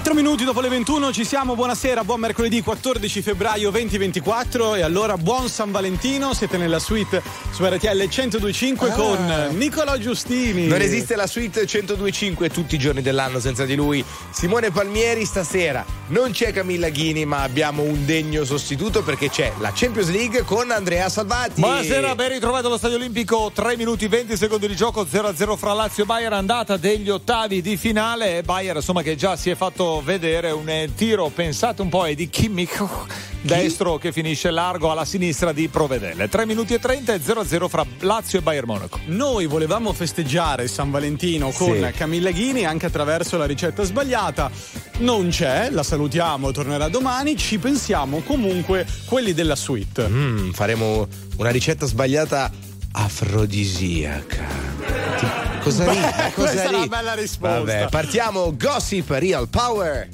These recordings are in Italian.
4 minuti dopo le 21 ci siamo, buonasera, buon mercoledì 14 febbraio 2024 e allora buon San Valentino, siete nella suite su RTL 102.5 con Nicolò Giustini. Non esiste la suite 102.5 tutti i giorni dell'anno senza di lui. Simone Palmieri stasera, non c'è Camilla Ghini ma abbiamo un degno sostituto perché c'è la Champions League con Andrea Salvati. Buonasera, ben ritrovato allo Stadio Olimpico, 3 minuti 20 secondi di gioco, 0-0 fra Lazio e Bayern, andata degli ottavi di finale e Bayern insomma che già si è fatto vedere un tiro, pensate un po', è di Kimmich destro che finisce largo alla sinistra di Provedelle. 3 minuti e 30 e 0-0 fra Lazio e Bayern Monaco. Noi volevamo festeggiare San Valentino con Camilla Ghini anche attraverso la ricetta sbagliata, non c'è, la salutiamo, tornerà domani, ci pensiamo comunque quelli della suite. Faremo una ricetta sbagliata afrodisiaca. Cosa ridi? Questa è una bella risposta. Vabbè, partiamo. Gossip Real Power.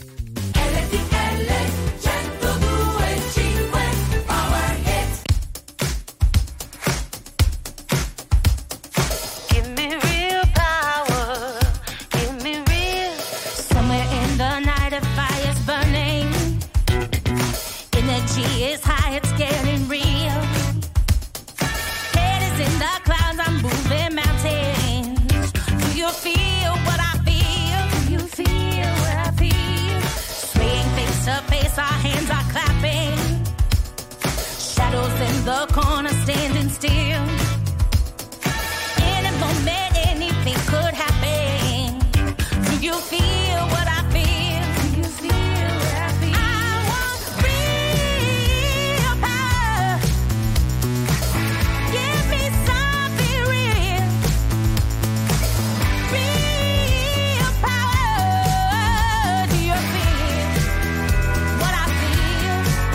The corner standing still. In a moment, anything could happen. Do you feel what I feel? Do you feel what I feel? I want real power. Give me something real. Real power. Do you feel what I feel?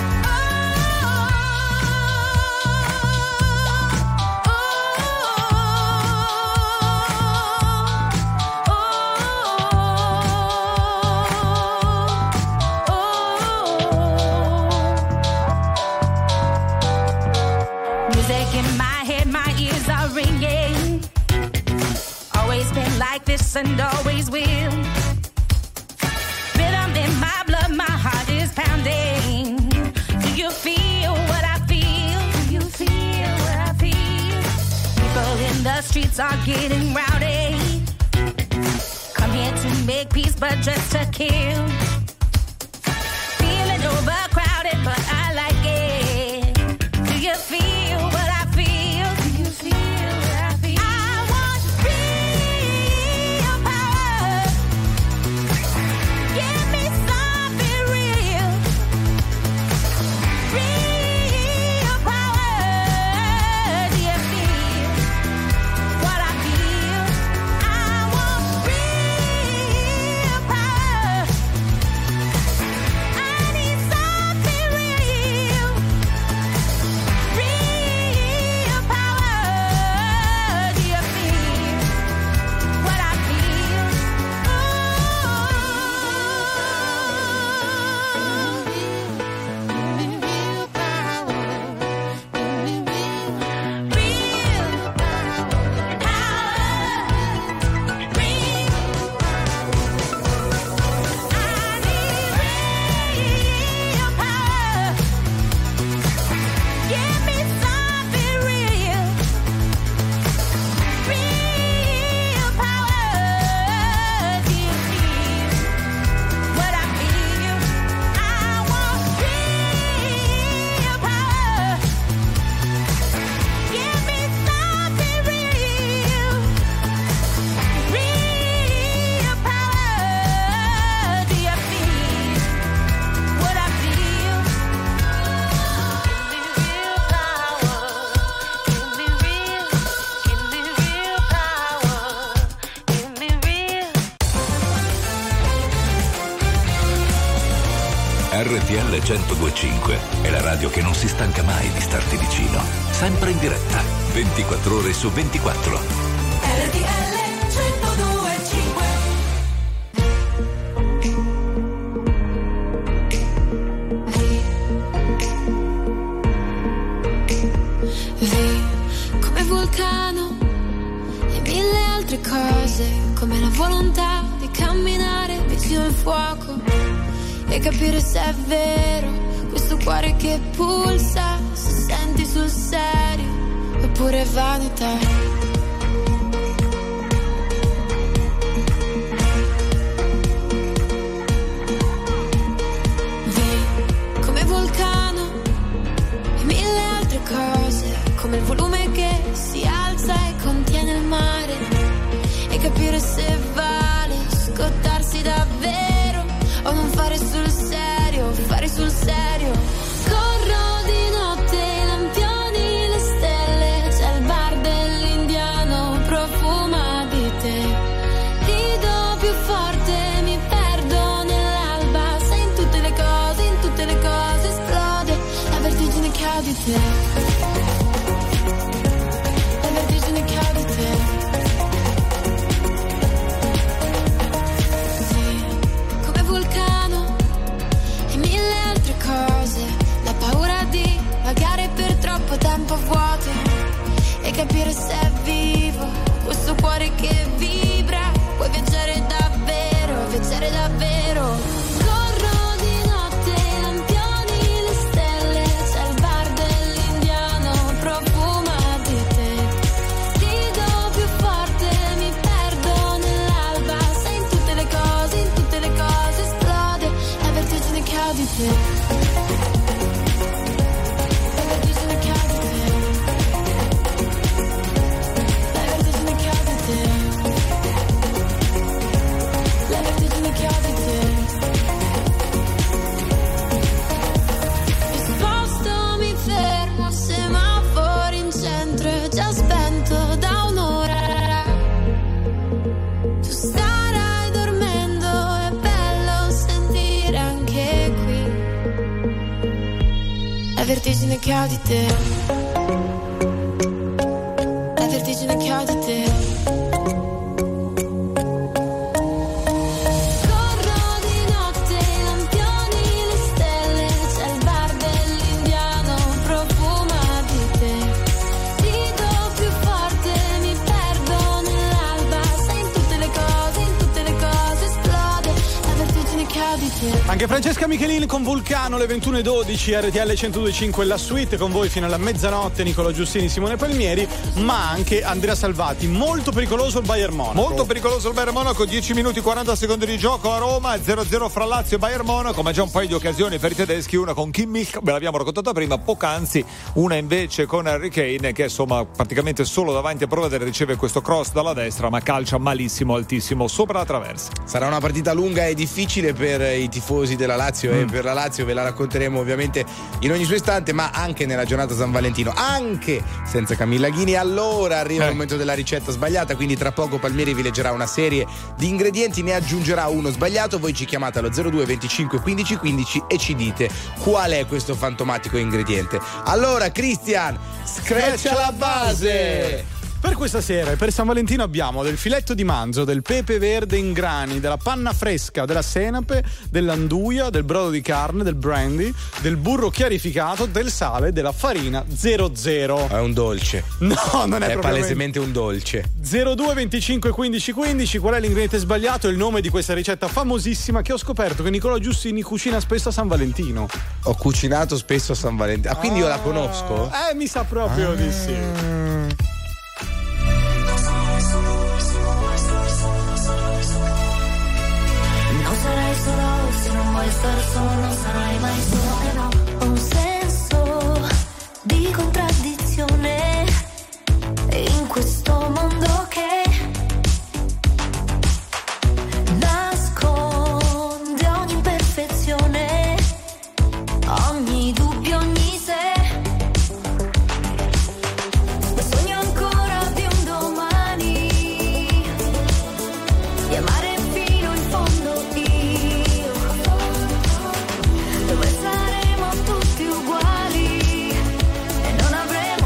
And always will. Rhythm in my blood, my heart is pounding. Do you feel what I feel? Do you feel what I feel? People in the streets are getting rowdy. Come here to make peace, but just to kill. Feeling overcrowded, but I like it. Do you feel what I feel? Do you feel what I feel? I want real power. Give me something real. Real power. Do you feel what I feel? I want real power. I need something real. Real power. Do you feel what I feel? Real power. Real power. Real power. Give me something real. Real power. Do you feel what I feel? I want real power. Give me something real. Real power. Do you feel what I feel? Give me real power. Give me real. Give me real power. Give me real. RTL 102.5 è la radio che non si stanca mai di starti vicino, sempre in diretta, 24 ore su 24. RTL 102.5. Vi come vulcano e mille altre cose, come la volontà di camminare occhio il fuoco e capire se è vero questo cuore che pulsa, se senti sul serio oppure vanità. Come il volume che si alza e contiene il mare, e capire se vale scottarsi davvero o non fare sul serio, fare sul serio. Corro di notte, i lampioni, le stelle, c'è il bar dell'indiano, profuma di te. Rido più forte, mi perdo nell'alba, sei in tutte le cose esplode la vertigine che ho di te. Tempo vuoto e capire se è vivo questo cuore che vibra. Puoi viaggiare davvero, viaggiare davvero. Corro di notte, i lampioni, le stelle, c'è il bar dell'indiano, profuma di te. Rido più forte, mi perdo nell'alba, sei in tutte le cose esplode la vertigine che ho di te. La vertigine che ho di te, la vertigine che ho di te. Corro di notte, i lampioni, le stelle, c'è il bar dell'indiano, profuma di te. Rido più forte, mi perdo nell'alba, sei in tutte le cose esplode la vertigine che ho di te. Anche Francesca Michelin con Vulcano, le 21:12, RTL 102.5 la suite, con voi fino alla mezzanotte, Nicola Giustini, Simone Palmieri, ma anche Andrea Salvati. Molto pericoloso il Bayern Monaco. Molto pericoloso il Bayern Monaco, 10 minuti 40 secondi di gioco a Roma, 0-0 fra Lazio e Bayern Monaco, ma già un paio di occasioni per i tedeschi, una con Kimmich, ve l'abbiamo raccontata prima, poc'anzi, una invece con Harry Kane, che insomma praticamente solo davanti a Provvedere riceve questo cross dalla destra, ma calcia malissimo, altissimo, sopra la traversa. Sarà una partita lunga e difficile per i tifosi della Lazio e per la Lazio ve la racconteremo ovviamente in ogni suo istante, ma anche nella giornata San Valentino, anche senza Camilla Ghini. Allora arriva il momento della ricetta sbagliata, quindi tra poco Palmieri vi leggerà una serie di ingredienti, ne aggiungerà uno sbagliato, voi ci chiamate allo 02 25 15 15 e ci dite qual è questo fantomatico ingrediente. Allora Christian, screccia la base! Per questa sera e per San Valentino abbiamo del filetto di manzo, del pepe verde in grani, della panna fresca, della senape, dell'anduia, del brodo di carne, del brandy, del burro chiarificato, del sale, della farina 00. È un dolce. No, non è proprio. Palesemente un dolce. 02 25 15 15, qual è l'ingrediente sbagliato? Il nome di questa ricetta famosissima che ho scoperto che Nicola Giustini cucina spesso a San Valentino. Ho cucinato spesso a San Valentino. Ah, quindi io la conosco? Mi sa proprio di sì. Se non vuoi star solo non sarai mai solo, e no. Ho un senso di contraddizione in questo mondo che nasconde ogni imperfezione, ogni dubbio, ogni se. Ma sogno ancora di un domani, di amare fino in fondo io, dove saremo tutti uguali e non avremo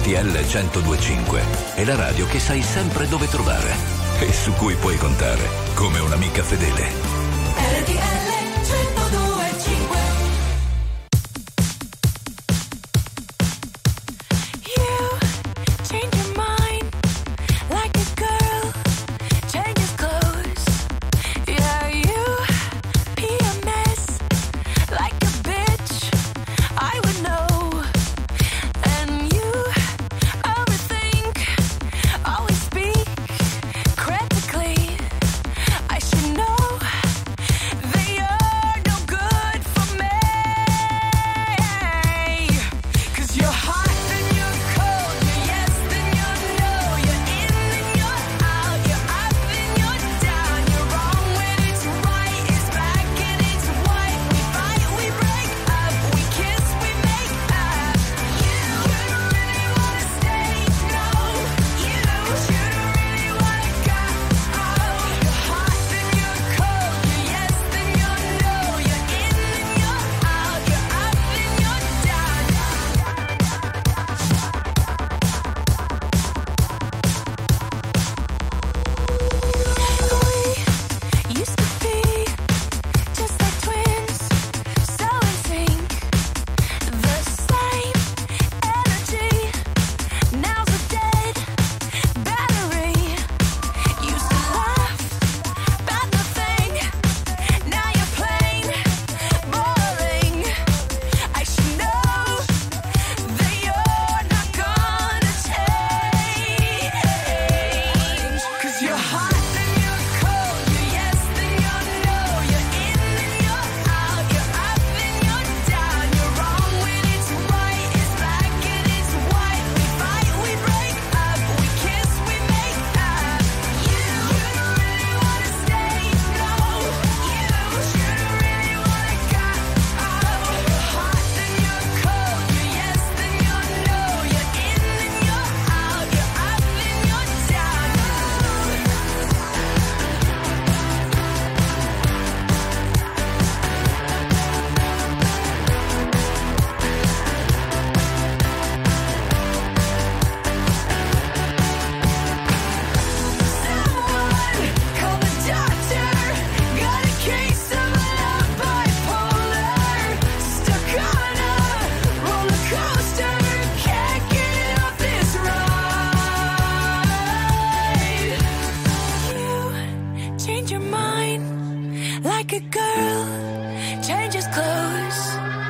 RTL 102.5 è la radio che sai sempre dove trovare e su cui puoi contare come un'amica fedele. RTL 102.5. You change your mind like a girl changes clothes. Yeah, you be a mess like a bitch. I would know. And you overthink, always speak critically. I should know that you're no good for me. 'Cause you're hot, then you're cold, you're yes, then you're no, you're in, then you're out, you're up, then you're down, you're wrong when it's right, it's black and it's white. We fight, we break up, we kiss, we make up. You don't really wanna stay, no. You don't really wanna go. You're hot, then you're cold, you're yes, then you're no, you're in, then you're out, you're up, then you're down. We used to be just like twins, so in sync, the same energy. Now's a dead battery. Used to laugh about nothing, now you're plain boring. I should know that you're not gonna change. 'Cause you're hot, then you're cold, you're yes, then you're no, you're in, then you're out, you're up, then you're down, you're wrong when it's right, it's black and it's white. We fight, we break up, we kiss, we make up. You don't really wanna stay, no. You don't really wanna go. You're hot, then you're cold, you're yes, then you're no, you're in, then you're out, you're up, then you're down. Someone call the doctor. Got a case of love bipolar. Stuck on a roller coaster. Can't get off this ride. You change your mind like a girl changes clothes.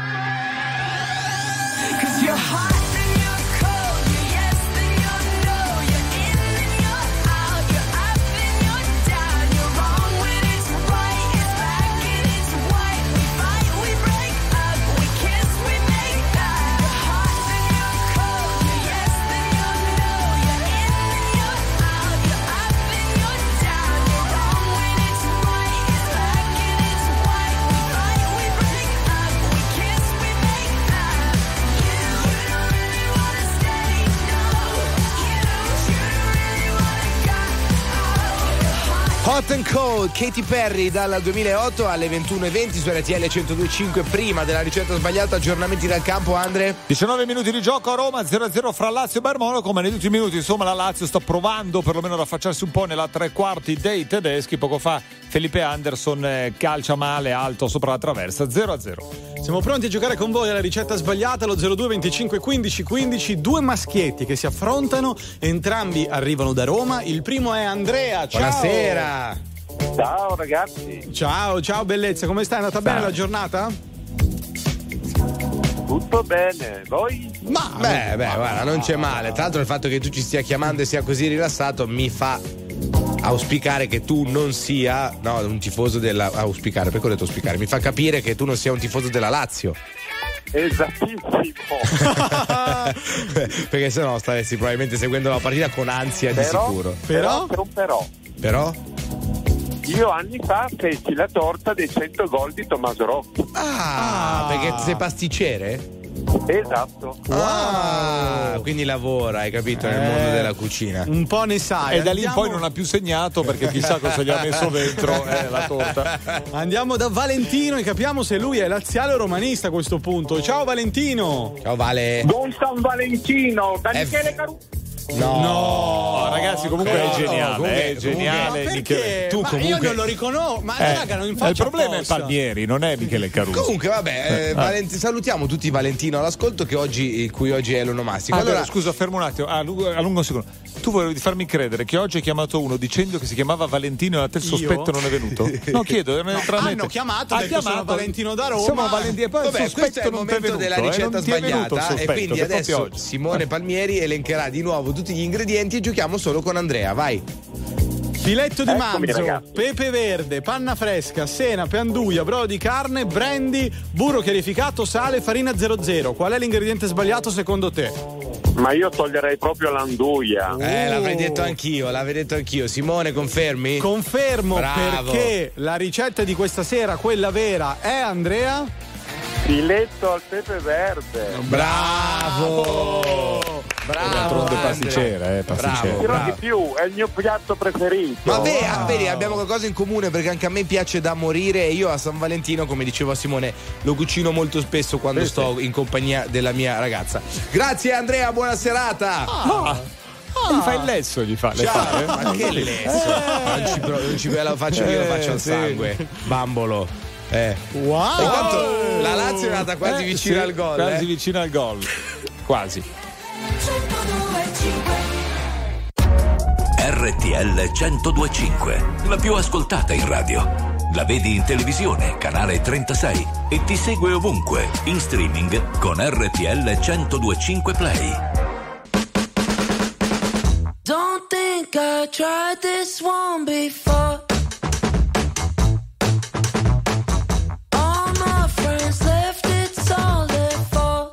'Cause you're hot, then you're cold, you're yes, then you're no, you're in, then you're out, you're up, then you're down, you're wrong when it's right, it's black and it's white. We fight, we break up, we kiss, we make up. You're hot, then you're cold, you're yes, then you're no, you're in, then you're out, you're up, then you're down, you're wrong when it's right, it's black and it's white. We fight, we break up, we kiss, we make up. You don't really wanna stay, no. You don't really wanna go. You're hot. Hot and Cold, Katy Perry dal 2008 alle 21:20 su RTL 102.5. Prima della ricetta sbagliata, aggiornamenti dal campo, Andre? 19 minuti di gioco a Roma, 0-0 fra Lazio e Bayern Monaco, ma negli ultimi minuti insomma la Lazio sta provando perlomeno ad affacciarsi un po' nella tre quarti dei tedeschi. Poco fa Felipe Anderson calcia male alto sopra la traversa, 0-0. Siamo pronti a giocare con voi alla ricetta sbagliata, lo 02 25 15 15. Due maschietti che si affrontano, entrambi arrivano da Roma. Il primo è Andrea. Ciao. Buonasera. Ciao ragazzi, Ciao bellezza, come stai? È andata bene la giornata? tutto bene, voi? Ma beh, guarda, non c'è male. Tra l'altro il fatto che tu ci stia chiamando e sia così rilassato mi fa auspicare che tu non sia un tifoso della auspicare, perché ho detto auspicare, mi fa capire che tu non sia un tifoso della Lazio. Esattissimo. Perché sennò staresti probabilmente seguendo la partita con ansia di sicuro. Però io anni fa feci la torta dei 100 gol di Tommaso Rocchi. Perché sei pasticcere? Esatto. Quindi lavora, hai capito, nel mondo della cucina. Un po' ne sai. E da lì in poi non ha più segnato perché chissà cosa gli ha messo dentro la torta. Andiamo da Valentino e capiamo se lui è laziale o romanista a questo punto. Ciao Valentino. Ciao Vale. Buon San Valentino, da Michele Caruso. No, ragazzi, comunque è geniale, comunque- è geniale. Ma Michele. perché? Tu Ma comunque io non lo riconosco, ma raga, non faccio il problema apposta. è Palmieri, non è Michele Caruso. Comunque, vabbè, salutiamo tutti Valentino all'ascolto il cui oggi è l'onomastico. Allora, scusa, fermo un attimo, allungo un secondo. Tu volevi farmi credere che oggi hai chiamato uno dicendo che si chiamava Valentino e a te il sospetto non è venuto? No, chiedo, hanno chiamato, ha detto sono Valentino da Roma. Siamo Valentino e poi vabbè, il questo è il sospetto non ti è momento venuto, della ricetta non ti è venuto il sbagliata sospetto, e quindi che proprio adesso oggi. Simone Palmieri elencherà di nuovo tutti gli ingredienti e giochiamo solo con Andrea, vai. Filetto di Eccomi, manzo, ragazzi. pepe verde, panna fresca, senape, anduia, brodo di carne, brandy, burro chiarificato, sale, farina 00. Qual è l'ingrediente sbagliato secondo te? Ma io toglierei proprio l'anduia. L'avrei detto anch'io. Simone, confermi? Confermo, Bravo. perché la ricetta di questa sera, quella vera, è Andrea? Filetto al pepe verde. Bravo. D'altronde Andre. pasticcera, pasticcera. Bravo, Dirò bravo. di più, è il mio piatto preferito. Ma vedi, abbiamo qualcosa in comune perché anche a me piace da morire e io a San Valentino, come dicevo a Simone, lo cucino molto spesso quando sto in compagnia della mia ragazza. Grazie Andrea, buona serata. Gli fa il lesso, gli fa. Ciao, ma che lesso? Non ci lo faccio io, lo faccio al sì. sangue. Bambolo. Wow! Intanto la Lazio è andata quasi vicina al gol. Quasi vicino al gol. Quasi. RTL 1025, la più ascoltata in radio. La vedi in televisione, canale 36 e ti segue ovunque, in streaming con RTL 1025 Play. Don't think I tried this one before. All my friends left, it's all their fault.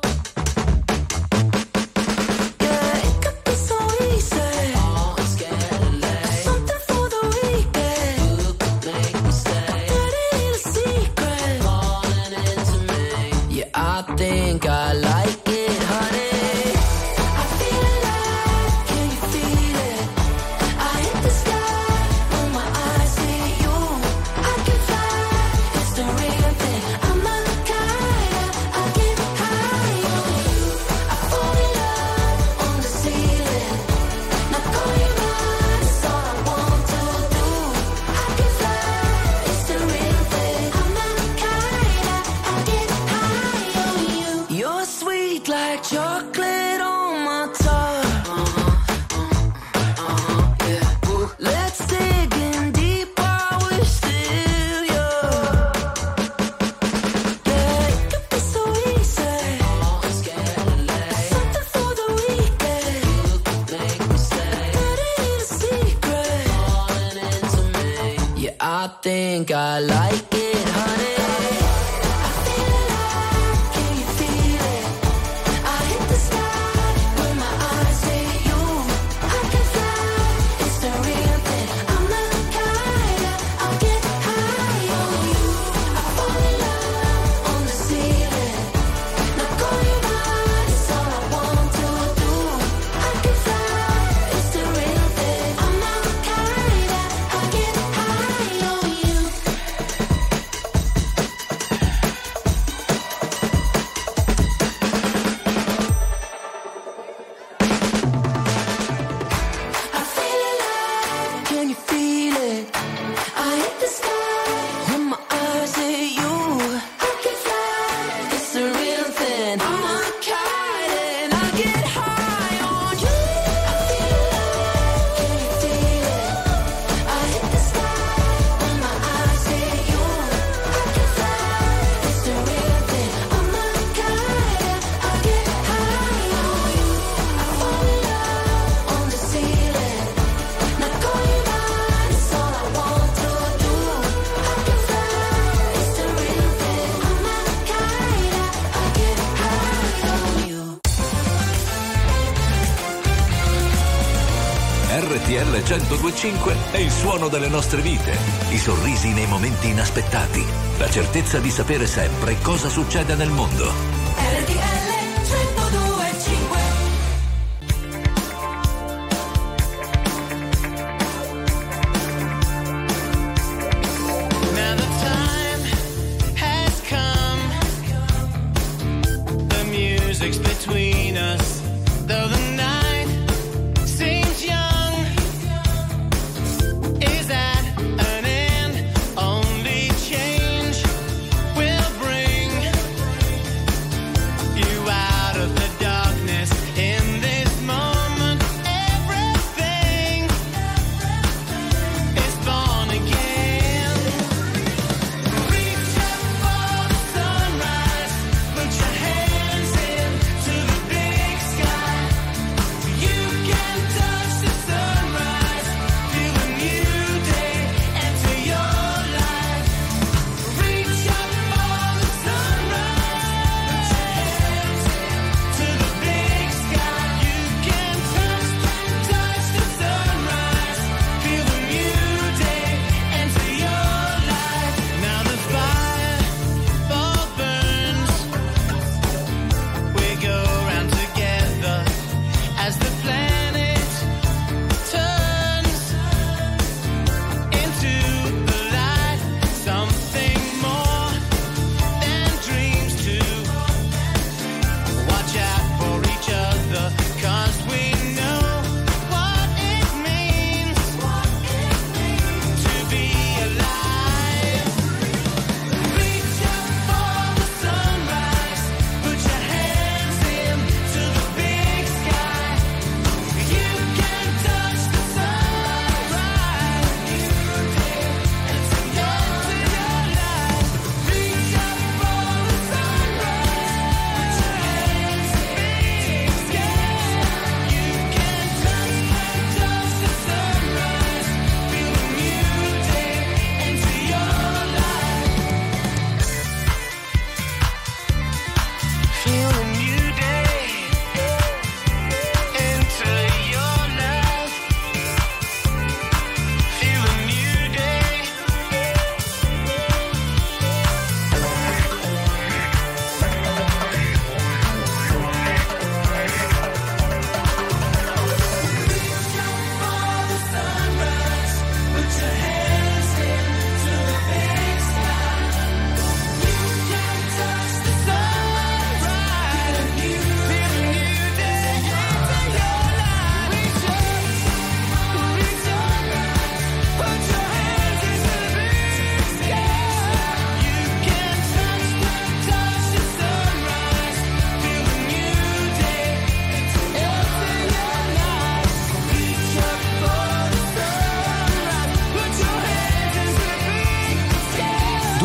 Yeah, it could be so easy. Something for the weekend. You could make me stay. Dirty little secret. Falling into me. Yeah, I think I like it, honey. I feel alive, can you feel it? I hit the sky when my eyes see you. I can fly, it's the real thing. I'm a kite, I get high on you. I fall in love on the ceiling. Now call you mine, it's all I want to do. I can fly, it's the real thing. I'm a kite, I get high on you. You're sweet like chocolate on my tongue. Let's dig in deep while we're still young. Yeah, it could be so easy. Something for the weekend. You could make me stay. Dirty little secret. Falling into me. Yeah, I think I like it, honey. I feel alive, can you feel it? I hit the sky when my eyes see you. I can fly, it's the real thing. I'm a kite, I'll get high on you. I fall in love on the ceiling. Now call you mine, it's all I want to do. I can fly, it's the real thing. I'm a kite, I'll get high on you. I feel alive, can you feel it? I hit the sky when my eyes hit you. I can fly, it's the real thing. I'm a kite and I get high on you. I feel alive, can you feel it? I hit the sky when my eyes hit you. I can fly, it's the real thing. I'm a kite, I get high on you. I fall in love on the ceiling. Now call you mine, it's all I want to do. I can fly, it's the real thing. I'm a kite, I get high on you. RTL 1025 è il suono delle nostre vite, i sorrisi nei momenti inaspettati, la certezza di sapere sempre cosa succede nel mondo. RTL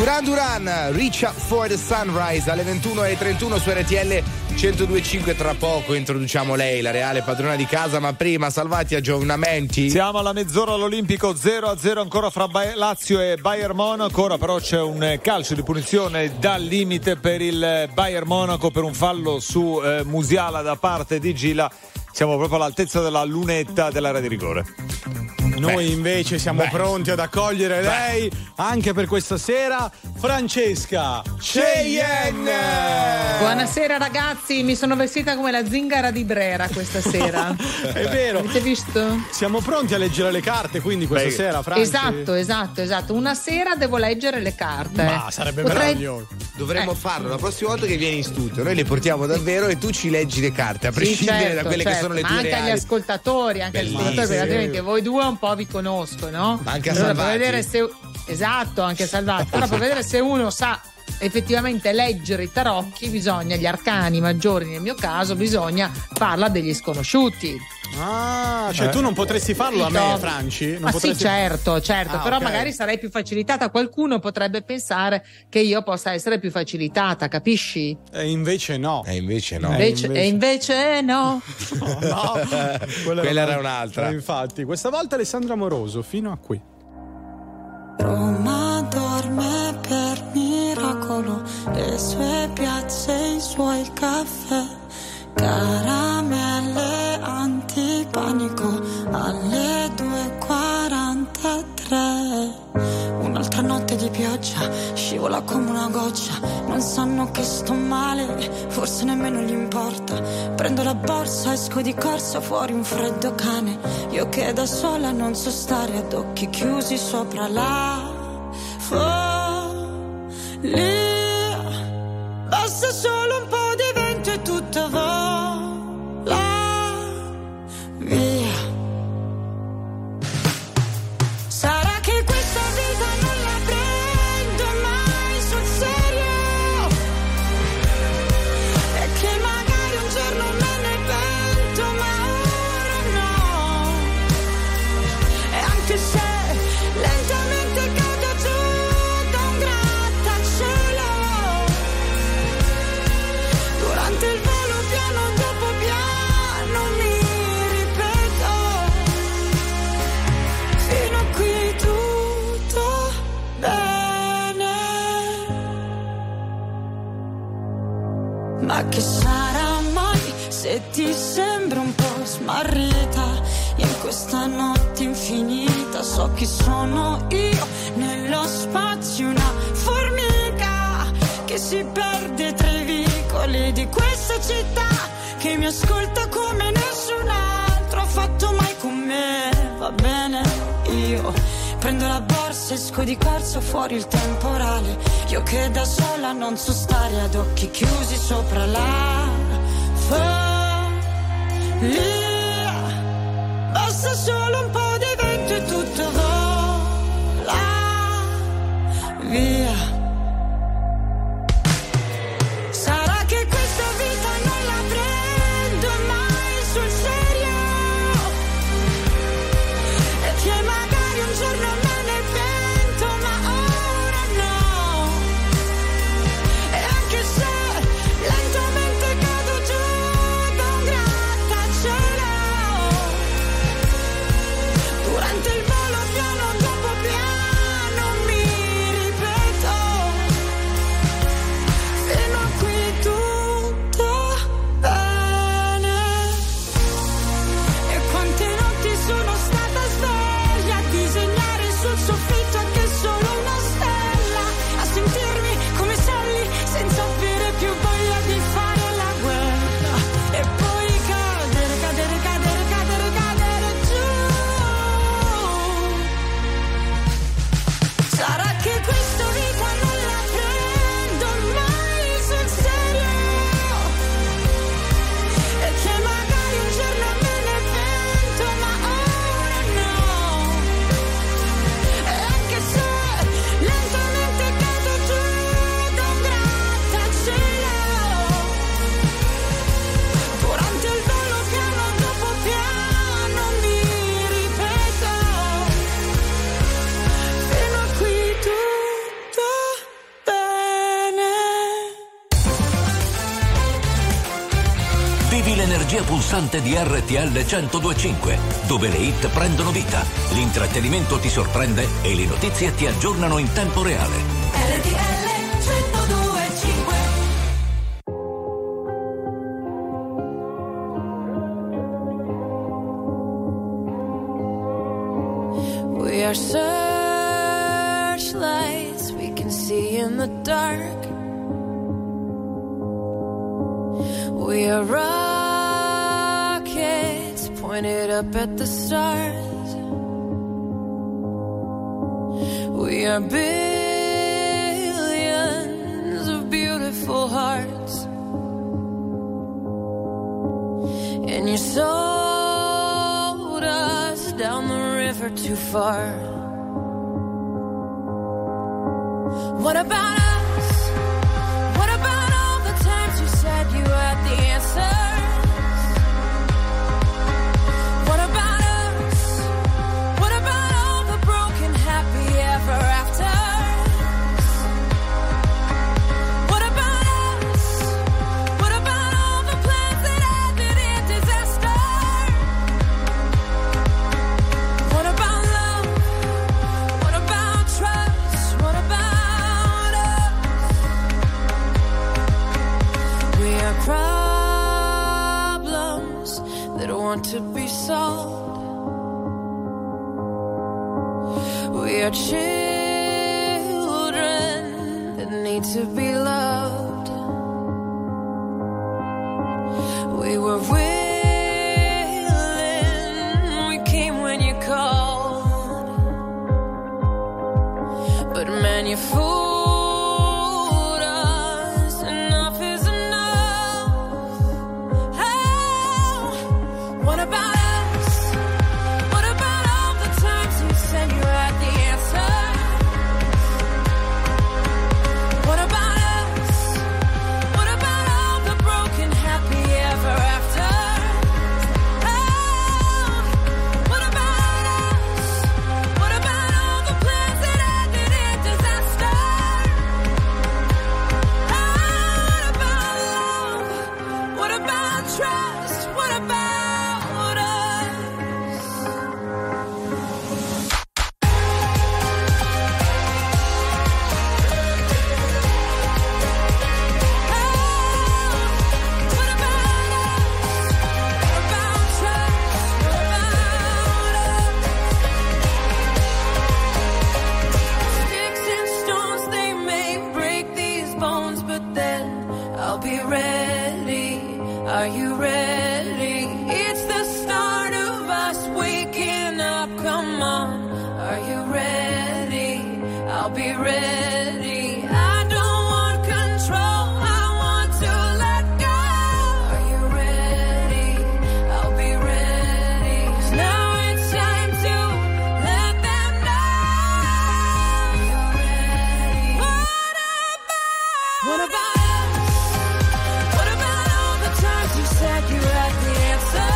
Duran Duran, Reach Up for the Sunrise alle 21:31 su RTL 102.5. Tra poco introduciamo lei, la reale padrona di casa, ma prima salvati aggiornamenti. Siamo alla mezz'ora all'Olimpico, 0-0 ancora fra Lazio e Bayern Monaco. Ora però c'è un calcio di punizione dal limite per il Bayern Monaco per un fallo su Musiala da parte di Gila. Siamo proprio all'altezza della lunetta dell'area di rigore. Noi invece siamo pronti ad accogliere lei anche per questa sera, Francesca Cheyenne. Buonasera ragazzi, mi sono vestita come la zingara di Brera questa sera. È vero. Avete visto? Siamo pronti a leggere le carte quindi questa sera, Franci? Esatto. Una sera devo leggere le carte. Ma sarebbe meraviglioso. Dovremmo farlo la prossima volta che vieni in studio. Noi le portiamo davvero e tu ci leggi le carte, a prescindere da quelle che sono le tue anche reali. Agli ascoltatori, perché altrimenti voi due un po' vi conosco, no? Ma anche a allora, Salvati. per vedere se esatto, anche a Salvati. Però per vedere se uno sa effettivamente leggere i tarocchi, bisogna, gli arcani maggiori nel mio caso, bisogna farla degli sconosciuti. Ah, cioè tu non potresti farlo a me, Franci? Non Ma potresti... sì, certo, però okay. magari sarei più facilitata. Qualcuno potrebbe pensare che io possa essere più facilitata, capisci? E invece no. E invece no. No, quella era un'altra. Infatti, questa volta Alessandra Amoroso, fino a qui. Roma dorme per miracolo, le sue piazze, i suoi caffè, caramelle antipanico alle 2:43. Un'altra notte di pioggia, scivola come una goccia, non sanno che sto male, forse nemmeno gli importa. Prendo la borsa, esco di corsa, fuori un freddo cane, io che da sola non so stare, ad occhi chiusi sopra la follia. Basta solo un po' di vento e tutto vola via. Sarà che questa vita non la prendo mai sul serio, e che magari un giorno me ne pento, ma ora no. E anche se lentamente cado giù da un grattacielo, durante il volo piano dopo piano mi ripeto, fino a qui tutto bene. Ma che sarà mai se ti sembra un po' smarrita in questa notte infinita? So chi sono io nello spazio, una formica che si perde tra i vicoli di questa città, che mi ascolta come nessun altro ha fatto mai con me. Va bene, io prendo la borsa, esco di corsa, fuori il temporale, io che da sola non so stare, ad occhi chiusi sopra la follia. Basta solo un po' di vento e tutto vola via. Sarà che questa vita non la prendo mai sul serio, e che magari un giorno me ne pento, ma ora no. E anche se lentamente cado giù da un grattacielo, magia pulsante di RTL 102.5, dove le hit prendono vita, l'intrattenimento ti sorprende e le notizie ti aggiornano in tempo reale. RTL 102.5. We are searchlights we can see in the dark. We are rockets pointed up at the stars. We are billions of beautiful hearts. And you sold us down the river too far. What about us? What about all the times you said you had the answers? What about us? What about all the broken happy ever afters? What about us? What about all the plans that ended in disaster? What about love? What about trust? What about us? We are problems that want to be solved. We are children that need to be loved. We were willing, we came when you called. But man, you fooled us. Enough is enough. Oh, what about us? What about all the times you said you had the answer? What about us? What about all the broken happy ever after? Oh, what about us? What about all the plans that ended in disaster? Oh, what about love? What about trust? What about us? What about us? What about trust? What about us? Sticks and stones, they may break these bones, but then I'll be ready. Are you ready? It's the start of us waking up. Come on, are you ready? I'll be ready. I don't want control, I want to let go. Are you ready? I'll be ready. 'Cause now it's time to let them know. You're ready. What about us? What about all the times you said you had the answer?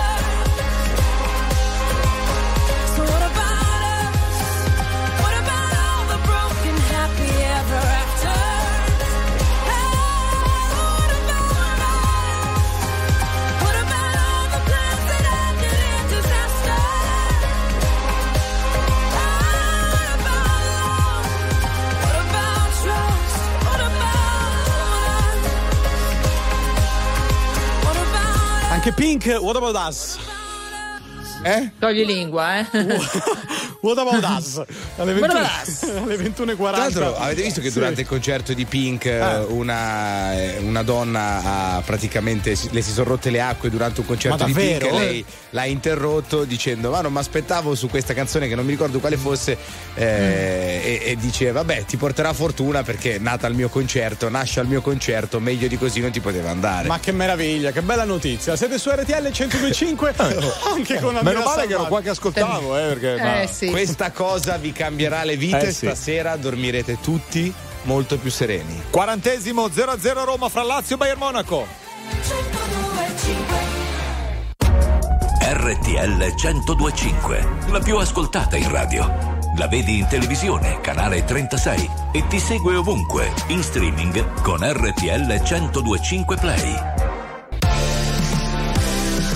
So what about us? What about all the broken happy ever after? What about us? What about all the plans that ended in disaster? What about love? What about trust? What about us? What about us? Anche Pink, What About Us? Togli lingua, eh? What About Us? Alle What About 21.40. Tra l'altro, avete visto che durante il concerto di Pink una donna ha praticamente le si sono rotte le acque durante un concerto Ma di Pink davvero? e lei l'ha interrotto dicendo ma non mi aspettavo su questa canzone che non mi ricordo quale fosse e dice vabbè ti porterà fortuna perché nasce al mio concerto, meglio di così non ti poteva andare. Ma che meraviglia, che bella notizia. Siete su RTL 102.5 anche con Andrea Meno male che ero Salvati. qua che ascoltavo, perché Sì. Questa cosa vi cambierà le vite, Sì. stasera dormirete tutti molto più sereni. 40esimo 0-0 Roma fra Lazio e Bayern Monaco. 102.5. RTL 102.5, la più ascoltata in radio. La vedi in televisione, canale 36 e ti segue ovunque, in streaming con RTL 102.5 Play.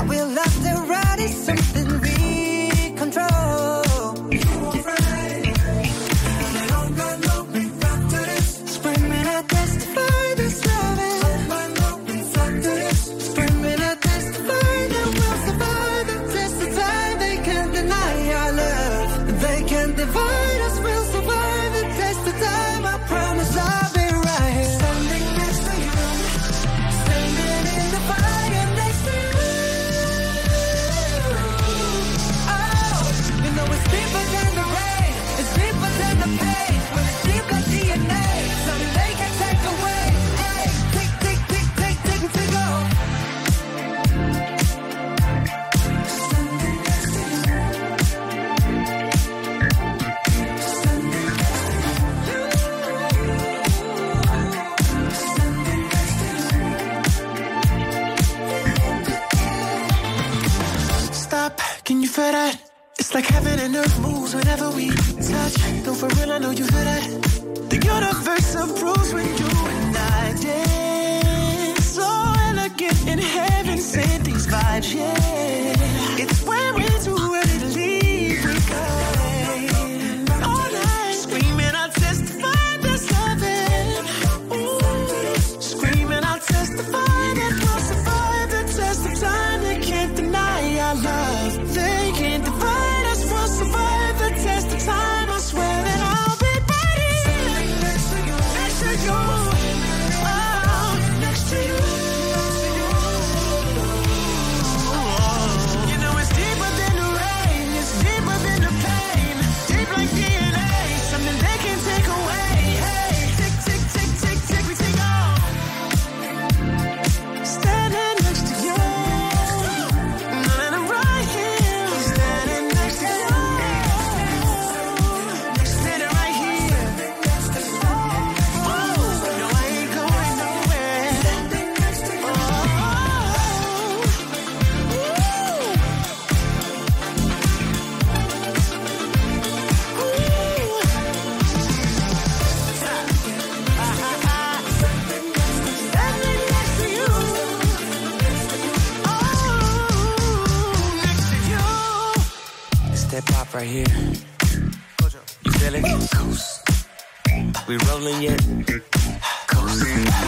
I will love to ride is something we control. Screaming, I testify this loving. Screaming, I testify that we'll survive the test of time. They can't deny our love. They can't divide us. We'll survive the test of time. I promise I'll be right here. Standing next to you. Standing in the fire next to you. Oh, you know it's deeper than the rain. It's deeper than the pain. When it's deep like DNA, something they can take away. Hey, take off. Standing next to you. Standing next to you. Stop, can you feel that? It's like heaven and earth moves whenever we touch. No, for real, I know you feel that. The universe approves when you and I dance. So elegant in heaven, sent these vibes, yeah. It's when we're too ready to leave, we go all night. Screaming, I'll testify this loving. Ooh. Screaming, I'll testify that we'll survive the test of time. They can't deny our love. They can't divide us. We'll survive the test of time. I swear that I'll be right here. Next to you. Next to you. Oh, next to you. You know it's deeper than the rain. It's deeper than the pain. Deep like DNA. Something they can take away. Hey, tick, we take off. Standing next to you. And I'm right here. Standing next to you. Standing right here. Oh, no, I ain't going nowhere. Standing next to you. Standing next to you. Oh, next to you. It's that pop right here. You feel it? Coast. We rolling yet? Coast.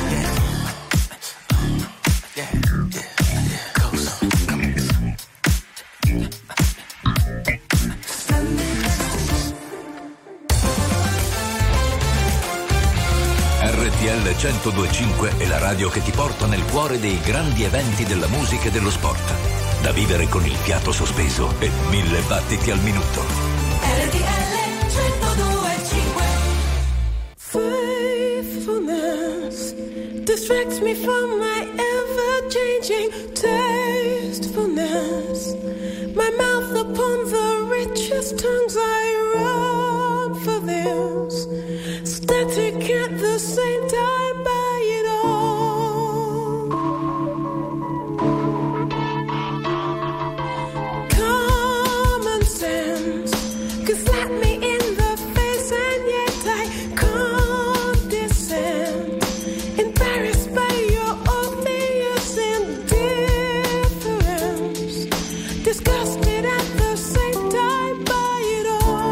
Yeah. Coast. Come on. RTL 102.5 è la radio che ti porta nel cuore dei grandi eventi della musica e dello sport. Da vivere con il fiato sospeso e 1000 battiti al minuto. RTL 102.5. Faithfulness distracts me from my ever-changing tastefulness. My mouth upon the richest tongues, I run for this. Static at the same time, by it all. Common sense could slap me in the face, and yet I condescend. Embarrassed by your obvious indifference. Disgusted at the same time by it all.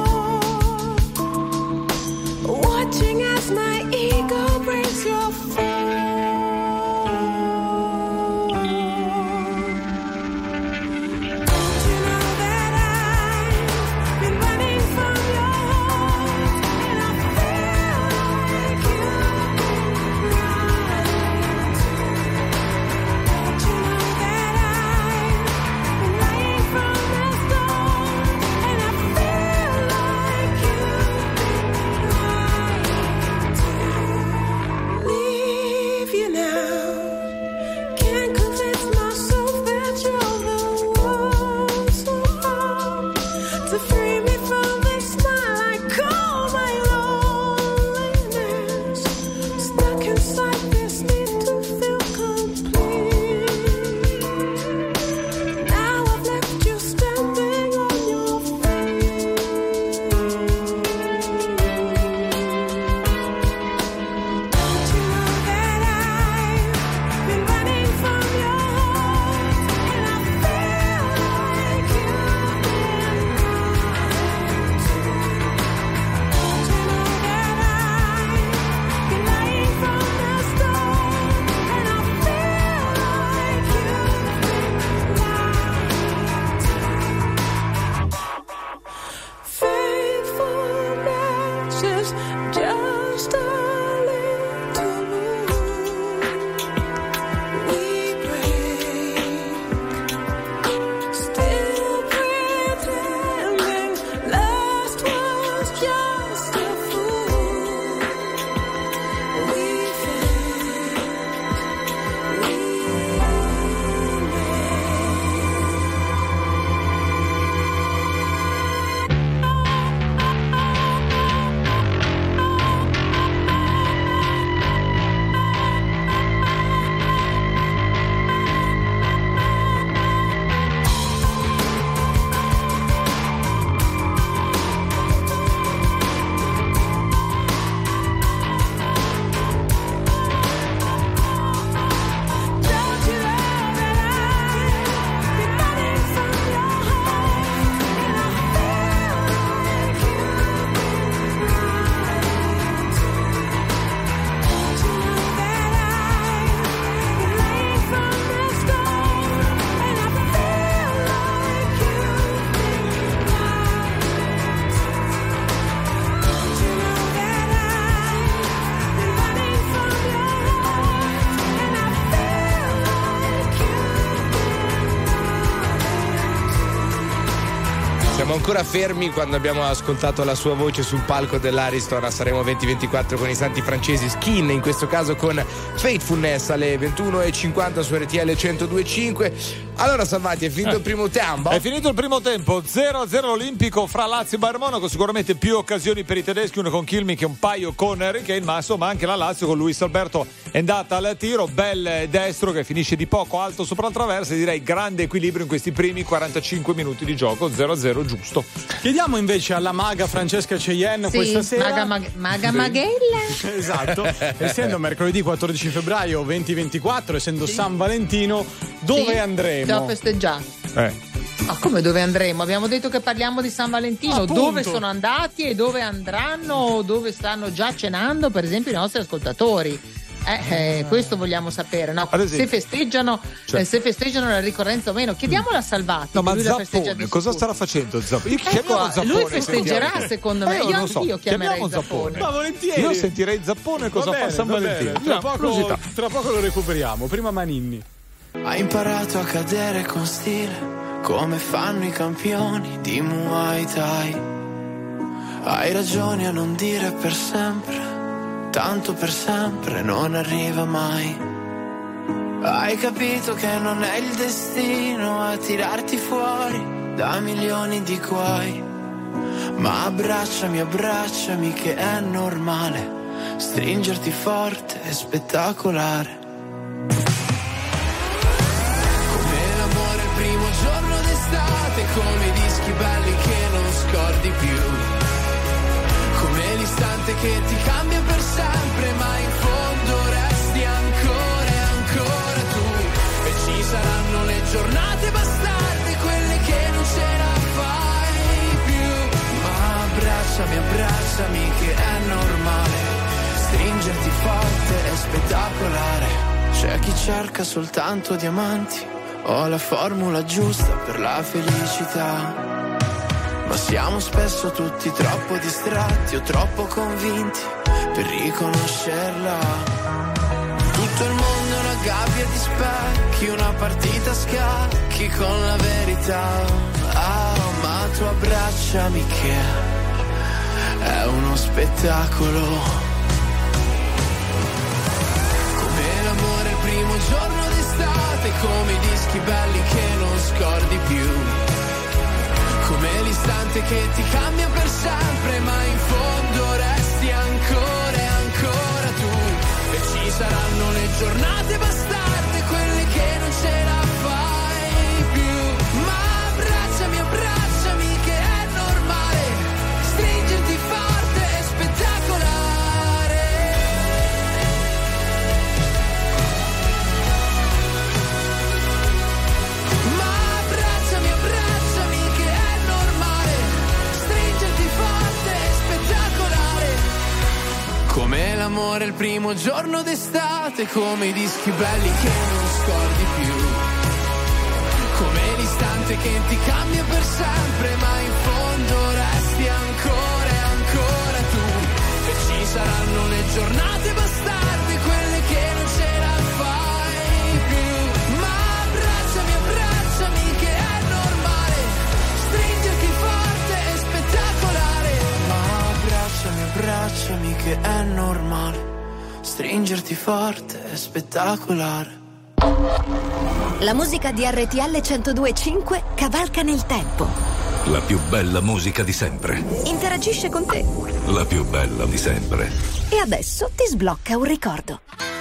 Siamo ancora fermi quando abbiamo ascoltato la sua voce sul palco dell'Ariston a Sanremo 2024 con i santi francesi Skin, in questo caso con Faithfulness alle 21:50 su RTL 102.5. Allora Salvati, è finito il primo tempo? È finito il primo tempo, 0-0 olimpico fra Lazio e Bayern Monaco, sicuramente più occasioni per i tedeschi, uno con Kilmi che un paio con Harry Kane, ma insomma anche la Lazio con Luis Alberto è andata al tiro, bel destro che finisce di poco alto sopra il traverso, e direi grande equilibrio in questi primi 45 minuti di gioco, 0-0 giusto. Chiediamo invece alla maga Francesca Cheyenne questa sera. Maga Maghella. Esatto, essendo mercoledì 14 febbraio 2024, essendo San Valentino, dove andremo? Da festeggiare. Ma come dove andremo? Abbiamo detto che parliamo di San Valentino. Appunto. Dove sono andati e dove andranno, dove stanno già cenando, per esempio, i nostri ascoltatori. Questo vogliamo sapere, no? Se festeggiano, se festeggiano la ricorrenza o meno. Chiediamolo a Salvati. No, ma lui la festeggia Zappone, di cosa sicuro. starà facendo Zappone? Lui festeggerà, secondo me. Io non so. anch'io chiamerei Zappone. Ma volentieri. Io sentirei Zappone cosa Va fa bene, San va Valentino. bene. Tra poco lo recuperiamo. Prima Maninni. Hai imparato a cadere con stile, come fanno i campioni di Muay Thai. Hai ragione a non dire per sempre, tanto per sempre non arriva mai. Hai capito che non è il destino a tirarti fuori da milioni di guai. Ma abbracciami che è normale stringerti forte e spettacolare. Primo giorno d'estate, come i dischi belli che non scordi più, come l'istante che ti cambia per sempre, ma in fondo resti ancora e ancora tu. E ci saranno le giornate bastarde, quelle che non ce la fai più. Ma abbracciami che è normale stringerti forte e spettacolare. C'è chi cerca soltanto diamanti, ho la formula giusta per la felicità, ma siamo spesso tutti troppo distratti o troppo convinti per riconoscerla. Tutto il mondo è una gabbia di specchi, una partita a scacchi con la verità. Ma tu abbracciami che è uno spettacolo. Come l'amore il primo giorno d'estate, come i dischi belli che non scordi più, come l'istante che ti cambia per sempre, ma in fondo resti ancora e ancora tu. E ci saranno le giornate bastarde, quelle che non ce la fai più. Ma abbracciami che è normale stringerti forte e spettacolare. Come l'amore il primo giorno d'estate, come i dischi belli che non scordi più, come l'istante che ti cambia per sempre, ma in fondo resti ancora e ancora tu. E ci saranno le giornate bastarde, quelle che non ce la fai più. Ma abbracciami che è normale stringerti forte e spettacolare. Ma abbracciami che è normale stringerti forte e spettacolare. La musica di RTL 102.5 cavalca nel tempo. La più bella musica di sempre. Interagisce con te. La più bella di sempre. E adesso ti sblocca un ricordo.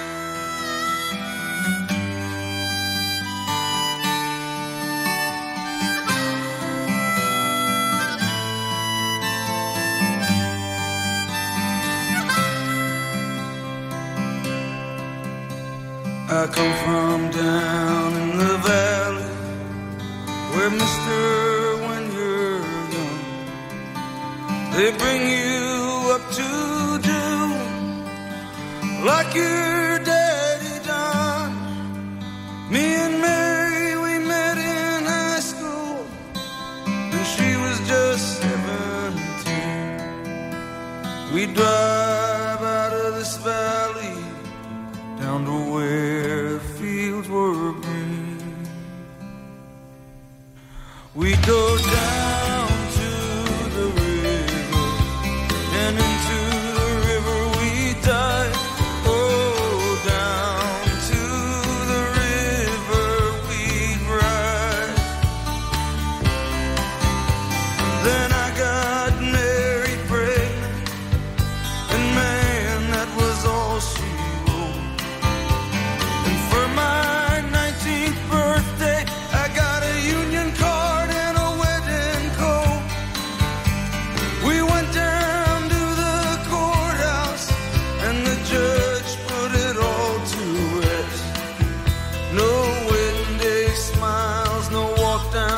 I come from down in the valley, where mister, when you're young, they bring you up to do like your daddy done. Me and Mary, we met in high school, and she was just 17. We drive out of this valley down to where fields were green. We go down to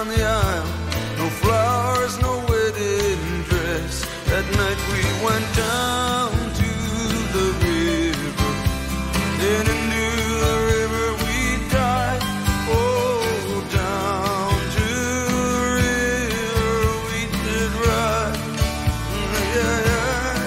down the aisle. No flowers, no wedding dress. That night we went down to the river. Then into the river we dive. Oh, down to the river we did ride. Yeah, yeah.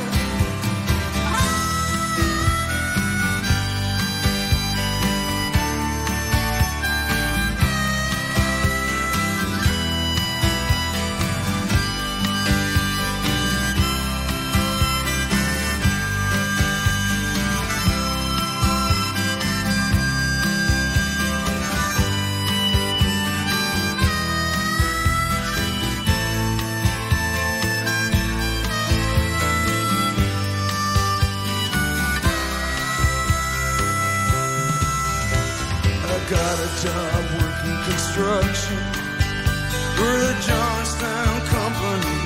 Got a job working construction for the Johnstown Company.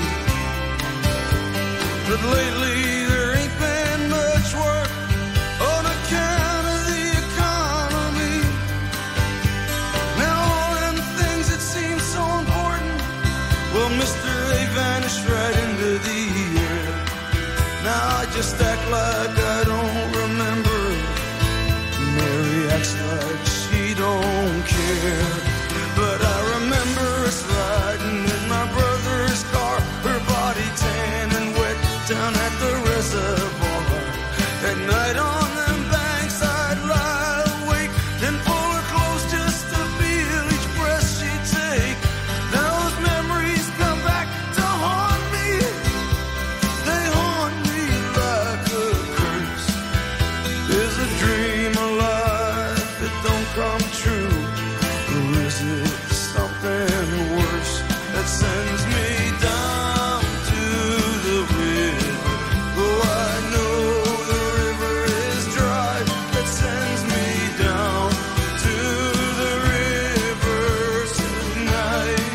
But lately there ain't been much work on account of the economy. Now all them things that seem so important, well, mister, they vanished right into the air. Now I just act like I don't remember. Mary acts like she don't care. But I remember us riding in my brother's car, her body tan and wet down at the reservoir. At night on them banks I'd lie awake, then pull her close just to feel each breath she'd take. Now those memories come back to haunt me. They haunt me like a curse. Is a dream alive that don't come true? Or is it something worse that sends me down to the river? Oh, I know the river is dry. That sends me down to the river tonight.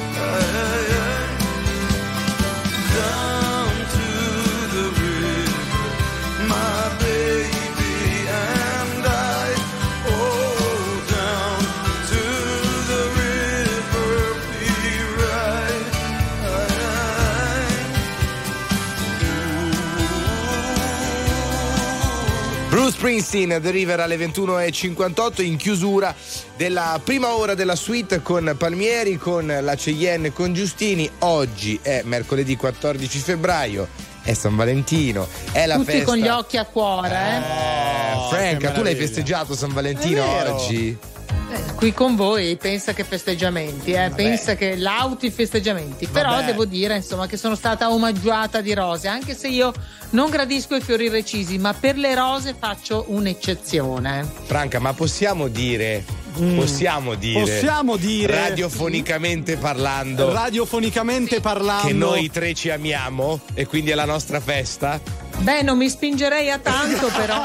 Down to the river, my baby and I. Oh, down to the river we ride. Bruce Springsteen, The River, alle 21:58, in chiusura della prima ora della suite con Palmieri, con la Cheyenne, con Giustini. Oggi è mercoledì 14 febbraio, è San Valentino, è la Tutti festa. con gli occhi a cuore. Franca, che tu l'hai meraviglia. festeggiato San Valentino È vero. oggi? Qui con voi pensa che festeggiamenti, pensa che lauti festeggiamenti. Però Vabbè. devo dire, insomma, che sono stata omaggiata di rose, anche se io non gradisco i fiori recisi, ma per le rose faccio un'eccezione. Franca, ma possiamo dire radiofonicamente parlando che noi tre ci amiamo e quindi è la nostra festa? Beh, non mi spingerei a tanto, però.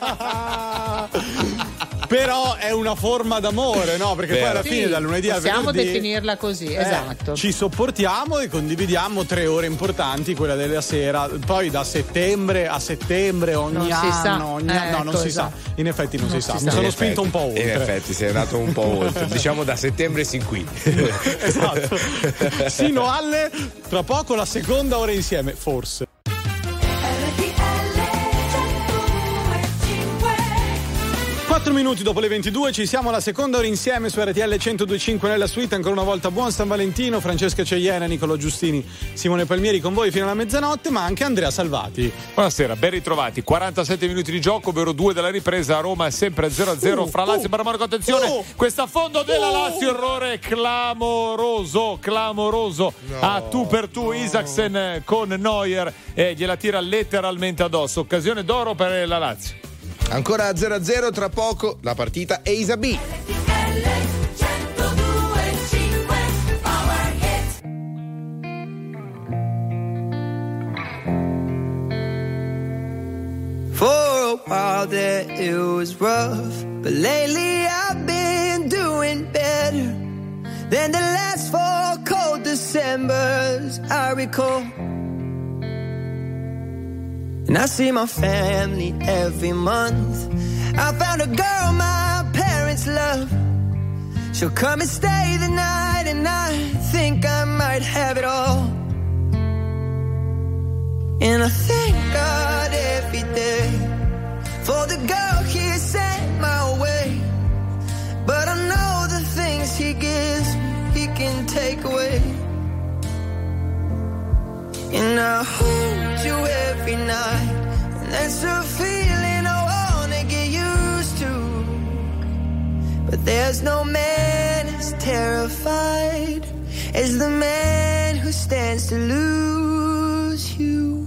Però è una forma d'amore, no? Perché poi alla fine, dal lunedì al venerdì, possiamo definirla così, esatto. ci sopportiamo e condividiamo 3 ore importanti, quella della sera. Poi da settembre a settembre ogni Non si anno, sa. no, non si sa. In effetti non si sa. si Mi sa. sono In spinto effetti, un po' oltre. In effetti sei andato un po' oltre. Diciamo da settembre sin qui. Esatto. Sino alle, tra poco la seconda ora insieme, forse. 4 minuti dopo le 22 ci siamo alla seconda ora insieme su RTL 102.5 nella suite. Ancora una volta buon San Valentino. Francesca Cheyenne, Nicolò Giustini, Simone Palmieri con voi fino alla mezzanotte, ma anche Andrea Salvati. Buonasera, ben ritrovati. 47 minuti di gioco, ovvero 2 della ripresa. A Roma è sempre 0-0 fra Lazio e Baramarco. Attenzione, questa a fondo della Lazio, errore clamoroso. A tu per tu Isaksen con Neuer e gliela tira letteralmente addosso. Occasione d'oro per la Lazio. Ancora 0-0, tra poco la partita è Isabì. For a while there it was rough, but lately I've been doing better than the last 4 cold Decembers I recall. And I see my family every month. I found a girl my parents love. She'll come and stay the night, and I every day for the girl he sent my way. But I know the things he gives me, he can take away. And I hold you every night, and that's a feeling I wanna get used to. But there's no man as terrified as the man who stands to lose you.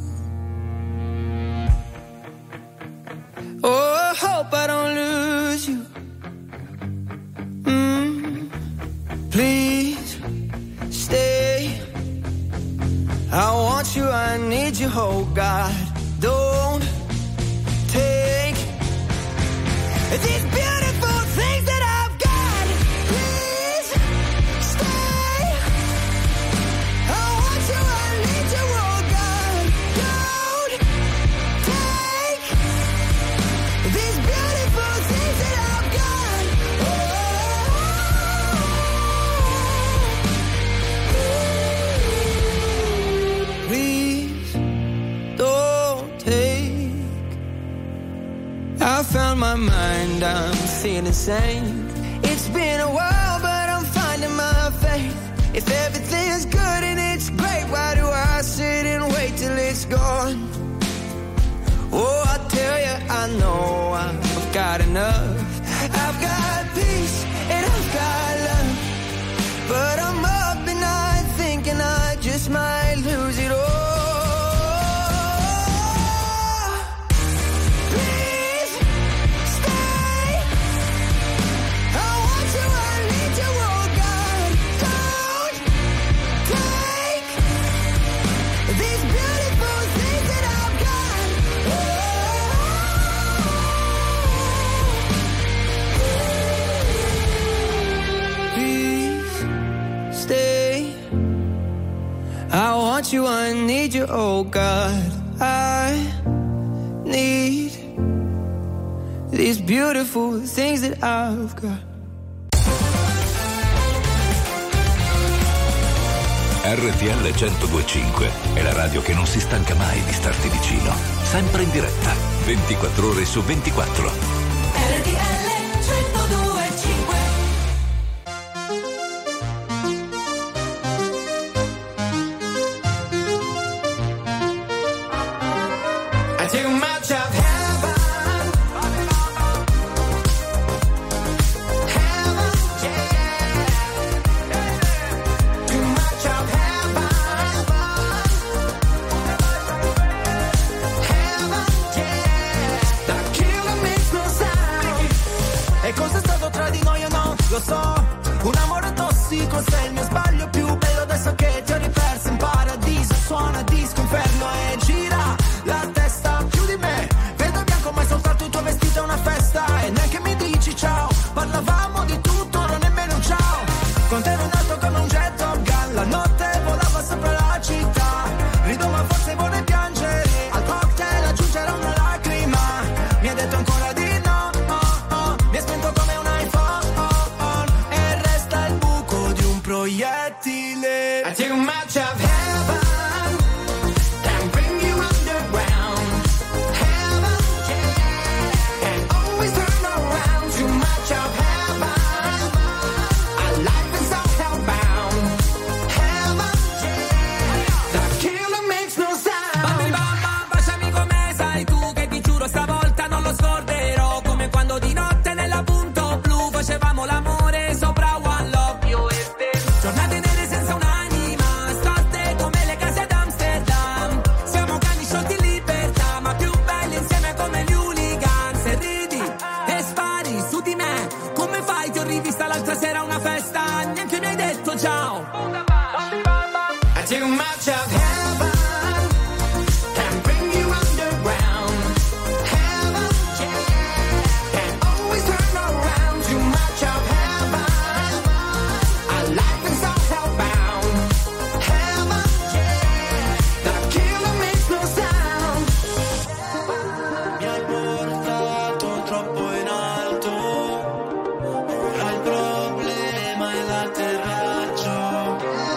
Oh, I hope I don't lose you. Please stay. I want you, I need you, oh God. Don't take these beautiful things that I've got. Please stay. I want you, I need you, oh God. Don't take these beautiful things that I've got. Please don't take. I found my mind, I'm feeling sane. It's been a while, but I'm finding my faith. If everything's good and it's great, why do I sit and wait till it's gone? Oh, I tell you, I know I've got enough. I've got peace and I've got love, but I'm up and night thinking I just might lose it all. Please stay. I want you, I need you, oh God. Don't take these beautiful things that I've got. Please stay. I want you, I need you, oh God. I need these beautiful things that I've got. RTL 102.5 è la radio che non si stanca mai di starti vicino, sempre in diretta, 24 ore su 24. RTL 102.5. I too much of heaven, heaven, yeah. Too much of heaven, heaven, yeah. The killer makes no sound. E cosa è stato tra di noi o no? Lo so, un amore tossico, sei il mio sbaglio più bello. Adesso che ti ho riperso in paradiso, suona disco inferno e gira la testa più di me. Vedo bianco ma è soltanto il tuo vestito è una festa. E neanche mi dici ciao, parlavamo di tutto, non nemmeno un ciao. Con te ero in alto come un jet Top Gun, la notte volava sopra la città. Rido ma forse vuole piangere, al cocktail aggiungerò una lacrima. Mi ha detto ancora di no, mi ha spento come un iPhone, e resta il buco di un proiettile. I too much of heaven and bring you underground. Heaven, yeah. And always turn around. Too much of heaven. Our life is all hellbound. Heaven, yeah. The killer makes no sound. Bambini mamma, baciami come sai tu, che ti giuro stavolta non lo scorderò. Come quando di notte nella punto blu facevamo l'amore sopra One Love, io e te. Giornate nere senza un'anima, storte come le case d'Amsterdam. Siamo cani sciolti in libertà, ma più belli insieme come gli hooligans. E ridi e spari su di me. Come fai? Ti ho rivista l'altra sera a una festa, neanche mi hai detto ciao. I too much of heaven and bring you underground. Heaven, yeah. And always turn around. Too much of heaven. Our life is all hellbound. Heaven, yeah. The killer makes no sound. Mi hai portato troppo in alto, ora il problema è l'atterraggio.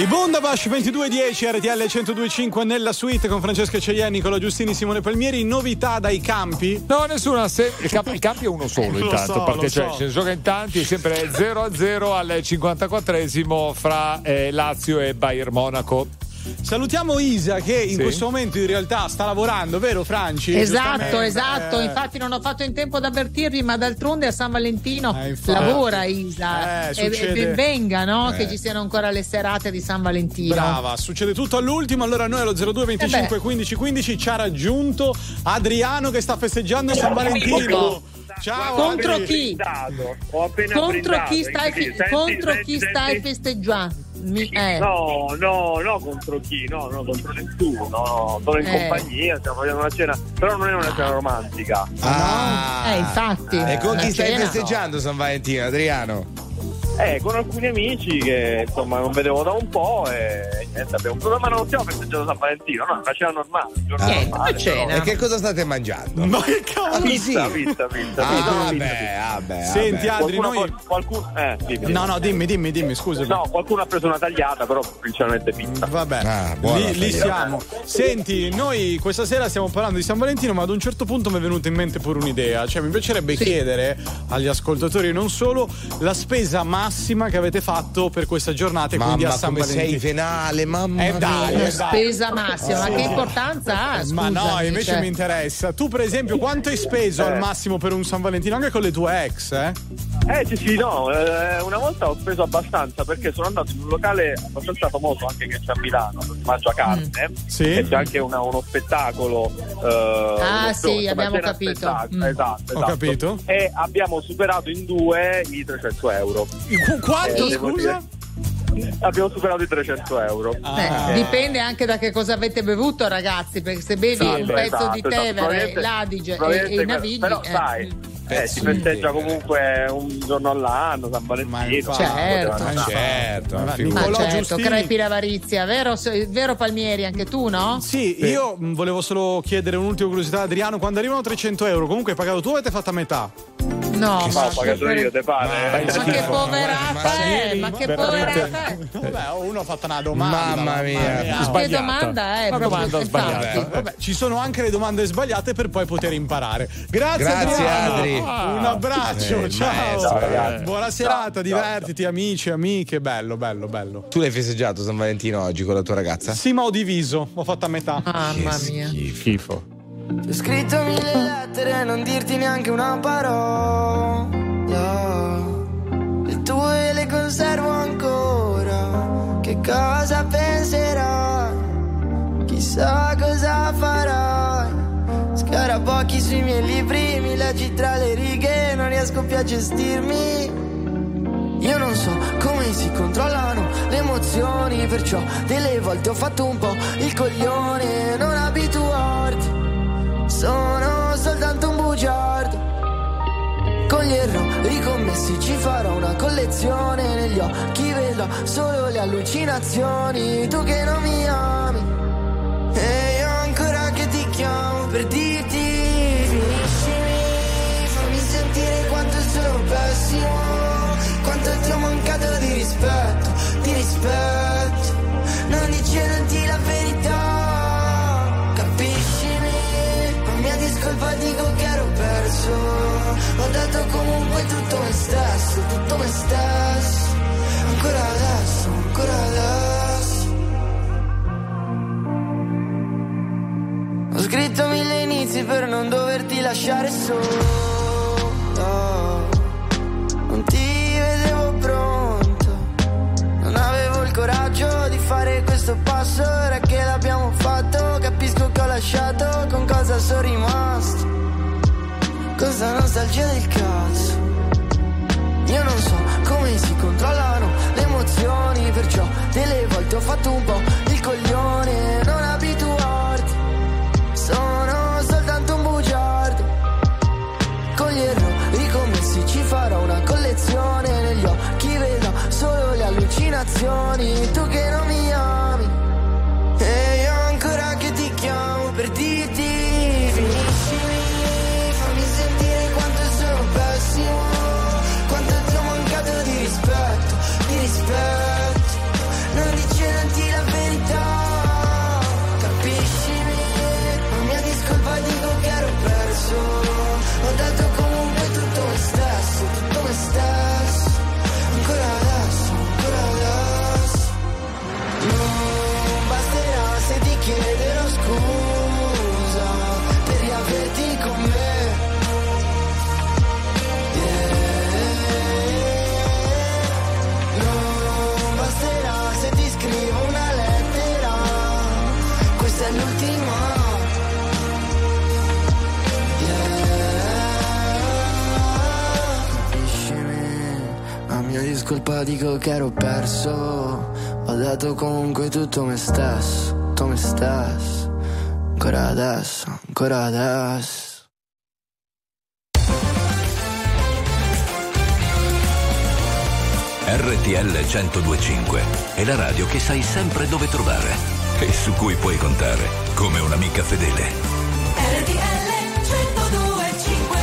I Bundabash 2210 RTL 102.5 nella suite con Francesca Cegliani, Nicola Giustini, Simone Palmieri. Novità dai campi? No, nessuna. Il campi è uno solo intanto, perché ce ne sono in tanti, sempre 0-0 al 54esimo fra Lazio e Bayern Monaco. Salutiamo Isa che in questo momento in realtà sta lavorando, vero Franci? Esatto, infatti non ho fatto in tempo ad avvertirvi, ma d'altronde a San Valentino lavora Isa e venga, no? Che ci siano ancora le serate di San Valentino. Brava, succede tutto all'ultimo. Allora noi allo 02 25 15 15 ci ha raggiunto Adriano che sta festeggiando San Valentino. Ciao. Contro chi? Ho appena contro chi stai festeggiando? No, contro chi? No, contro nessuno. No, sono in compagnia, stiamo facendo una cena, però non è una cena romantica. Infatti. E con chi stai festeggiando San Valentino, Adriano? Con alcuni amici che insomma non vedevo da un po' e niente, abbiamo un problema, ma non stiamo festeggiando San Valentino, no, è una cena normale, un giorno normale. Cena. E che cosa state mangiando? Ma che cavolo? Pizza. Vabbè. Senti, Adri, noi No, dimmi, scusa. No, qualcuno ha preso una tagliata, però principalmente pizza. Vabbè, lì siamo. Senti, noi questa sera stiamo parlando di San Valentino, ma ad un certo punto mi è venuta in mente pure un'idea. Cioè, mi piacerebbe chiedere agli ascoltatori e non solo la spesa massima che avete fatto per questa giornata e quindi a San Valentino. Sei venale, mamma mia. Spesa massima, ma che importanza ha? Ma no, invece mi interessa. Tu, per esempio, quanto hai speso al massimo per un San Valentino anche con le tue ex, Sì, no, una volta ho speso abbastanza perché sono andato in un locale abbastanza famoso anche che c'è a Milano, dove si mangia carne e c'è anche uno spettacolo. Sì, abbiamo capito. Esatto. Ho capito. E abbiamo superato in 2 i 300 euro. Quanto, scusa? Abbiamo superato i 300 euro. Dipende anche da che cosa avete bevuto, ragazzi, perché se bevi un pezzo di Tevere, l'Adige e i Navigli, però sai, si festeggia comunque un giorno all'anno, San Valentino. Certo, crepi l'avarizia, vero Palmieri, anche tu, no? Sì, io volevo solo chiedere un'ultima curiosità, Adriano, quando arrivano 300 euro, comunque hai pagato tu o avete fatto a metà? No, ho pagato io, te pare? Ma che poverata è? Ma che poverata è? Vabbè, uno ha fatto una domanda. Mamma mia. Che domanda è? Una domanda sbagliata. Vabbè, ci sono anche le domande sbagliate per poi poter imparare. Grazie Adri. Un abbraccio, ciao. Buona serata, divertiti, amici, amiche. Bello. Tu l'hai festeggiato San Valentino oggi con la tua ragazza? Sì, ma ho diviso, ho fatto a metà. Mamma mia. Schifo. Ti ho scritto 1000 lettere, non dirti neanche una parola. Le tue le conservo ancora. Che cosa penserai? Chissà cosa farai. Scarabocchi sui miei libri, mi leggi tra le righe, non riesco più a gestirmi. Io non so come si controllano le emozioni, perciò delle volte ho fatto un po' il coglione. Non abituarti, sono soltanto un bugiardo. Con gli errori commessi ci farò una collezione. Negli occhi vedo solo le allucinazioni. Tu che non mi ami e io ancora che ti chiamo per dirti finiscimi, fammi sentire quanto sono pessimo, quanto ti ho mancato di rispetto. Non dicendoti la verità, capiscimi, non mi discolpa, dico che ero perso. Ho dato comunque tutto me stesso, ancora adesso. Ho scritto 1000 inizi per non doverti lasciare solo. Non ti vedevo pronto, non avevo il coraggio di fare questo passo. Ora che l'abbiamo fatto, capisco che ho lasciato, con cosa sono rimasto, con sta nostalgia del cazzo. Io non so come si controllano le emozioni, perciò delle volte ho fatto un po' il coglione. Non abituarti, sono soltanto un bugiardo. Con gli errori commessi ci farò una collezione. Negli occhi vedo solo le allucinazioni. Tu che non mi ami e io ancora che ti chiamo per dirti finiscimi, fammi sentire quanto sono pessimo, quanto ti ho mancato di rispetto. Non dicere colpa, dico che ero perso. Ho dato comunque tutto me stesso. Ancora adesso. RTL 102.5 è la radio che sai sempre dove trovare e su cui puoi contare come un'amica fedele. RTL 102.5.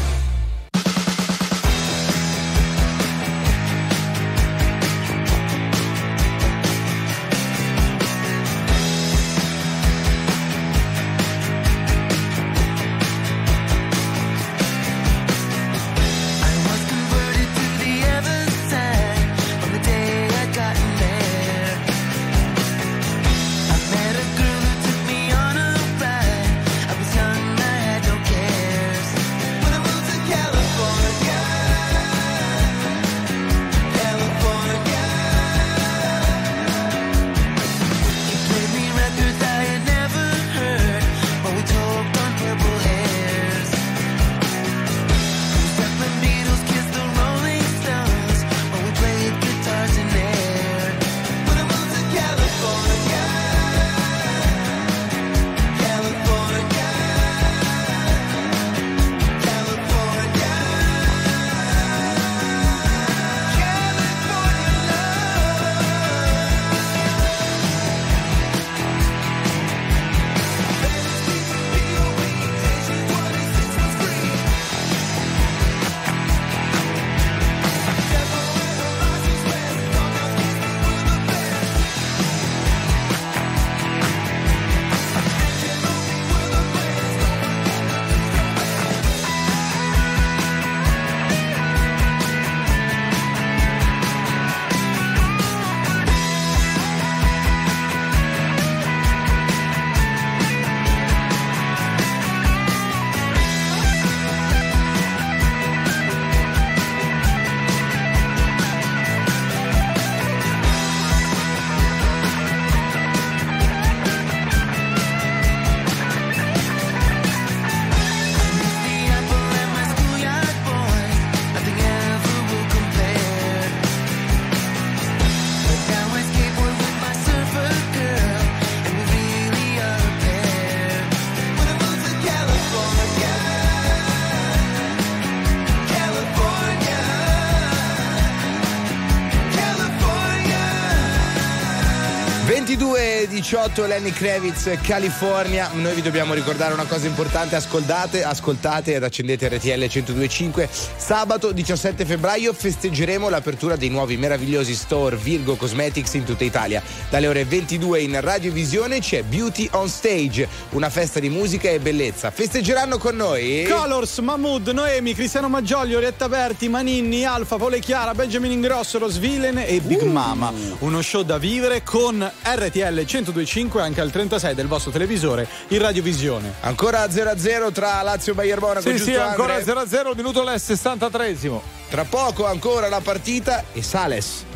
e 18 Lenny Kravitz, California. Noi vi dobbiamo ricordare una cosa importante: ascoltate ed accendete RTL 102.5. Sabato 17 febbraio festeggeremo l'apertura dei nuovi meravigliosi store Virgo Cosmetics in tutta Italia. Dalle ore 22 in radiovisione c'è Beauty on Stage, una festa di musica e bellezza. Festeggeranno con noi Colors, Mahmood, Noemi, Cristiano Maggioli, Orietta Berti, Maninni, Alfa, Paolo e Chiara, Benjamin Ingrosso, Rose Villain e Big Mama. Uno show da vivere con RTL 102.5 anche al 36 del vostro televisore in radiovisione. Ancora 0-0 tra Lazio e Bayern Monaco. Sì, ancora 0-0, minuto al 63esimo. Tra poco ancora la partita e Sales.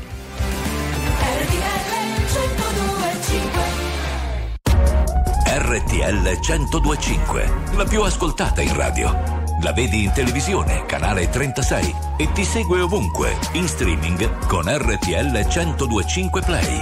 RTL 102.5, la più ascoltata in radio. La vedi in televisione, canale 36 e ti segue ovunque, in streaming con RTL 102.5 Play.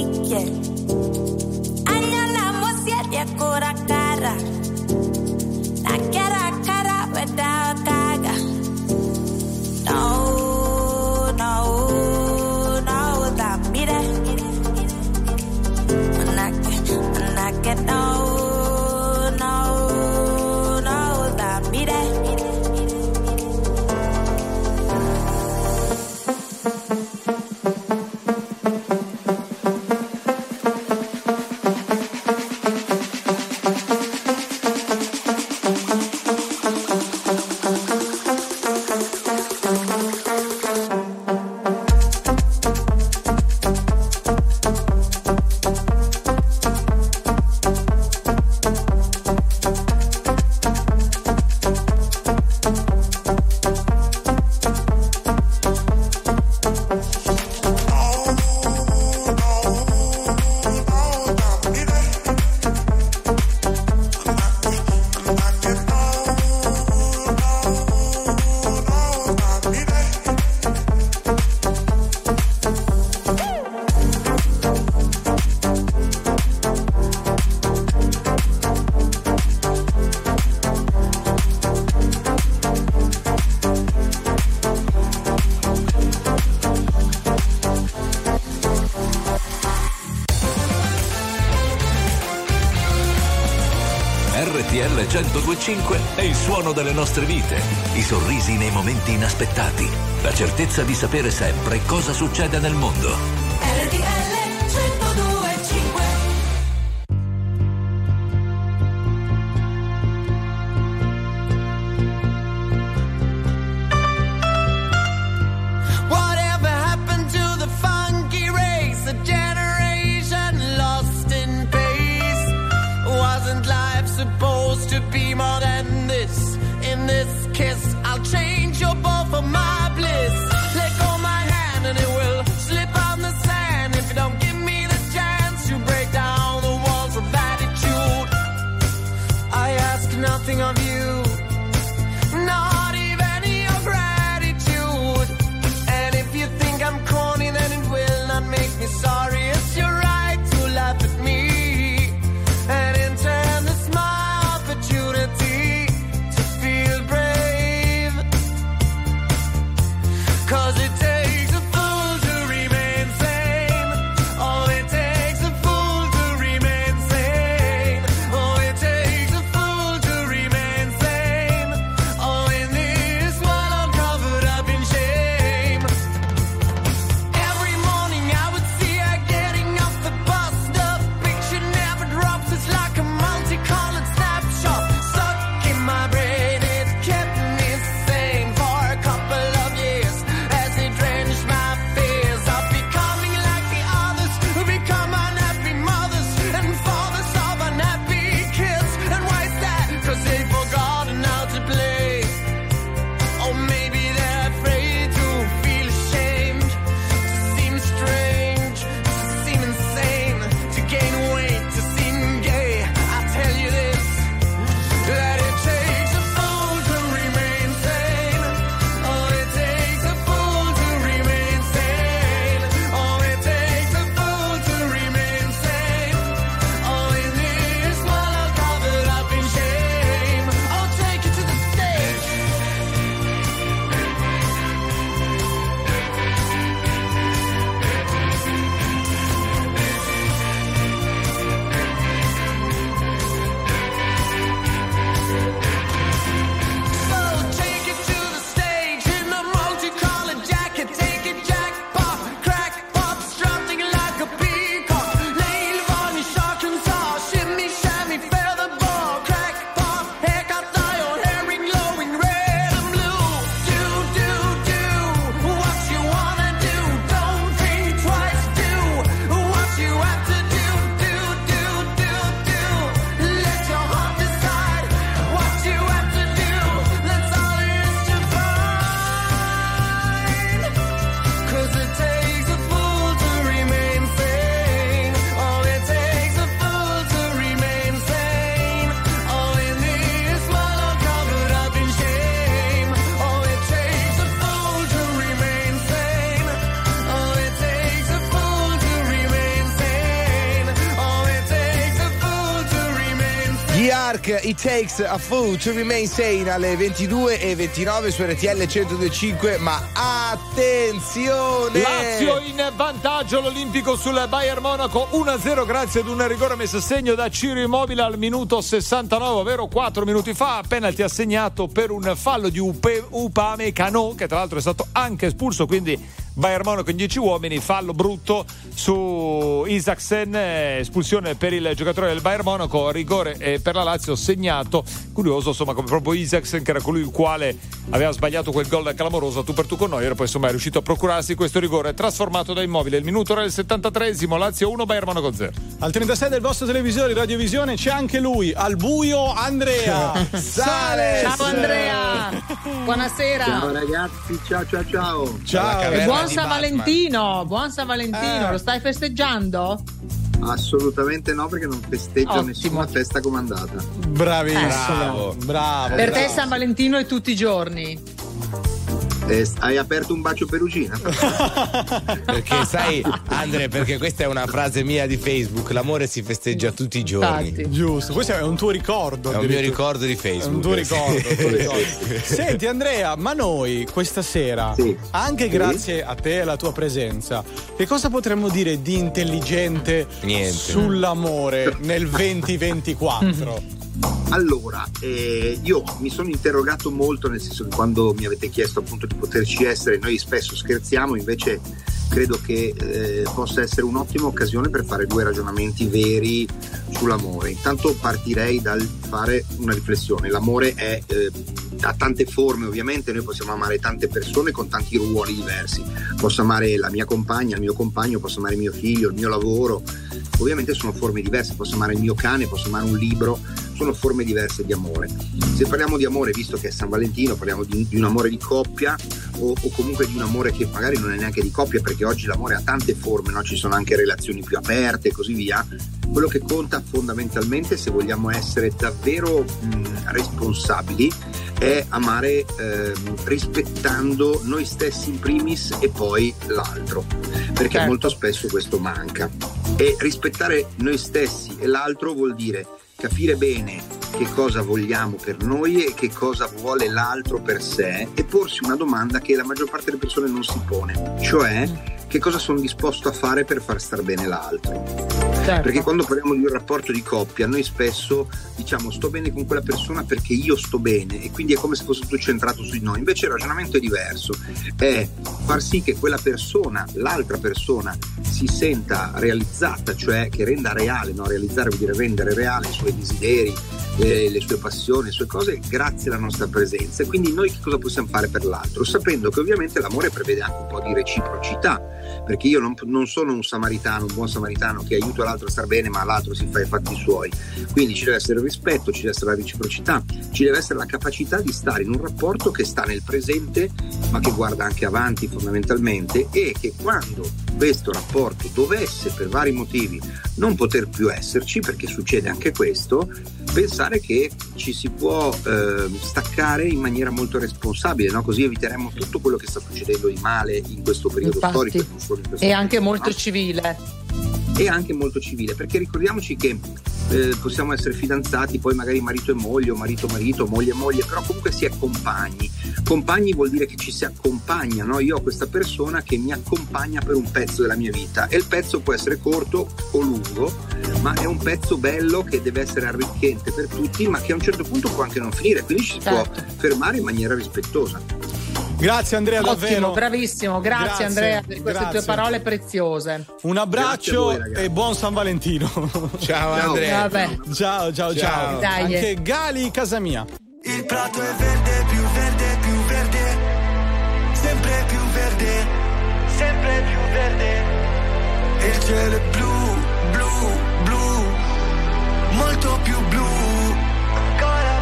yeah. Anyala musiet ya kura cara. Na cara without gaga. No, that mire. Manake, no, that mire. RTL 102.5 è il suono delle nostre vite, i sorrisi nei momenti inaspettati, la certezza di sapere sempre cosa succede nel mondo. RTL 102.5. Whatever happened to the funky race? A generation lost in pace. Wasn't life supposed to be more than this? In this kiss, I'll change your ball for my bliss. Let go my hand and it will slip on the Gli Ark, It Takes a Fool to Remain Sane alle 22:29 su RTL 102.5. Ma attenzione! Lazio in vantaggio, l'Olimpico sul Bayern Monaco 1-0 grazie ad un rigore messo a segno da Ciro Immobile al minuto 69, ovvero 4 minuti fa. Penalty assegnato per un fallo di Upamecano, che tra l'altro è stato anche espulso, quindi Bayern Monaco in 10 uomini, fallo brutto su Isaksen, espulsione per il giocatore del Bayern Monaco, rigore per la Lazio segnato. Curioso, insomma, come proprio Isaksen, che era colui il quale aveva sbagliato quel gol clamoroso tu per tu con noi, era poi insomma è riuscito a procurarsi questo rigore trasformato da Immobile. Il minuto era il 73esimo, Lazio 1 Bayern Monaco 0. Al 36 del vostro televisore Radiovisione c'è anche lui, al buio Andrea Sales. Ciao Andrea, buonasera. Ciao ragazzi, ciao. E buon San Valentino, lo stai festeggiando? Assolutamente no, perché non festeggio nessuna festa comandata. Bravissimo, bravo. Per te San Valentino è tutti i giorni. Hai aperto un bacio perugina? Perché sai, Andre, perché questa è una frase mia di Facebook: l'amore si festeggia tutti i giorni. Infatti. Giusto, questo è un tuo ricordo. È un mio ricordo di Facebook. È un tuo ricordo. Senti Andrea, ma noi questa sera, anche grazie a te e alla tua presenza, che cosa potremmo dire di intelligente sull'amore nel 2024? Allora, io mi sono interrogato molto, nel senso che quando mi avete chiesto appunto di poterci essere, noi spesso scherziamo, invece credo che possa essere un'ottima occasione per fare due ragionamenti veri sull'amore. Intanto partirei dal fare una riflessione. L'amore ha tante forme, ovviamente. Noi possiamo amare tante persone con tanti ruoli diversi. Posso amare la mia compagna, il mio compagno, posso amare mio figlio, il mio lavoro. Ovviamente sono forme diverse. Posso amare il mio cane, posso amare un libro. Sono forme diverse di amore. Se parliamo di amore, visto che è San Valentino, parliamo di un amore di coppia o comunque di un amore che magari non è neanche di coppia, perché oggi l'amore ha tante forme, no? Ci sono anche relazioni più aperte e così via. Quello che conta fondamentalmente, se vogliamo essere davvero responsabili, è amare rispettando noi stessi in primis e poi l'altro, perché molto spesso questo manca. E rispettare noi stessi e l'altro vuol dire capire bene che cosa vogliamo per noi e che cosa vuole l'altro per sé, e porsi una domanda che la maggior parte delle persone non si pone, cioè che cosa sono disposto a fare per far star bene l'altro. Perché quando parliamo di un rapporto di coppia, noi spesso diciamo sto bene con quella persona perché io sto bene, e quindi è come se fosse tutto centrato su di noi. Invece il ragionamento è diverso, è far sì che quella persona, l'altra persona, si senta realizzata, cioè che renda reale, no? Realizzare vuol dire rendere reale i suoi desideri, le sue passioni, le sue cose, grazie alla nostra presenza. E quindi noi che cosa possiamo fare per l'altro? Sapendo che ovviamente l'amore prevede anche un po' di reciprocità, perché io non sono un buon samaritano che aiuta l'altro a star bene, ma l'altro si fa i fatti suoi. Quindi ci deve essere il rispetto, ci deve essere la reciprocità, ci deve essere la capacità di stare in un rapporto che sta nel presente, ma che guarda anche avanti fondamentalmente, e che quando questo rapporto dovesse per vari motivi non poter più esserci, perché succede anche questo, pensare che ci si può staccare in maniera molto responsabile, no? Così eviteremo tutto quello che sta succedendo di male in questo periodo storico, non solo in questo e anche molto civile. E anche molto civile, perché ricordiamoci che possiamo essere fidanzati, poi magari marito e moglie, o marito, moglie e moglie, però comunque si è compagni. Compagni vuol dire che ci si accompagna, no? Io ho questa persona che mi accompagna per un pezzo della mia vita, e il pezzo può essere corto o lungo, ma è un pezzo bello che deve essere arricchente per tutti, ma che a un certo punto può anche non finire, quindi ci si può fermare in maniera rispettosa. Grazie Andrea, davvero. Bravissimo, grazie Andrea per queste tue parole preziose. Un abbraccio voi, e buon San Valentino. Ciao Andrea. Ciao. Dai. Anche Gali Casamia. Il prato è verde, più verde, più verde, sempre più verde, sempre più verde. E il cielo è blu, blu, blu, molto più blu, ancora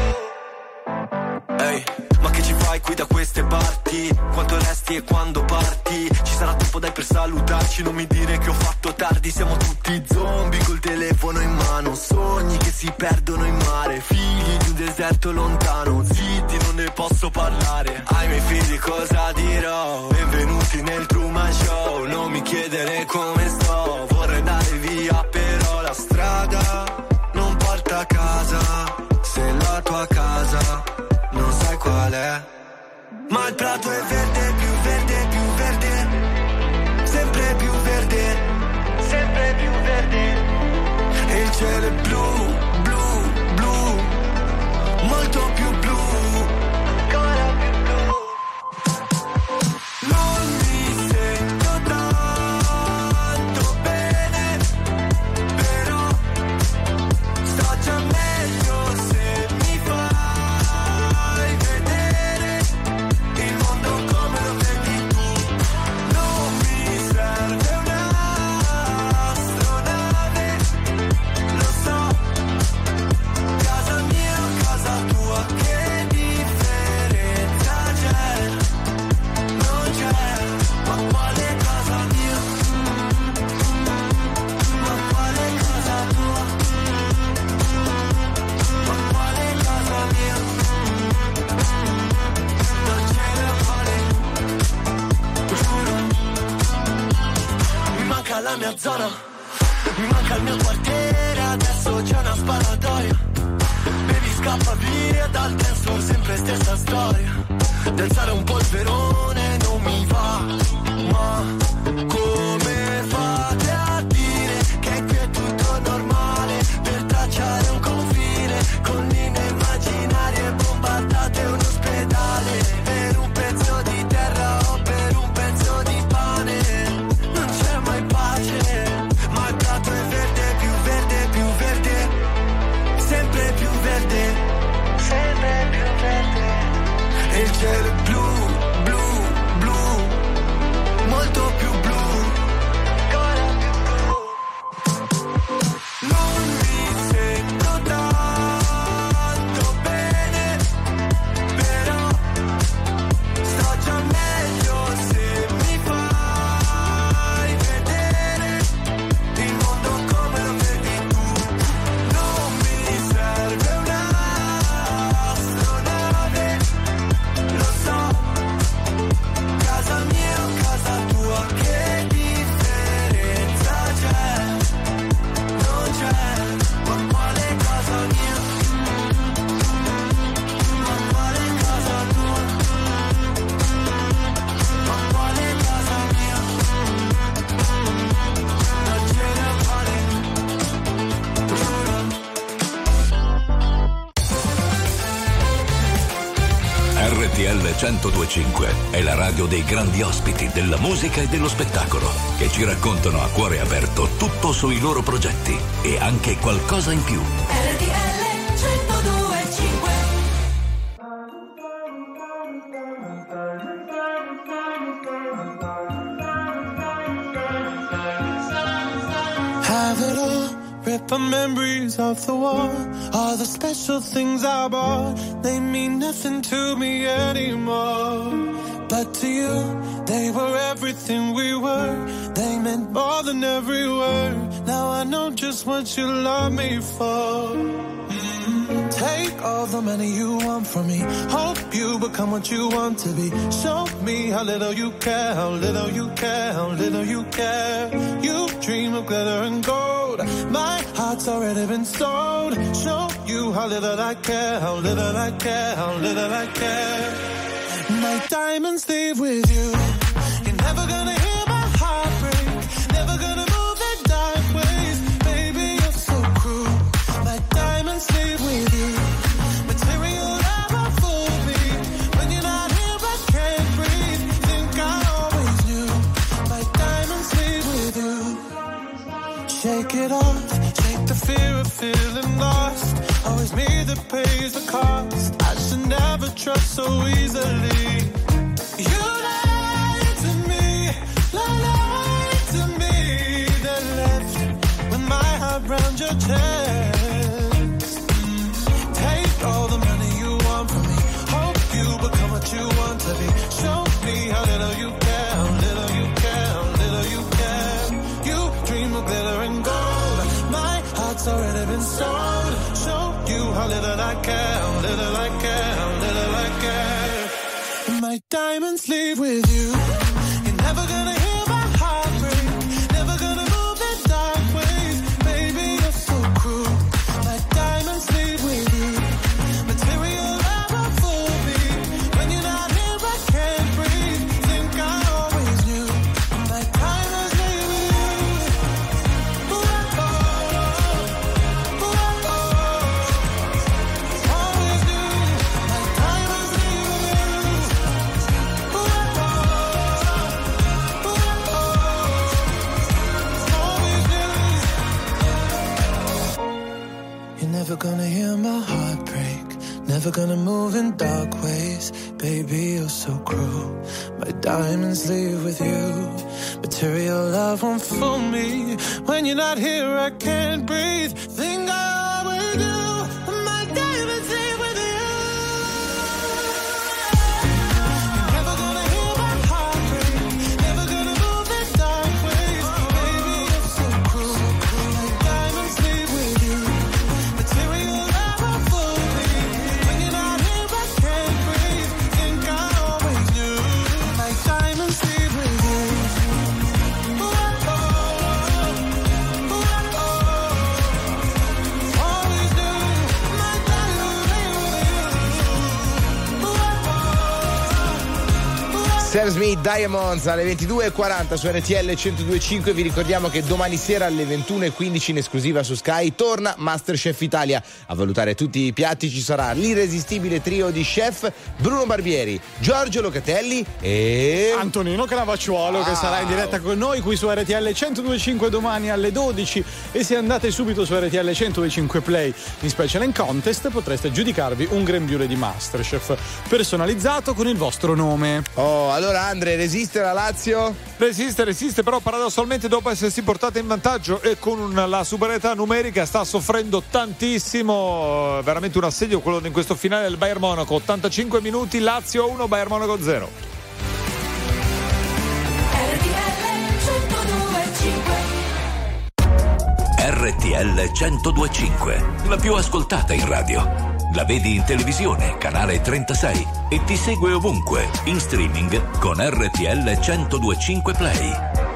più blu. Ehi, ma che ci fai qui da queste parti? Quanto resti e quando parti? Ci sarà tempo dai per salutarci, non mi dire che ho fatto tardi. Siamo tutti zombie col telefono in mano, sogni che si perdono in mare, figli di un deserto lontano, zitti non ne posso parlare. Ai miei figli cosa dirò? Benvenuti nel Truman Show, non mi chiedere come sto, vorrei andare via però la strada non porta a casa. zona. Mi manca il mio quartiere, adesso c'è una sparatoria. Baby scappa via dal dance floor, sempre stessa storia. Danzare un polverone non mi va, ma come fate a dire che qui è tutto normale? Per tracciare un confine con linee immaginarie, bombardate un ospedale per un pezzo di terra o per un pezzo di pane. Non c'è mai pace, ma il prato è verde, più verde, più verde, sempre più verde, sempre più verde. E il cielo è blu, blu, blu, molto più blu, ancora più blu. Non mi sento tanto bene, però sto già meglio se mi fai vedere il mondo come lo vedi tu. Non mi serve un'astronave, lo so, casa mia o casa tua, che differenza c'è? Non c'è, ma quale casa mia? Ma quale casa tua? Ma quale casa mia? Non ce ne vale, giuro. RTL 1025 è la radio dei grandi ospiti della musica e dello spettacolo, che ci raccontano a cuore aperto tutto sui loro progetti e anche qualcosa in più. RTL 1025. Have it all, rip the memories of the war. All the special things I bought, they mean nothing to me anymore. But to you, they were everything we were. They meant more than every word. Now I know just what you love me for. Take all the money you want from me. Hope you become what you want to be. Show me how little you care, how little you care, how little you care. You dream of glitter and gold. My heart's already been sold. Show you how little I care, how little I care, how little I care. My diamonds leave with you. You're never gonna hear my heart break. Never gonna move in dark ways. Baby, you're so cruel. My diamonds leave with you. Material never fooled me. When you're not here, I can't breathe. Think I always knew. My diamonds leave with you. Shake it off. Shake the fear of feeling lost. Always me that pays the cost. I should never trust so easily. You lied to me, lied to me. That left with my heart round your chest. Take all the money you want from me. Hope you become what you want to be. Show me how little you care, how little you care, how little you care. You dream of glitter and gold. My heart's already been sold. Show you how little I care, how little I care, how little I care. My diamonds leave with you. You're never gonna hear my heart break. Never gonna move in dark ways. Baby, you're so cruel. My diamonds leave with you. Material never fooled me. When you're not here, I can't breathe. Think I always knew. My diamonds leave with you. Ooh, oh, oh, ooh, oh, oh. Always knew. My diamonds leave with you. Ooh, oh, oh, ooh, oh, oh. Always knew. You're never gonna hear my heart break. Never gonna move in dark ways. Baby, you're so cruel. My diamonds leave with you. Material love won't fool me. When you're not here, I can't breathe. Think I always do. My diamonds leave with you. You're never gonna hear my heart break. Never gonna move in dark ways. Baby, you're so cruel. My diamonds leave with you. Material love won't fool me. When you're not here, I can't breathe. Think I always knew. My diamonds leave with you. Ooh, oh, oh, Sam Smith, Diamonds alle 22.40 su RTL 102.5. Vi ricordiamo che domani sera alle 21.15 in esclusiva su Sky torna Masterchef Italia. A valutare tutti i piatti ci sarà l'irresistibile trio di chef Bruno Barbieri, Giorgio Locatelli e Antonino Canavacciuolo, che sarà in diretta con noi qui su RTL 102.5 domani alle 12. E se andate subito su RTL 102.5 Play in Special and Contest potreste giudicarvi un grembiule di Masterchef personalizzato con il vostro nome. Oh, allora Andre, resiste la Lazio? Resiste, però paradossalmente dopo essersi portata in vantaggio e con la superiorità numerica sta soffrendo tantissimo. Veramente un assedio quello in questo finale del Bayern Monaco. 85 minuti, Lazio 1, Bayern Monaco 0. RTL 102.5, la più ascoltata in radio. La vedi in televisione, canale 36 e ti segue ovunque, in streaming con RTL 102.5 Play.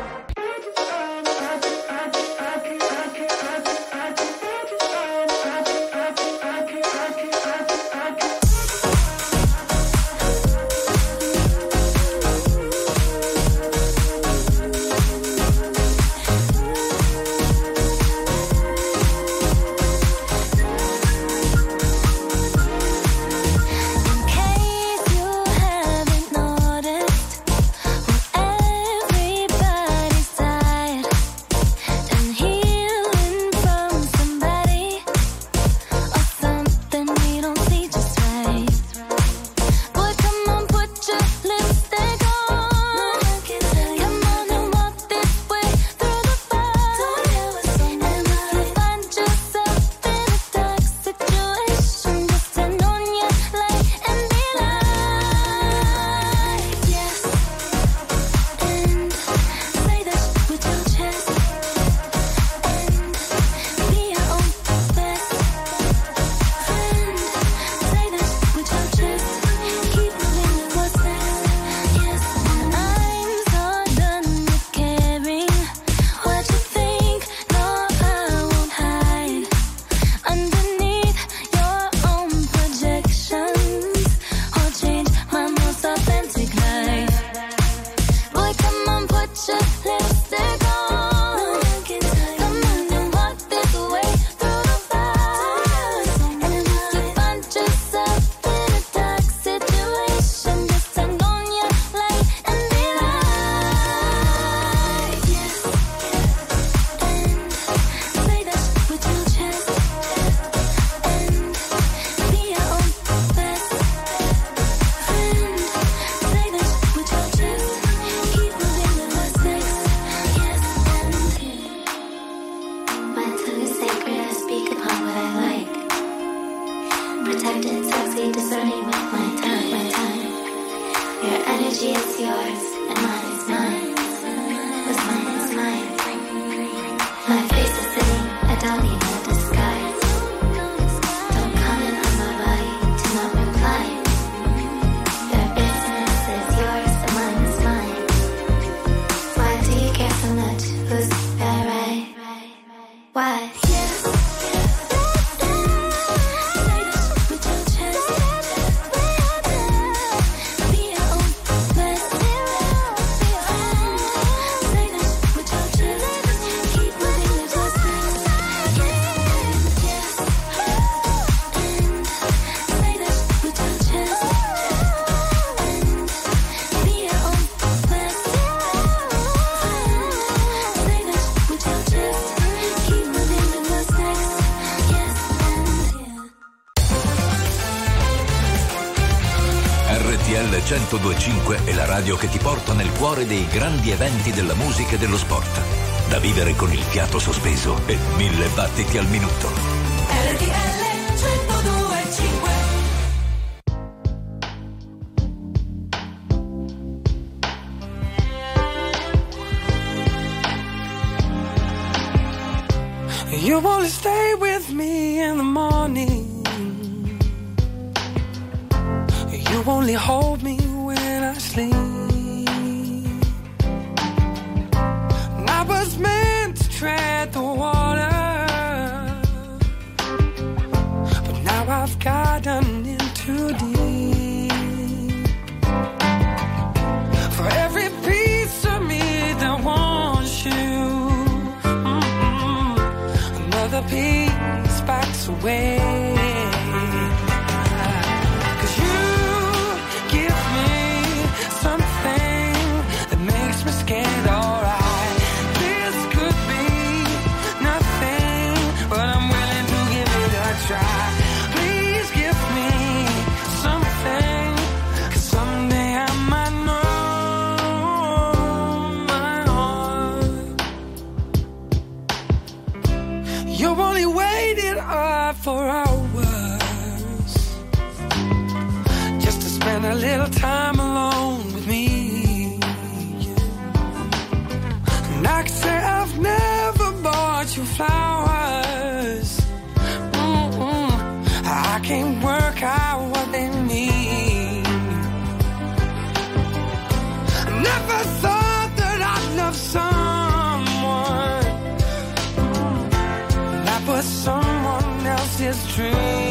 RTL 102.5 è la radio che ti porta nel cuore dei grandi eventi della musica e dello sport. Da vivere con il fiato sospeso e 1000 battiti al minuto. RTL 102.5. You wanna stay with me in the morning. You only hold me when I sleep. And I was meant to tread the water, but now I've gotten in too deep. pass away. 'Cause you give me something that makes me scared, alright. This could be nothing, but I'm willing to give it a try. Please give me something, 'cause someday I might know my heart. You've only waited up for hours just to spend a little time alone with me. And I can say I've never bought you flowers. I can't work out what they need. I never thought that I'd love someone that was someone else's dream.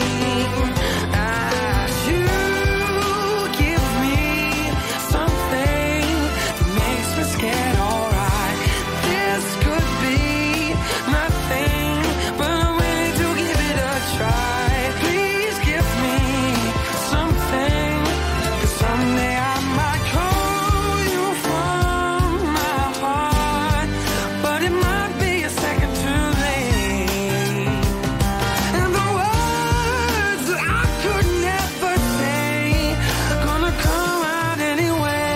You give me something that makes me scared, alright. This could be nothing, but I'm willing to give it a try. Please give me something, 'cause someday I might call you from my heart, but it might be a second too late. And the words that I could never say are gonna come out anyway.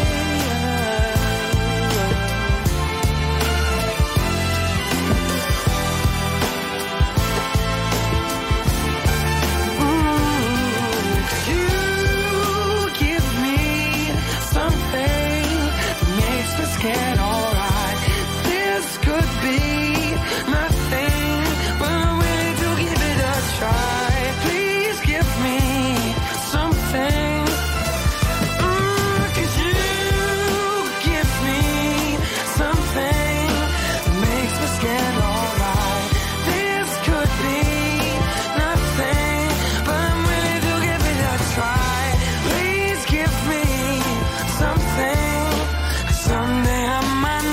You give me something that makes me scared, alright. This could be nothing, but I'm willing to give it a try. Please give me something, 'cause you give me something that makes me scared, alright. This could be nothing, but I'm willing to give it a try. Please give me something, 'cause someday I might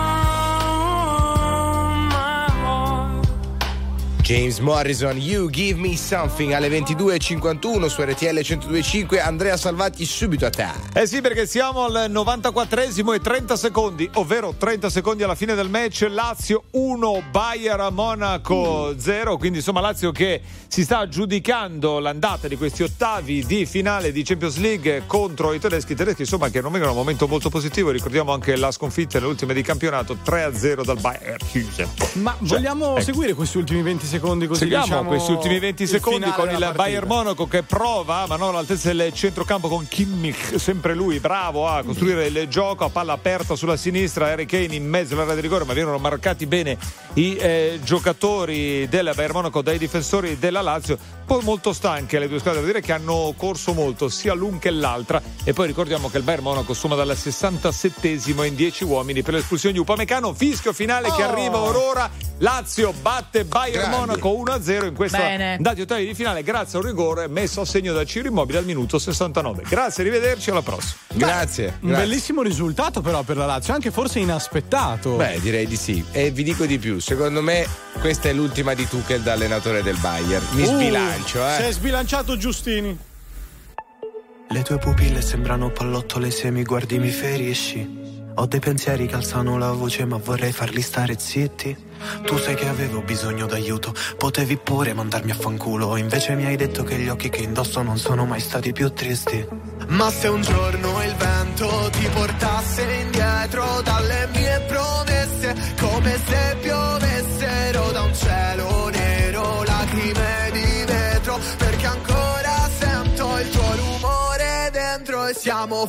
know my heart. James Morrison, You Give Me Something, alle 22.51 su RTL 102.5. Andrea Salvati, subito a te. Eh sì, perché siamo al 94esimo e 30 secondi, ovvero 30 secondi alla fine del match. Lazio 1, Bayern Monaco 0. Quindi insomma Lazio che si sta aggiudicando l'andata di questi ottavi di finale di Champions League contro i tedeschi insomma che non vengono a un momento molto positivo. Ricordiamo anche la sconfitta nelle ultime di campionato 3-0 dal Bayern. Ma vogliamo seguire questi ultimi 20 secondi così? Seguiamo diciamo, questi ultimi 20 secondi con il partita. Bayern Monaco che prova, ma non all'altezza del centrocampo, con Kimmich, sempre lui bravo a costruire il gioco a palla aperta sulla sinistra, Harry Kane in mezzo all'area di rigore, ma vengono marcati bene i giocatori del Bayern Monaco dai difensori della Lazio. Poi molto stanche le due squadre, devo dire che hanno corso molto sia l'un che l'altra. E poi ricordiamo che il Bayern Monaco somma dal 67esimo in 10 uomini per l'espulsione di Upamecano. Fischio finale che arriva ora. Lazio batte Bayern Monaco 1-0 in questa andata di ottavi di finale grazie a un rigore messo a segno da Ciro Immobile al minuto 69. Grazie, arrivederci, alla prossima. Grazie. Un bellissimo risultato però per la Lazio, anche forse inaspettato. Beh, direi di sì. E vi dico di più, secondo me questa è l'ultima di Tuchel da allenatore del Bayern. Mi sbilancio, Si è sbilanciato Giustini. Le tue pupille sembrano pallottole, se mi guardi mi ferisci. Ho dei pensieri che alzano la voce, ma vorrei farli stare zitti. Tu sai che avevo bisogno d'aiuto, potevi pure mandarmi a fanculo. Invece mi hai detto che gli occhi che indosso non sono mai stati più tristi. Ma se un giorno il vento ti portasse indietro dalle mie promesse, come se piovessero da un cielo nero lacrime di vetro, perché ancora sento il tuo rumore dentro e siamo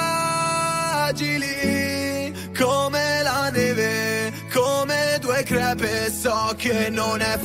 fragili come la neve, come due crepe. So che non è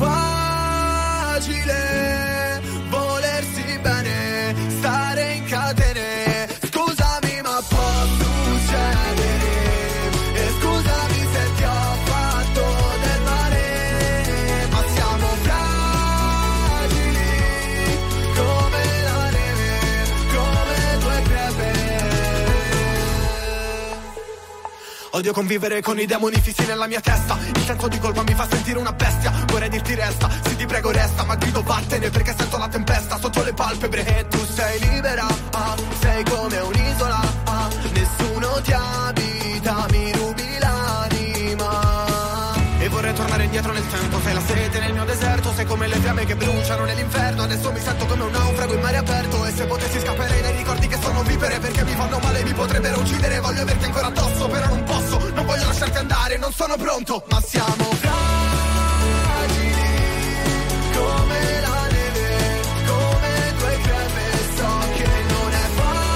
facile volersi bene, stare in catene. Scusami ma può succedere, e scusami se ti ho fatto del male, ma siamo fragili come la neve, come due crepe. Odio convivere con i demoni fissi nella mia testa. Il senso di colpa mi fa sentire una bestia. Vorrei dirti resta, sì ti prego resta, ma grido vattene perché sento la tempesta sotto le palpebre. E tu sei libera, sei come un'isola, nessuno ti abita, mi rubi l'anima. E vorrei tornare indietro nel tempo, sei la sete nel mio deserto, sei come le fiamme che bruciano nell'inferno. Adesso mi sento come un naufrago in mare aperto, e se potessi scapperei dai ricordi che sono vivere, perché mi fanno male, mi potrebbero uccidere. Voglio averti ancora addosso, però non posso, non voglio lasciarti andare, non sono pronto. Ma siamo fragili come la neve, come due crepe. So che non è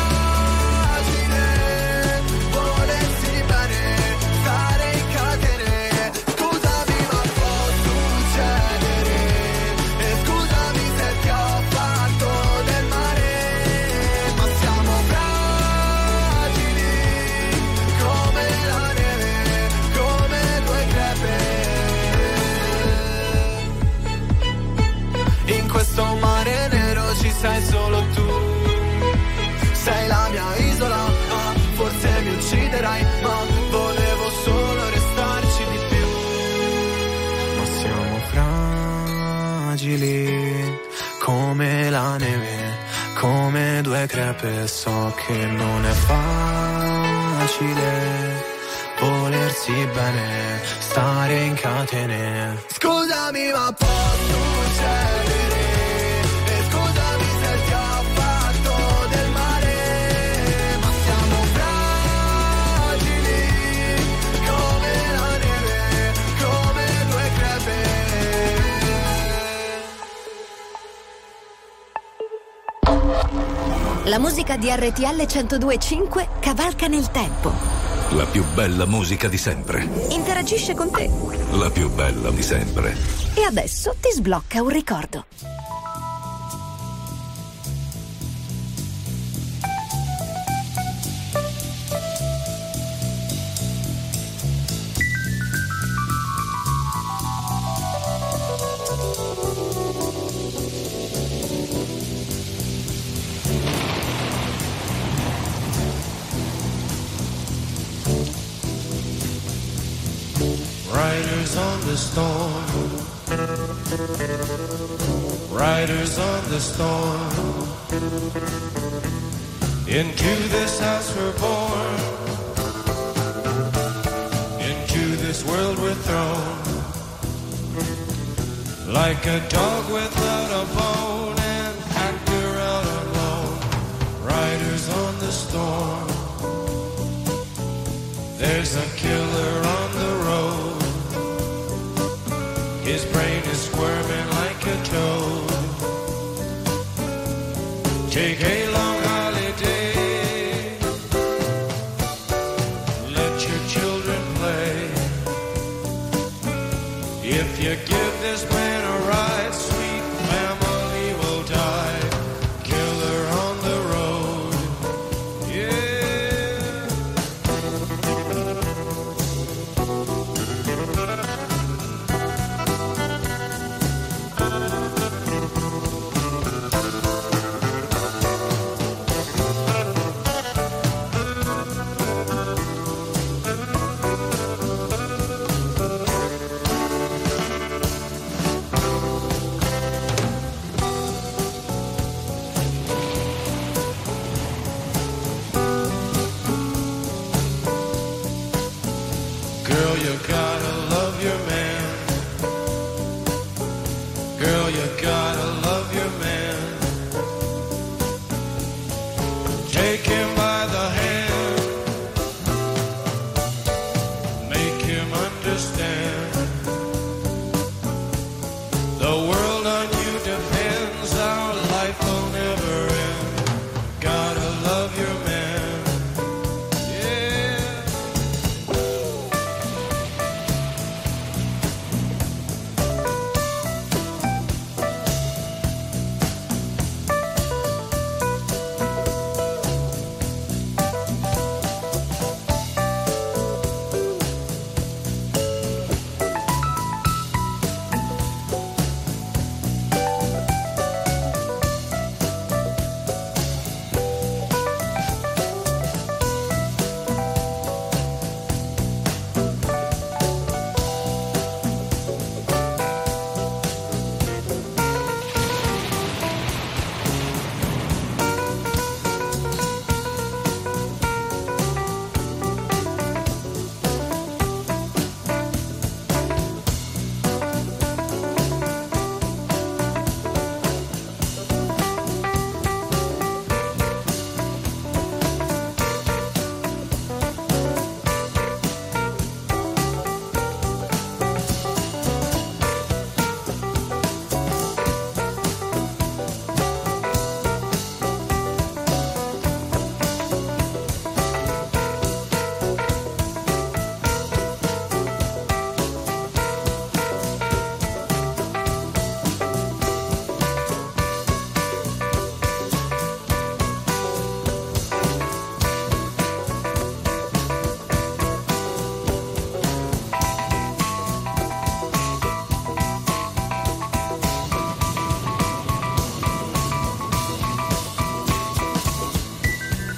facile volersi bene, stare in catene. Scusami ma può succedere, e scusami se ti ho fatto del male. Ma siamo fragili come la neve, come due crepe. In questo mare nero ci sei solo tu, sei la mia isola, forse mi ucciderai, ma volevo solo restarci di più. Ma siamo fragili come la neve, come due crepe. So che non è facile volersi bene, stare in catene. Scusami ma può succedere, e scusami se ti ho fatto del male. Ma siamo fragili come la neve, come due crepe. La musica di RTL 102.5 cavalca nel tempo. La più bella musica di sempre. Interagisce con te. La più bella di sempre. E adesso ti sblocca un ricordo. Riders on the storm, riders on the storm. Into this house we're born, into this world we're thrown. Like a dog without a bone, an actor out alone. Riders on the storm. There's a killer on the road. His brain is squirming like a toad. Take a long holiday. Let your children play. If you give this man a ride, sweet family will die. Killer on the road. Yeah.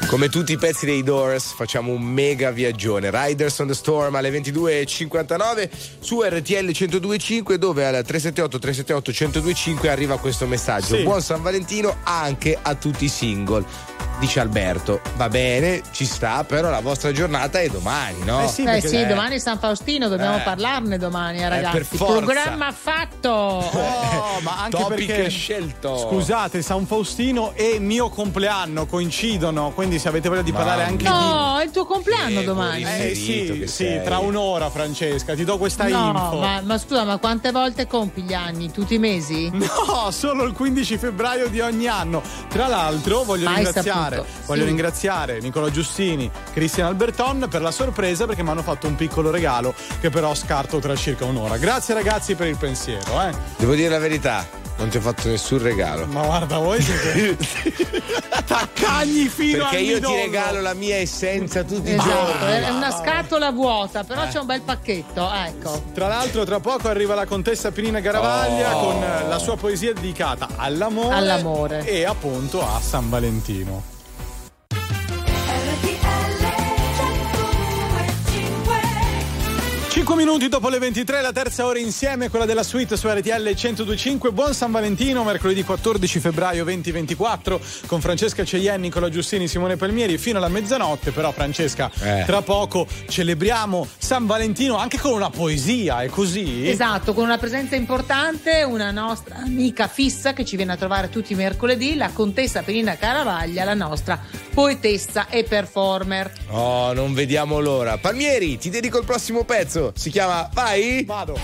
Come tutti i pezzi dei Doors facciamo un mega viaggione. Riders on the Storm alle 22.59 su RTL 102.5, dove al 378 378 1025 arriva questo messaggio. Sì. Buon San Valentino anche a tutti i single. Dice Alberto, va bene, ci sta, però la vostra giornata è domani, no? Sì, domani è San Faustino, dobbiamo parlarne domani, ragazzi. Per forza. Programma fatto! Oh, ma anche Topic perché scelto. Scusate, San Faustino e mio compleanno coincidono, quindi se avete voglia di parlare anche di... No, è il tuo compleanno domani. Sì, tra un'ora, Francesca, ti do questa info. Ma scusa, ma quante volte compi gli anni? Tutti i mesi? No, solo il 15 febbraio di ogni anno. Tra l'altro voglio ringraziare Nicola Giustini, Cristian Alberton per la sorpresa, perché mi hanno fatto un piccolo regalo che però scarto tra circa un'ora. Grazie ragazzi per il pensiero. Devo dire la verità, non ti ho fatto nessun regalo. Ma guarda, voi siete taccagni fino perché al io midollo. ti regalo la mia essenza tutti i Esatto, giorni. è una scatola vuota, però c'è un bel pacchetto, ecco. Tra l'altro tra poco arriva la contessa Pirina Garavaglia con la sua poesia dedicata all'amore e appunto a San Valentino. 5 minuti dopo le 23, la terza ora insieme, quella della suite su RTL 102.5. Buon San Valentino, mercoledì 14 febbraio 2024, con Francesca Ceien, Nicola Giustini, Simone Palmieri fino alla mezzanotte. Però Francesca, tra poco celebriamo San Valentino anche con una poesia, è così? Esatto, con una presenza importante, una nostra amica fissa che ci viene a trovare tutti i mercoledì, la contessa Pirina Garavaglia, la nostra poetessa e performer. Oh, non vediamo l'ora. Palmieri, ti dedico il prossimo pezzo. Si chiama Vai? Vado.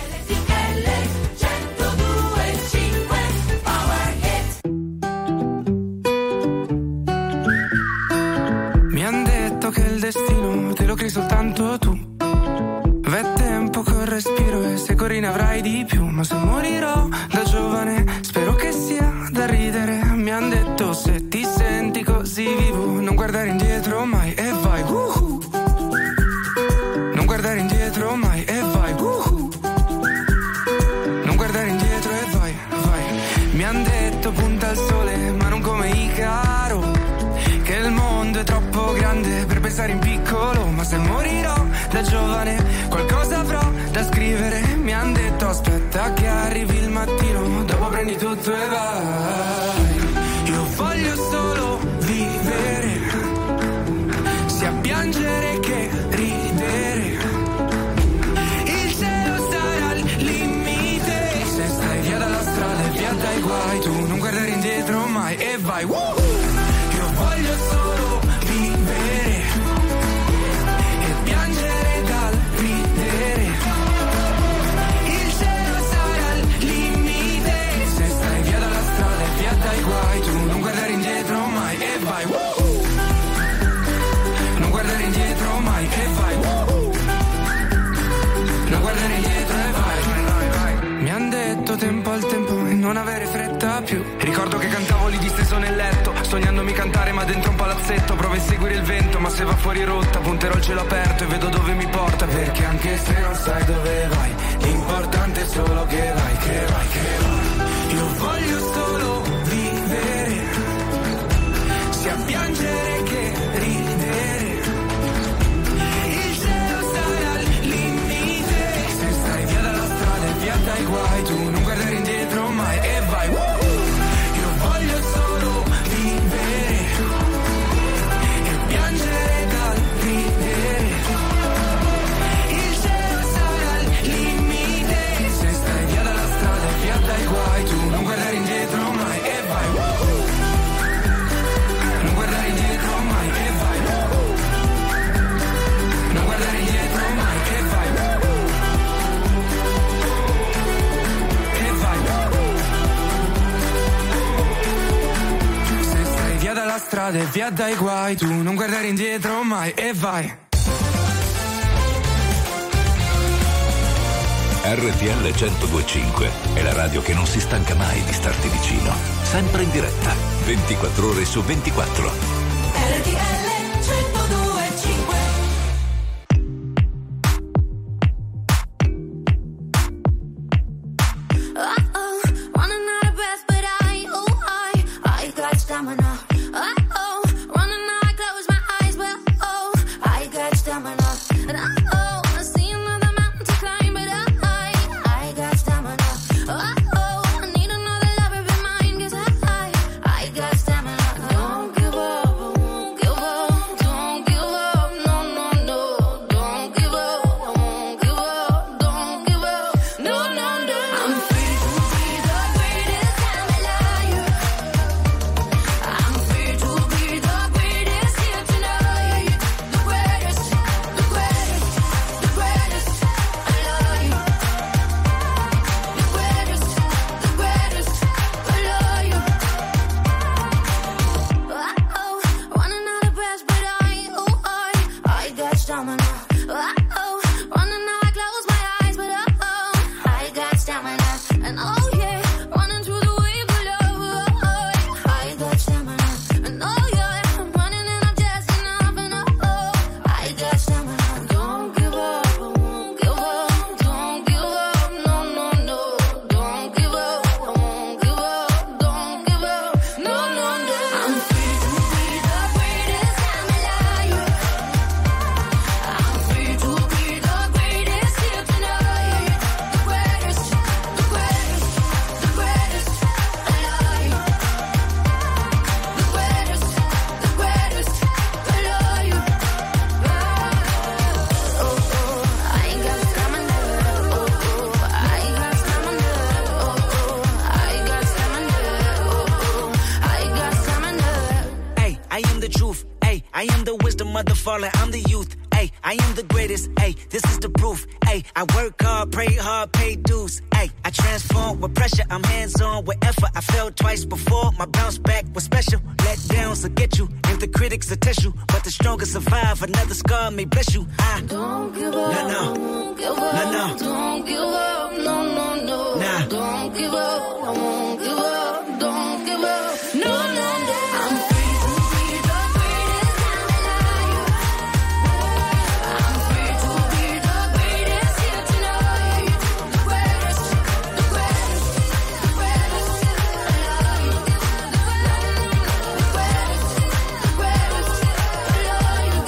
Mi han detto che il destino te lo crei soltanto tu. V'è tempo col respiro e se corri ne avrai di più. Ma se morirò da giovane spero che sia da ridere. Mi han detto se ti senti così vivo non guardare indietro mai e vai. Non guardare indietro mai e vai. Non guardare indietro e vai, vai. Mi han detto punta al sole ma non come Icaro, che il mondo è troppo grande per pensare in piccolo. Ma se morirò da giovane qualcosa avrò da scrivere. Mi han detto aspetta che arrivi il mattino, dopo prendi tutto e vai. Io voglio solo vivere, sia piangere che ridere. Il cielo sarà al limite, se stai via dalla strada e via dai guai. Tu non guardare indietro mai e vai. Io voglio solo vivere e piangere dal ridere. Il cielo sarà al limite, se stai via dalla strada e via dai guai. Tu non guardare indietro mai e vai. Non guardare indietro mai e vai. Non guardare indietro e vai. Mi han detto tempo al tempo e non avere fretta più. Ricordo che cantavo lì disteso nel letto, sognandomi cantare ma dentro un palazzetto. Provo a seguire il vento ma se va fuori rotta punterò il cielo aperto e vedo dove mi porta. Perché anche se non sai dove vai, l'importante è solo che vai, che vai, che vai. Io voglio solo vivere, sia piangere che ridere. Il cielo sarà al limite, se stai via dalla strada e via dai guai. Tu non guardare indietro mai e vai. Io voglio solo vivere e piangere dal ridere. Il cielo sarà al limite, se stai via dalla strada e via dai guai. Tu non guardare indietro mai e vai. Non guardare indietro mai e vai. Non guardare indietro mai e vai. E vai. Se stai via dalla strada e via dai guai. Tu non guardare indietro mai e vai. RTL 102.5 è la radio che non si stanca mai di starti vicino, sempre in diretta, 24 ore su 24. RTL 102.5. Running out of breath, but I got stamina. Running out, I close my And oh yeah, running through the wave below. I got stamina. And oh yeah, I'm running and I'm just enough. And oh, I got stamina. Don't give up, I won't give up. Don't give up, no, no, no. Don't give up, I won't give up. Don't give up, no, no, no. I'm free to be the greatest I'm alive. I'm free to be the greatest here tonight. The greatest, the greatest, the greatest alive. The greatest, the greatest alive. Oh, oh, I ain't got stamina. Oh, oh, I ain't got stamina. Oh, oh, I got stamina. Oh, oh, I got stamina. Hey, I am the truth. Hey, I am the wisdom of the fallen. I'm the youth. Hey, I am the greatest. Hey, this is the proof. Hey, I work hard, pray hard, pay dues. Hey, I transform with pressure. I'm hands on with effort. I failed twice before. My bounce back was special. Let downs will get you, and the critics will test you. But the strongest survive. Another scar may bless you. I Don't give up, No, no. won't give up. No, no. Don't give up, no, no, no. Nah. Don't give up, I won't give up. Don't give up, no, no, no. I'm free to be the greatest I'm alive. I'm free to be the greatest here tonight. The greatest, the greatest, the greatest alive. The greatest, the greatest alive.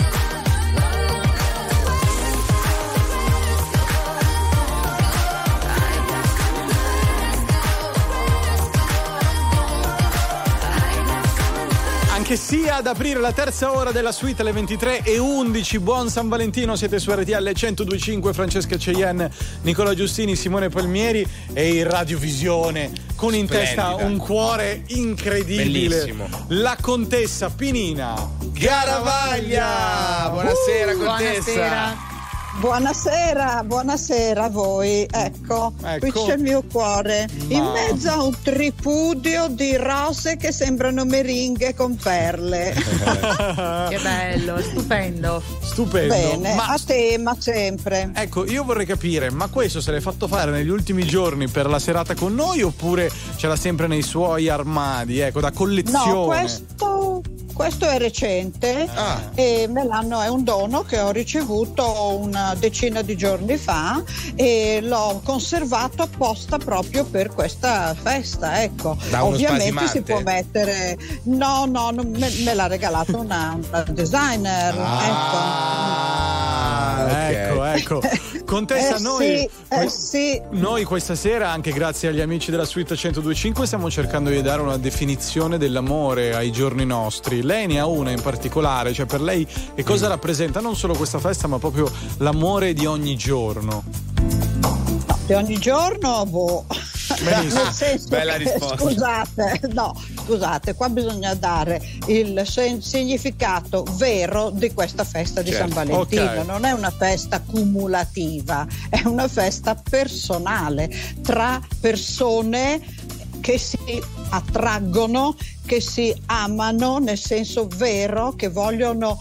Anche sia ad aprire la terza ora della suite alle 23:11. Buon San Valentino, siete su RTL 102.5. Francesca Cheyenne, Nicola Giustini, Simone Palmieri e in radiovisione con in testa un cuore incredibile. Bellissimo. La contessa Pinina Garavaglia. Buonasera, contessa. Buonasera a voi. Ecco, qui c'è il mio cuore. In mezzo a un tripudio di rose che sembrano meringhe con perle. Che bello, stupendo. Stupendo. Bene, a tema sempre. Ecco, io vorrei capire, ma questo se l'hai fatto fare negli ultimi giorni per la serata con noi oppure ce l'ha sempre nei suoi armadi, ecco, da collezione? No, questo è recente e è un dono che ho ricevuto una decina di giorni fa e l'ho conservato apposta proprio per questa festa, ecco. Ovviamente si può mettere me l'ha regalato una designer, ecco. Contessa, noi questa sera, anche grazie agli amici della Suite 102.5, stiamo cercando di dare una definizione dell'amore ai giorni nostri. Lei ne ha una in particolare, cioè per lei che cosa rappresenta non solo questa festa ma proprio l'amore di ogni giorno? Di ogni giorno, nel senso bella risposta. Scusate, qua bisogna dare il significato vero di questa festa di San Valentino. Okay. Non è una festa cumulativa, è una festa personale tra persone che si attraggono, che si amano nel senso vero, che vogliono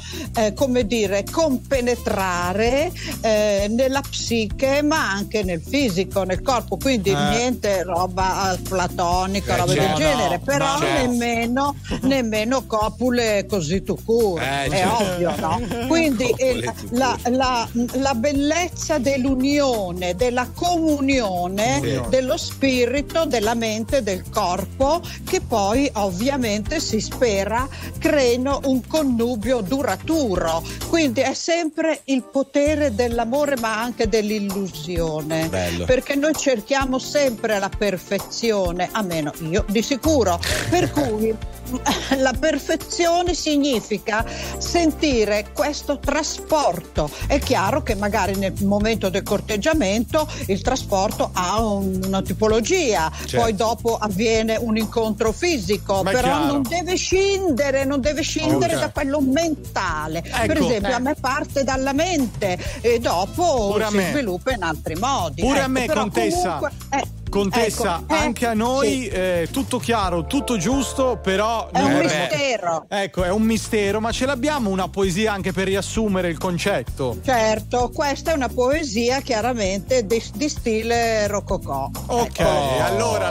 compenetrare nella psiche ma anche nel fisico, nel corpo, quindi niente roba platonica, roba del genere, però nemmeno copule così tout court, è ovvio, no? Quindi la bellezza dell'unione, della comunione dello spirito, della mente, del corpo, che poi ovviamente si spera creino un connubio duraturo. Quindi è sempre il potere dell'amore ma anche dell'illusione. Bello. Perché noi cerchiamo sempre la perfezione, almeno io di sicuro, per cui la perfezione significa sentire questo trasporto. È chiaro che magari nel momento del corteggiamento il trasporto ha una tipologia, poi dopo avviene un incontro fisico, però non deve scindere da quello mentale. Per esempio a me parte dalla mente e dopo si sviluppa in altri modi. Pure a me, contessa. Contessa, Ecco, anche a noi tutto chiaro, tutto giusto, però è un mistero. Ecco, è un mistero, ma ce l'abbiamo una poesia anche per riassumere il concetto? Certo, questa è una poesia chiaramente di stile rococò. Ok, allora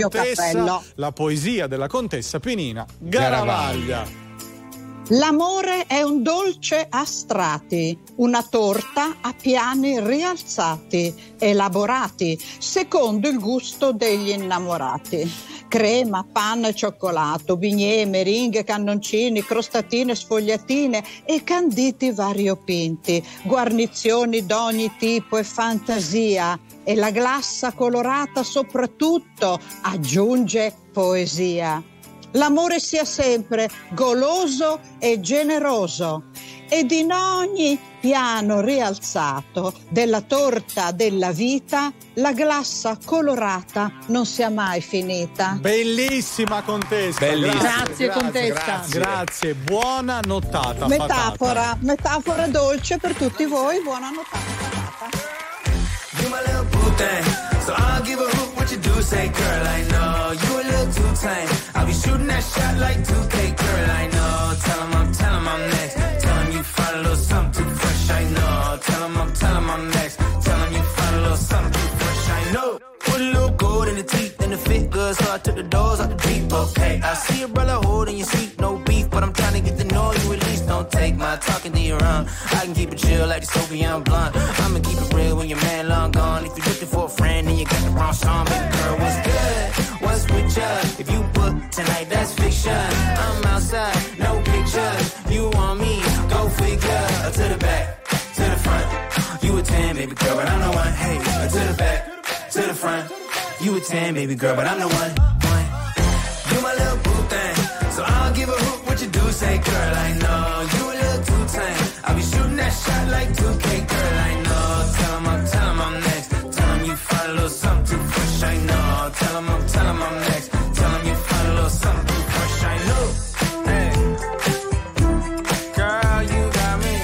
la poesia della contessa Penina Garavaglia. L'amore è un dolce a strati, una torta a piani rialzati, elaborati secondo il gusto degli innamorati. Crema, panna e cioccolato, bignè, meringhe, cannoncini, crostatine, sfogliatine e canditi variopinti, guarnizioni d'ogni tipo e fantasia. E la glassa colorata soprattutto aggiunge poesia. L'amore sia sempre goloso e generoso ed in ogni piano rialzato della torta della vita la glassa colorata non sia mai finita. Bellissima contessa. Grazie contessa. Grazie, buona nottata. Metafora dolce per tutti voi, buona nottata. You my little boo thing, so I'll give a hoot what you do say, girl, I know. You a little too tame, I'll be shooting that shot like 2K, girl, I know. Tell 'em I'm next, tell 'em you find a little something too fresh, I know. Tell 'em I'm next, tell 'em you find a little something too fresh, I know. Put a little gold in the teeth and the fit good, so I took the doors out the deep, okay. I see a brother holding your seat, no beef, but I'm trying to get to know you at least. Don't take my talking to your own, I can keep it chill like the Soviet blunt. I'ma keep it real when your man long gone. If you're looking for a friend and you got the wrong song, baby girl, what's good? What's with ya? If you book tonight, that's fiction. I'm outside, no pictures. You want me? Go figure. To the back, to the front. You a 10, baby girl, but I'm the one. Hey, to the back, to the front. You a 10, baby girl, but I'm the one. You my little boo thing, so I'll give a hoot what you do say, girl, I know. You a little too tame, I'll be shooting that shot like 2K, girl, I know. Tell 'em I'm next, tell 'em you find a little something too fresh, I know. Tell 'em I'm next, tell 'em you find a little something too fresh, I know. Hey, girl, you got me.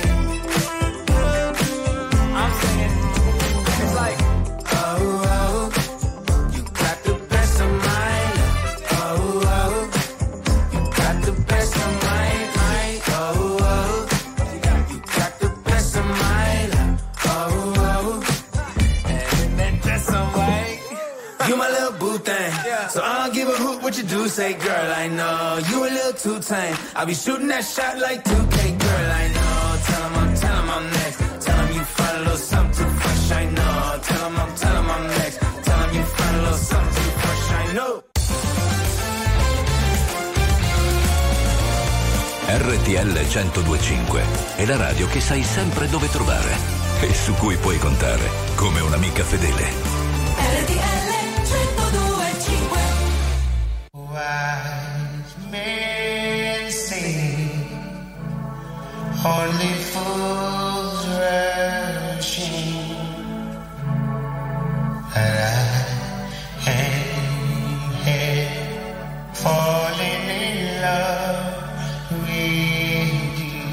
I'm singing, it's like, oh, you got the best of mine. Oh, you got the best of mine. Oh, you got the best of mine. Oh, and that's alright. You my little boo thing, so I don't give a hoot what you do say, girl, I know. You a little too tame, I'll be shooting that shot like 2K, girl, I know. Tell 'em I'm next, tell 'em you find a little something too fresh, I know. Tell 'em I'm next, tell 'em you find a little something too fresh, I know. RTL 102.5 è la radio che sai sempre dove trovare e su cui puoi contare come un'amica fedele. RTL 102.5. Wise men say only fools rush in, and I am here falling in love with you.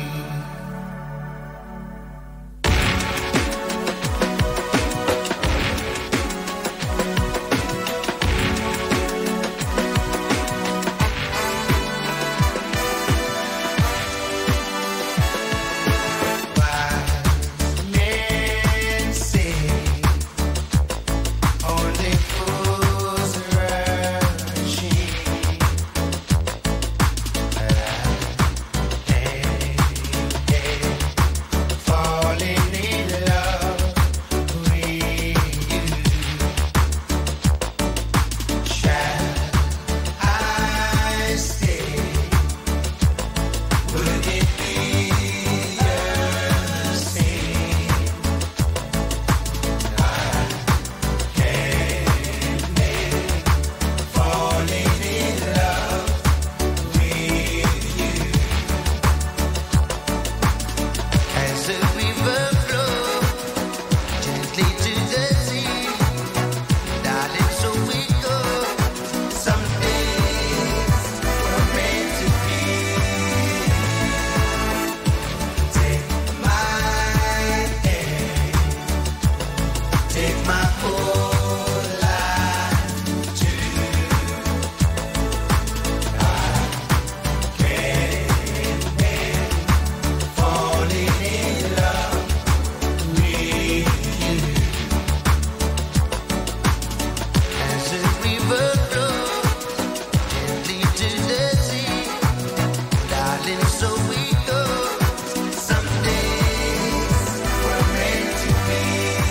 river flows gently to the sea, darling, so we go. Some days we're meant to be.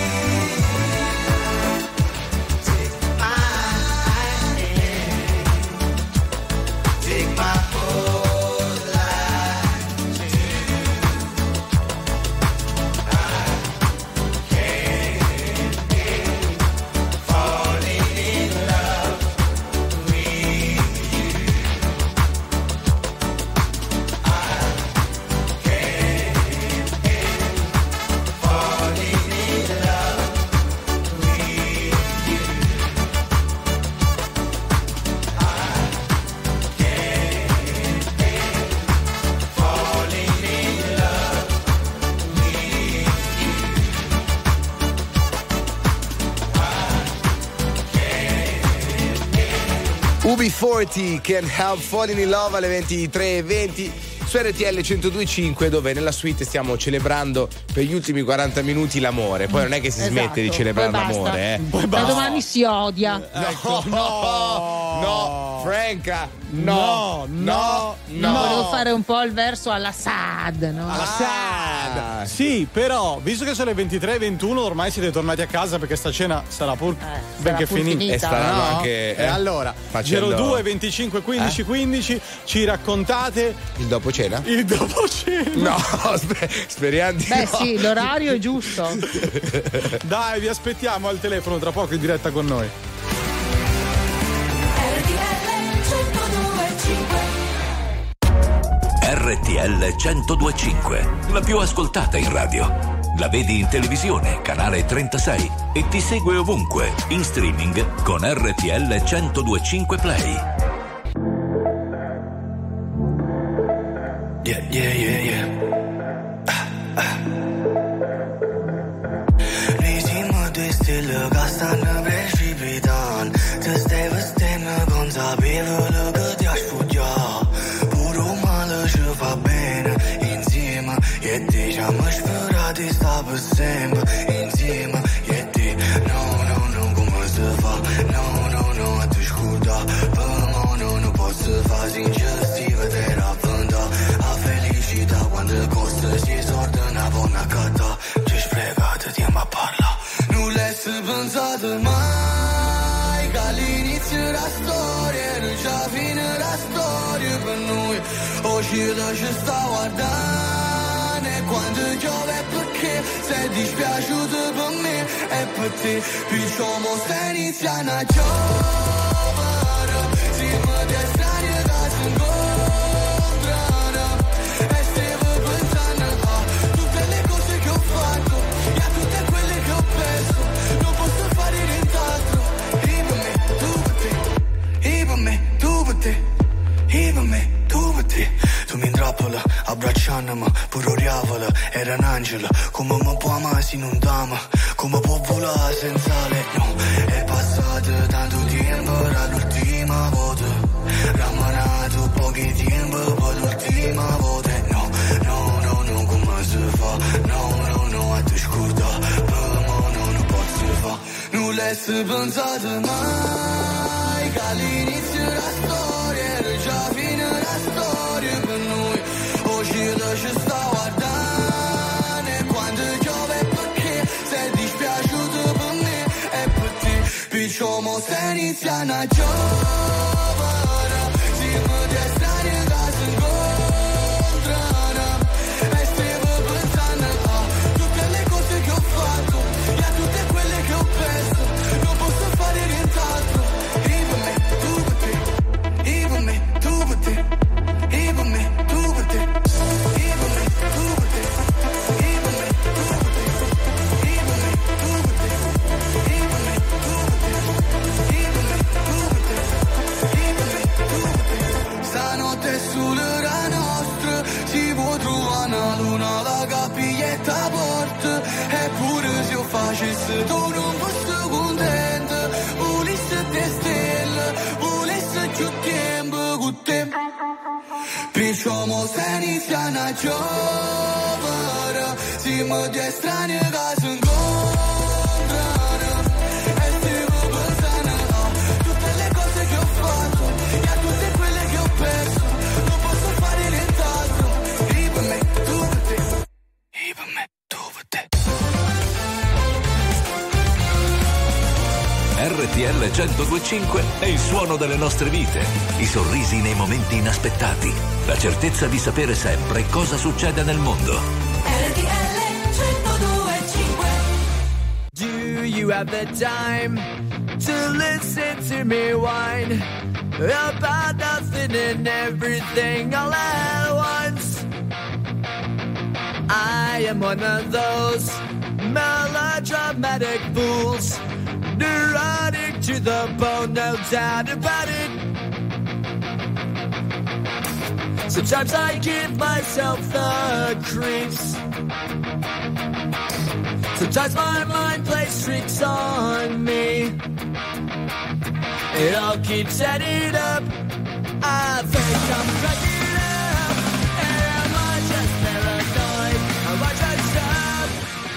Take my hand, take my whole life too. I can't help falling in love with you. I can't help falling in love with you. I can't help falling in love with you. UB40 Can't Help Falling in Love alle 23:20 su RTL 102.5, dove nella suite stiamo celebrando per gli ultimi 40 minuti l'amore. Poi non è che si smette di celebrare Poi basta. l'amore, Da domani si odia. No, Franca, no. Volevo fare un po' il verso alla Sad, no? Assad. Sì, però, visto che sono le 23:21, ormai siete tornati a casa perché sta cena sarà pur benché pur finita. finita. E staranno No? anche, E allora, facendo- 02 25 15 15, ci raccontate il dopo cena? il dopo cena. No, speriamo di Beh, no. sì, l'orario è giusto. Dai, vi aspettiamo al telefono tra poco in diretta con noi. RTL 102.5, la più ascoltata in radio. La vedi in televisione, canale 36, e ti segue ovunque, in streaming con RTL 102.5 Play. Yeah. Risimo de stille stanno precipitando. Te stai vestendo consapevole che ti asciuggia. Pure male ci fa bene insieme. E diciamo sperati sta per sempre insieme. E te no, come si fa? No, ti scorda. Per me non posso fare sincerità per avventa. A felicità quando costa si sorda una buona catta. Ci sprecate tempo a parla. Non l'hai pensato mai che all'inizio della storia non c'è fine la storia per noi. Oggi ci sta guardando e quando piove perché sei dispiaciuto per me e per te. Diciamo se iniziano a giovere, siamo dei strani che si incontrano e stiamo pensando a tutte le cose che ho fatto e a tutte quelle che ho perso. Non posso fare nient'altro. E per me, tu per te. E per me, tu per te. E per me, tu per te. Tu mi intrappola, abbracciandomi, pure oriavola, era un angelo. Come mi può amare se non t'ama? Come può volare senza lei? No, è passato tanto tempo, era l'ultima volta. Rammanato pochi tempo, poi l'ultima volta. No, come si fa? No, a te scorda. Per me non posso fa. Non l'hai pensato mai che all'inizio della storia era già fine la storia per noi. Oggi ci sta guardando e quando piove perché sei dispiaciuto per me e per te. Diciamo se iniziano a giovere, siamo dei strani che si incontrano e stiamo pensando a tutte le cose che ho fatto e a tutte quelle che ho perso. Non posso fare nient'altro. E per me, tu per te. E per me, tu per te. E per me, tu per te. E per me, tu per te. E per me, tu per te. E per me, tu per te. E per me, tu per te. E per me, tu per te. E per me, tu per te. Stanotte sull'ora nostra si può trovare una luna, la capiglietta porta. Eppure se io facessi tu non fossi contento. Volessi te stelle, volessi più tempo con te. Diciamo se iniziano a giovere, siamo dei strani che si incontrano e stiamo pensando a tutte 102.5 è il suono delle nostre vite, i sorrisi nei momenti inaspettati, la certezza di sapere sempre cosa succede nel mondo. RTL 102.5. Do you have the time to listen to me whine about nothing and everything all at once? I am one of those melodramatic fools, neurotic to the bone, no doubt about it. Sometimes I give myself the creeps. Sometimes my mind plays tricks on me. It all keeps adding up. I think I'm cracking up. Am I just paranoid? Am I just up?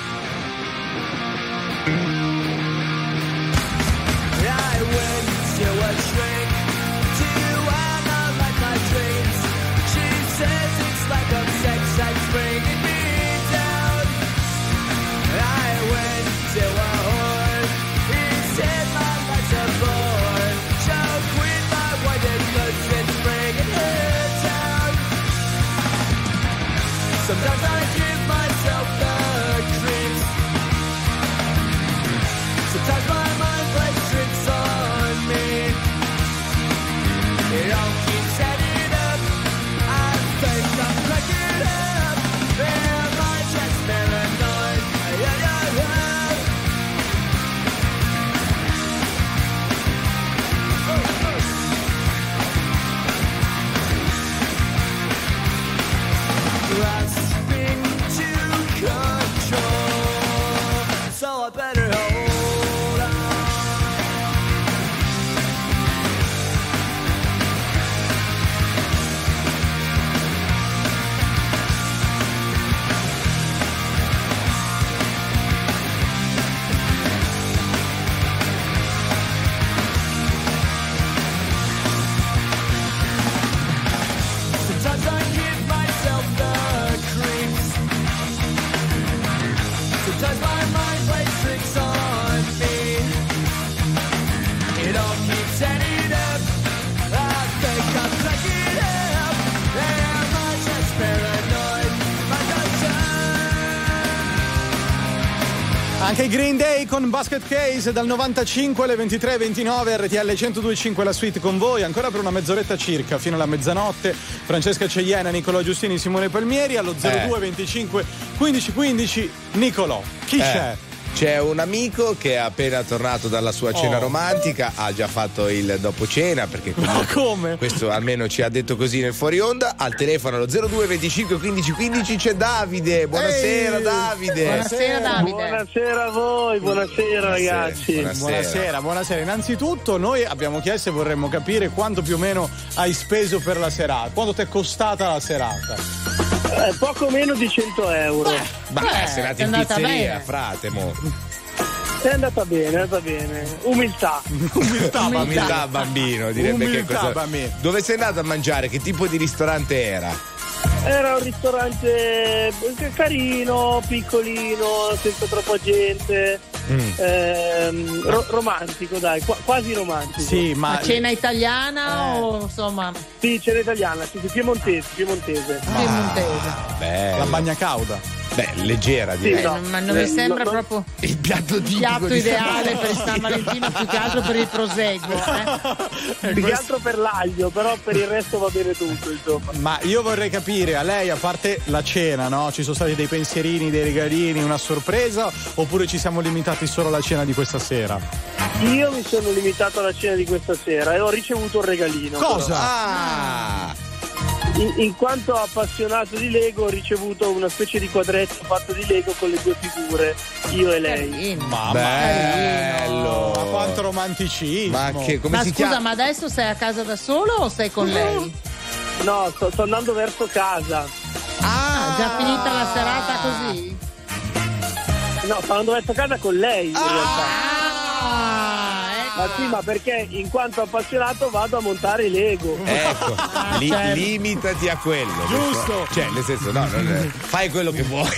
I went to a shrink to analyze my dreams. She says it's like a sex that's bringing me down. I went to a whore. He said my life's a bore. Choke with my white goods and bringing her down. Sometimes I give myself the creeps. Sometimes my mind plays tricks on me. It all keeps adding up. I think I'm cracking up. Am I just paranoid? Yeah, yeah, yeah. Grasping to control, so I better hold on. Sometimes I give myself the creeps. Sometimes my mind plays tricks on me. It all keeps adding up. I think I'm cracking up. Am I just paranoid? Am I just Anche i Green Day con Basket Case dal 95 alle 23:29, RTL 102.5 la suite con voi ancora per una mezz'oretta circa fino alla mezzanotte. Francesca Cegliena, Nicolò Giustini, Simone Palmieri allo 02 25 15 15. Nicolò, chi c'è? C'è un amico che è appena tornato dalla sua cena romantica, ha già fatto il dopo cena perché Ma come? questo almeno ci ha detto così nel fuori onda. Al telefono allo 02 25 15 15 c'è Davide. Buonasera Davide. Buonasera Davide. Buonasera a voi, buonasera ragazzi. Buonasera. Innanzitutto noi abbiamo chiesto e vorremmo capire quanto più o meno hai speso per la serata, quanto ti è costata la serata. Poco meno di 100 euro. Sei andato in pizzeria, frate, mo. È andata bene. Umiltà bambino, direbbe che cosa. Dove sei andato a mangiare? Che tipo di ristorante era? Era un ristorante carino, piccolino, senza troppa gente. Romantico, dai, quasi romantico. Sì, ma cena italiana o insomma? Sì, cena italiana, sì, piemontese. Bello. La bagna cauda. Beh, leggera direi. Sì, ma non mi sembra proprio il piatto ideale per il San Valentino, più che altro per il proseguo. Più che altro per l'aglio, però per il resto va bene tutto, insomma. Ma io vorrei capire, a lei, a parte la cena, no? Ci sono stati dei pensierini, dei regalini, una sorpresa, oppure ci siamo limitati solo alla cena di questa sera? Io mi sono limitato alla cena di questa sera e ho ricevuto un regalino. Cosa? In quanto appassionato di Lego ho ricevuto una specie di quadretto fatto di Lego con le due figure, io e lei. Mamma, bello! Ma quanto romanticismo! Ma scusa, ma adesso sei a casa da solo o sei con lei? No, sto andando verso casa. Già finita la serata così? No, sto andando verso casa con lei in realtà. Ma sì, ma perché in quanto appassionato vado a montare i Lego. Ecco, limitati a quello. Giusto. Cioè, nel senso, no, fai quello che vuoi.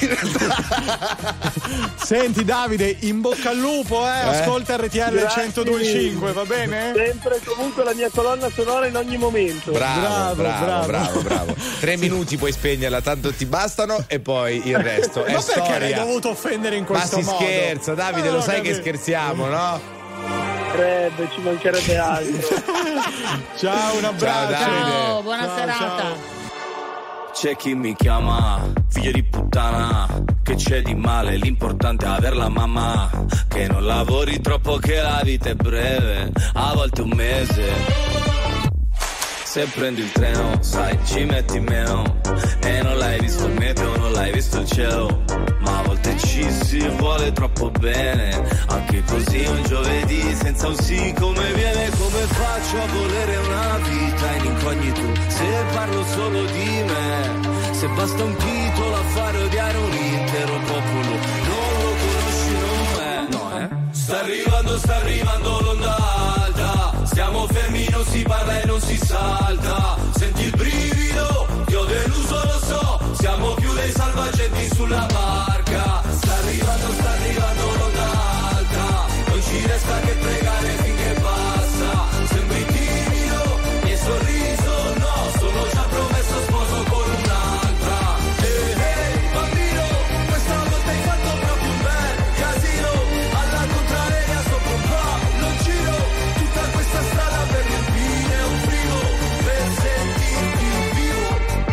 Senti Davide, in bocca al lupo, ascolta RTL 102.5, va bene? Sempre comunque la mia colonna sonora in ogni momento. Bravo. 3 minuti puoi spegnerla, tanto ti bastano e poi il resto è ma storia. perché l'hai dovuto offendere in questo modo? Ma si scherza, Davide, lo sai che scherziamo, no? Ci mancherebbe altro. Ciao, un abbraccio. Ciao, buona serata. Ciao. C'è chi mi chiama figlio di puttana, che c'è di male, l'importante è aver la mamma, che non lavori troppo, che la vita è breve, a volte un mese. Se prendi il treno, sai, ci metti meno, e non l'hai visto il meteo, non l'hai visto il cielo, ma a volte ci si vuole troppo bene, anche così un giovedì senza un sì come viene. Come faccio a volere una vita in incognito se parlo solo di me, se basta un titolo a fare odiare un intero popolo, non lo conosci, no. Sta arrivando l'onda alta, stiamo fermi, non si parla e non si salta, senti il brivido, ti ho deluso, lo so, siamo più dei salvagenti sulla barca. Sta arrivando l'onda alta, non ci resta che pregare finché passa, sembri timido, mi hai sorriso, no, sono già promesso sposo con un'altra. Ehi, bambino, questa volta hai fatto proprio un bel casino, alla contraria sopra un po' non giro, tutta questa strada per riempire un frigo, per sentirti vivo.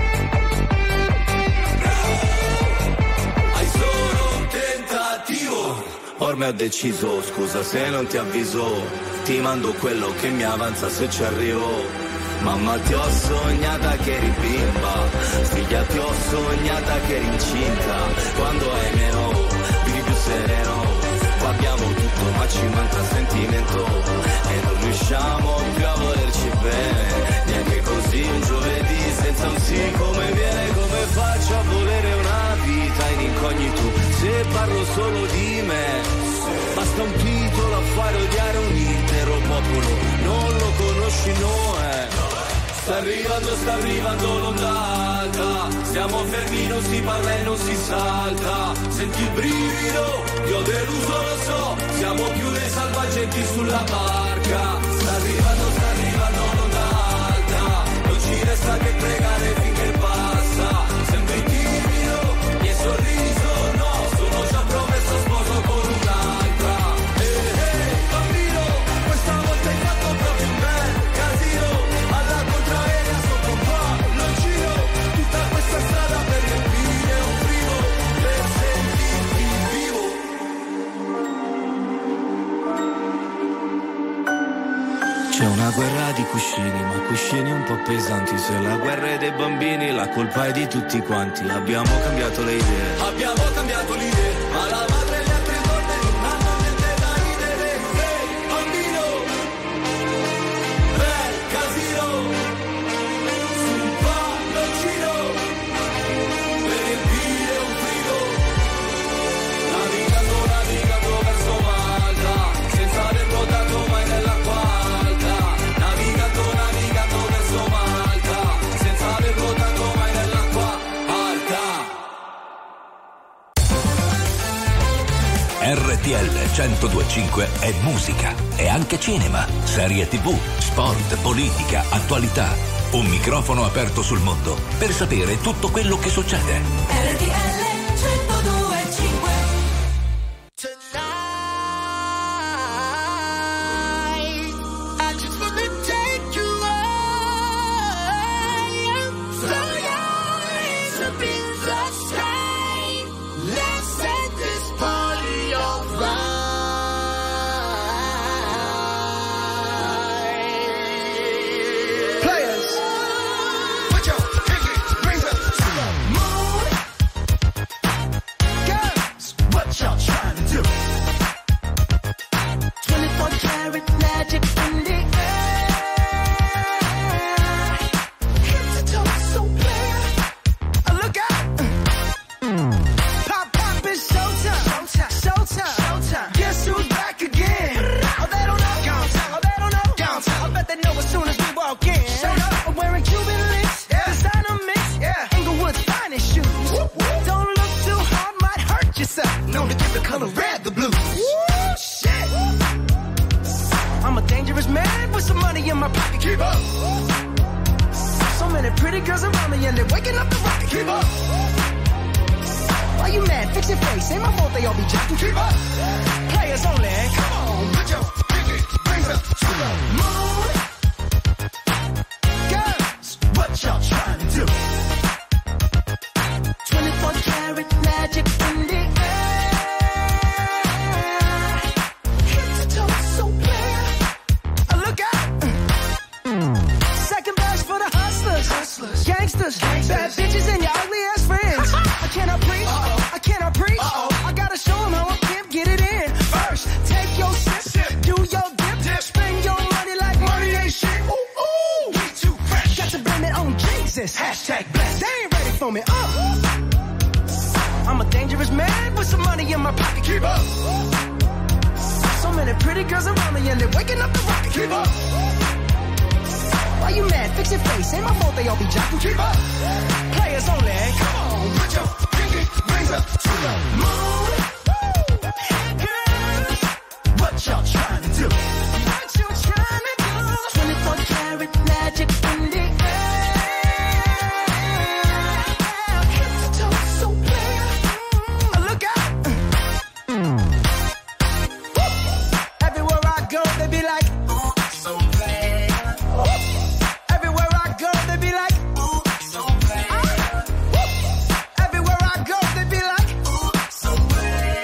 Hai solo un tentativo. Ormai ho deciso, scusa se non ti avviso, ti mando quello che mi avanza se ci arrivo. Mamma ti ho sognata che eri bimba, figlia ti ho sognata che eri incinta, quando hai meno, vivi più sereno, qua abbiamo tutto ma ci manca sentimento, e non riusciamo più a volerci bene, neanche così un giovedì senza un sì come viene. Come faccio a volere una vita in incognito se parlo solo di me, basta un titolo a fare odiare un intero popolo, non lo conosci, no. Sta arrivando l'onda alta, stiamo fermi, non si parla e non si salta, senti il brivido, ti ho deluso, lo so, siamo più dei salvagenti sulla barca. Sta arrivando l'onda alta, non ci resta che pregare finché passa, sembri timido, mi hai sorriso, no, sono già promesso sposo con un'altra. Ehi, bambino, questa volta hai fatto proprio un bel casino, alla contraria sopra un po' non giro, tutta questa strada per riempire un frigo, per sentirti vivo. C'è una guerra di cuscini, ma cuscini un po' pesanti. Se la guerra è dei bambini, la colpa è di tutti quanti. Abbiamo cambiato le idee, ma la madre e le altre donne non hanno niente da ridere. Ehi, bambino, bel casino, sul palloncino, per riempire un frigo. Navigando verso Malta, senza aver nuotato mai nell'acqua alta. Navigando verso Malta, senza aver nuotato mai nell'acqua alta. RTL 102.5 è musica, è anche cinema, serie TV, sport, politica, attualità. Un microfono aperto sul mondo per sapere tutto quello che succede. RTL 102.5. I just wanna take you high, throw your hands up in the sky. Let's set this party on fire. Players, put your pinky rings up to the moon. pocket. Keep up. So many pretty girls around me and they're waking up the rocket. Keep up. Why you mad? Fix your face. Ain't my fault they all be jacking. Keep up. Players only. Come on, put your pinky rings up to the moon. Girls, what y'all trying to do? 24 karat magic in the air. Head to toe so clear. Look out. Second verse for the hustlers, gangsters, bad bitches and your ugly ass friends. I cannot preach, I cannot preach. I gotta show them how I can get it in. First, take your sip, do your dip, spend your money like money ain't shit. Ooh, ooh, we too fresh. Got to blame it on Jesus. Hashtag blessed. They ain't ready for me. I'm a dangerous man with some money in my pocket. Keep up. So many pretty girls around me and they're waking up the rocket. Keep up. Why you mad? Fix your face. Ain't my fault they all be jocking. Keep up. Players only. Come on, put your pinky rings up to the moon. Girls, what y'all trying to do? What you trying to do? 24 karat magic in the air. Head to toe so clear. Look out. Everywhere I go, they be like, oh, so bad. Everywhere I go, they be like, oh, so bad. Everywhere I go, they be like, oh, so bad.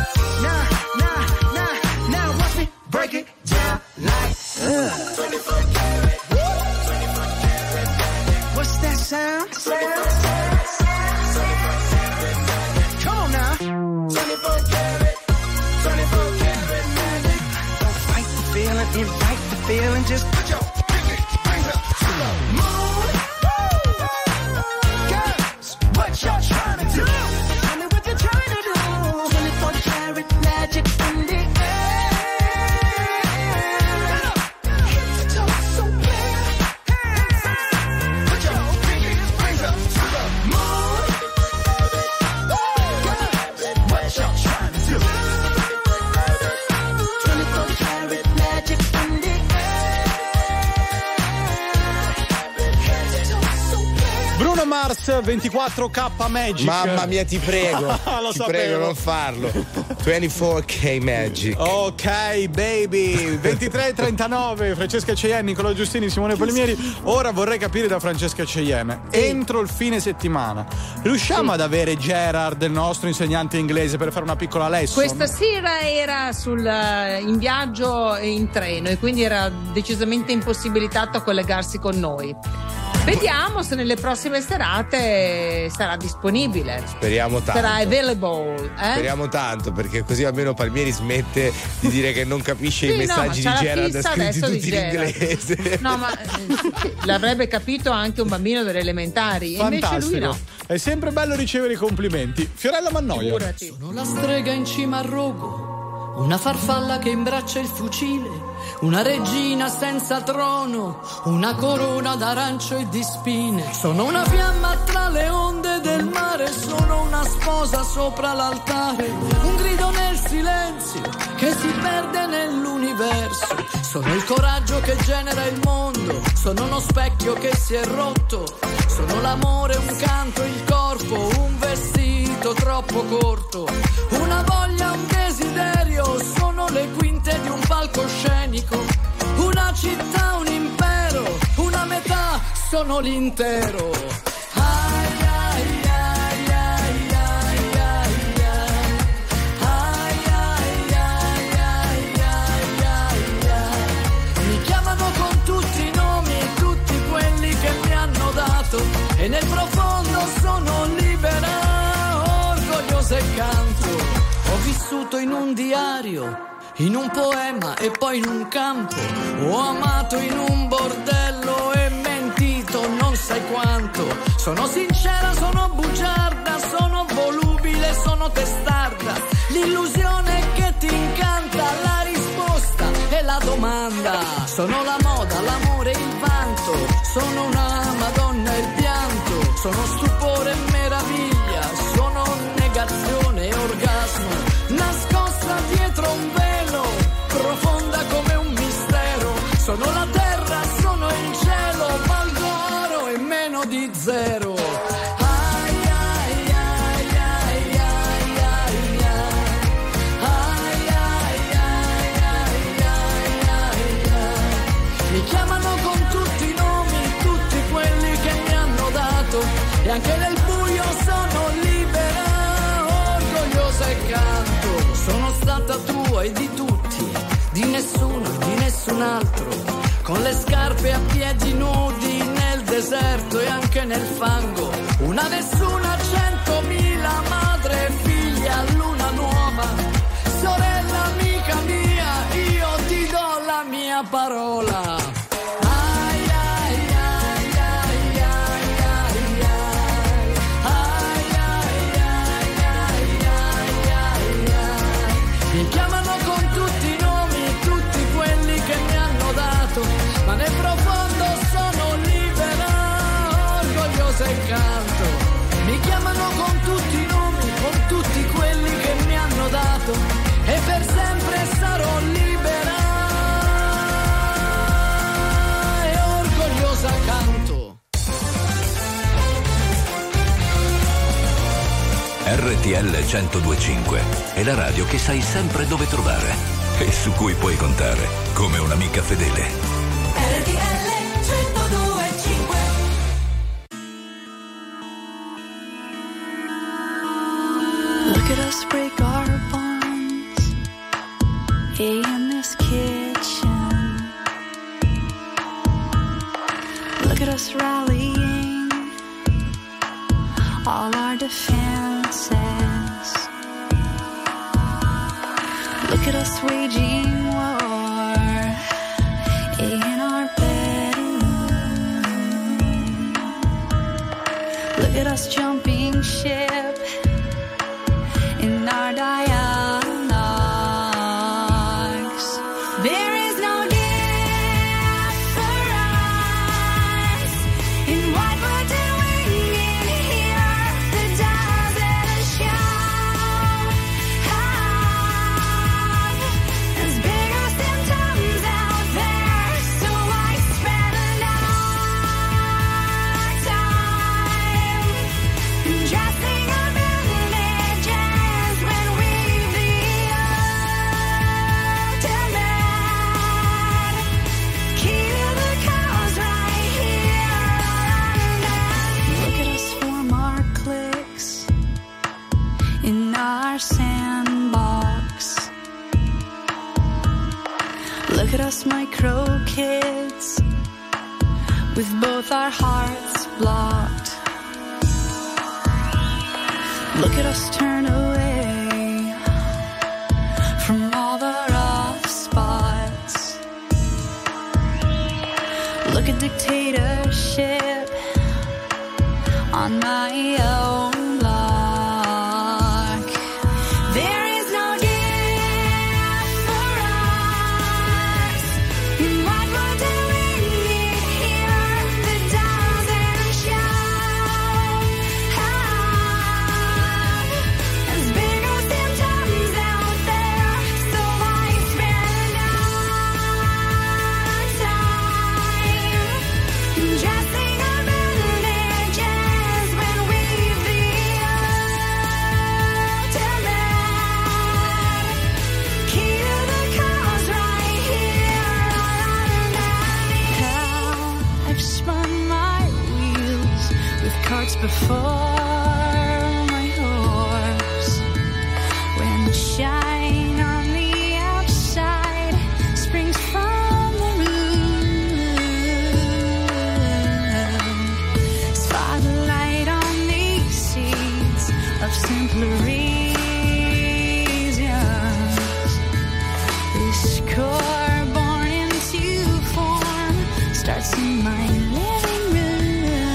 Now, watch me break it down like, 24 karat. What's that sound? Come on now. 24 karat, 24 karat magic. Don't fight the feeling, invite the feeling. Just put your pinky rings up to the moon. Girls, what y'all trying to do? Tell me what you're trying to do. 24 karat magic in the air. Head to toe so clear. Put your pinky rings up to the moon. Girls, what y'all trying to do? 24 karat magic in the air. Head to toe so clear. Bruno Mars 24K Magic. Mamma mia, ti prego. Lo ti sapevo. prego, non farlo. 24K Magic. Ok, baby. 23:39. Francesca Cheyenne, Nicolò Giustini, Simone Palmieri. Ora vorrei capire da Francesca Cheyenne. Entro il fine settimana riusciamo ad avere Gerard, il nostro insegnante inglese, per fare una piccola lesson? Questa sera era in viaggio in treno e quindi era decisamente impossibilitato a collegarsi con noi. Vediamo se nelle prossime serate sarà disponibile. Speriamo tanto. Sarà available. Speriamo tanto, perché così almeno Palmieri smette di dire che non capisce i messaggi di Gerard scritti tutti in inglese. No, ma l'avrebbe capito anche un bambino delle elementari. Fantastico. Invece lui no. È sempre bello ricevere i complimenti. Fiorella Mannoia. Figurati. Sono la strega in cima al rogo, una farfalla che imbraccia il fucile, una regina senza trono, una corona d'arancio e di spine. Sono una fiamma tra le onde del mare, sono una sposa sopra l'altare, un grido nel silenzio che si perde nell'universo. Sono il coraggio che genera il mondo, sono uno specchio che si è rotto, sono l'amore, un canto, il corpo, un vestito troppo corto, una voglia, un desiderio, sono le quinte di un palcoscenico, una città, un impero, una metà, sono l'intero. Ai, ai, ai, ai, ai, ai, ai. Ai, ai, ai, ai, ai, ai, ai. Mi chiamano con tutti i nomi, tutti quelli che mi hanno dato, e nel profondo sono libera, orgogliosa e canto. Ho vissuto in un diario, in un poema e poi in un campo, ho amato in un bordello e mentito non sai quanto. Sono sincera, sono bugiarda, sono volubile, sono testarda, l'illusione che ti incanta, la risposta e la domanda. Sono la moda, l'amore e il vanto, sono una madonna e il pianto, sono stupore e meraviglia, sono negazione e orgasmo, nascosta dietro un velo, profonda come un mistero. Sono la terra anche nel buio sono libera, orgogliosa e canto. Sono stata tua e di tutti, di nessuno e di nessun altro, con le scarpe a piedi nudi nel deserto e anche nel fango. Una nessuna, 100.000, madre e figlia, luna nuova, sorella amica mia, io ti do la mia parola. Mi chiamano con tutti i nomi, tutti quelli che mi hanno dato, ma nel profondo sono libera, orgogliosa e canto. Mi chiamano con tutti i nomi, con tutti quelli che mi hanno dato, e per sempre sarò libera e orgogliosa canto. RTL 102.5 è la radio che sai sempre dove trovare e su cui puoi contare come un'amica fedele. RTL 102.5. Look at us break our bonds in this kitchen. Look at us rallying all our defenses. Look at us waging war in our bedroom. Look at us jumping ship in our dialogues. There is no difference in what we're doing in here that doesn't show. There's bigger symptoms out there, so I spend our time dressing our bandages when we the ultimate key to the cause right here. Look at us form our cliques in our sandbox. Look at us micro kids with both our hearts blocked. Look at us turn away from all the rough spots. Look at dictatorship on my own block. There is no difference in what we're doing here that doesn't show. There's bigger symptoms out there, so I spend our time dressing our bandages when we the ultimate key to the cause right here. How I've spun my wheels with carts before my horse. When the shine on the outside springs from the room, spotlight on these seeds of simpler reasons. This core born into form starts in my living room.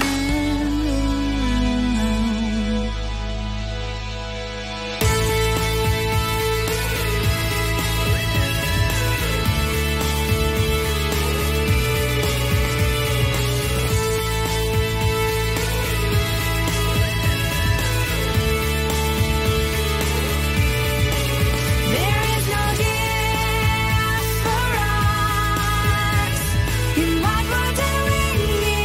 There is no difference in what we're doing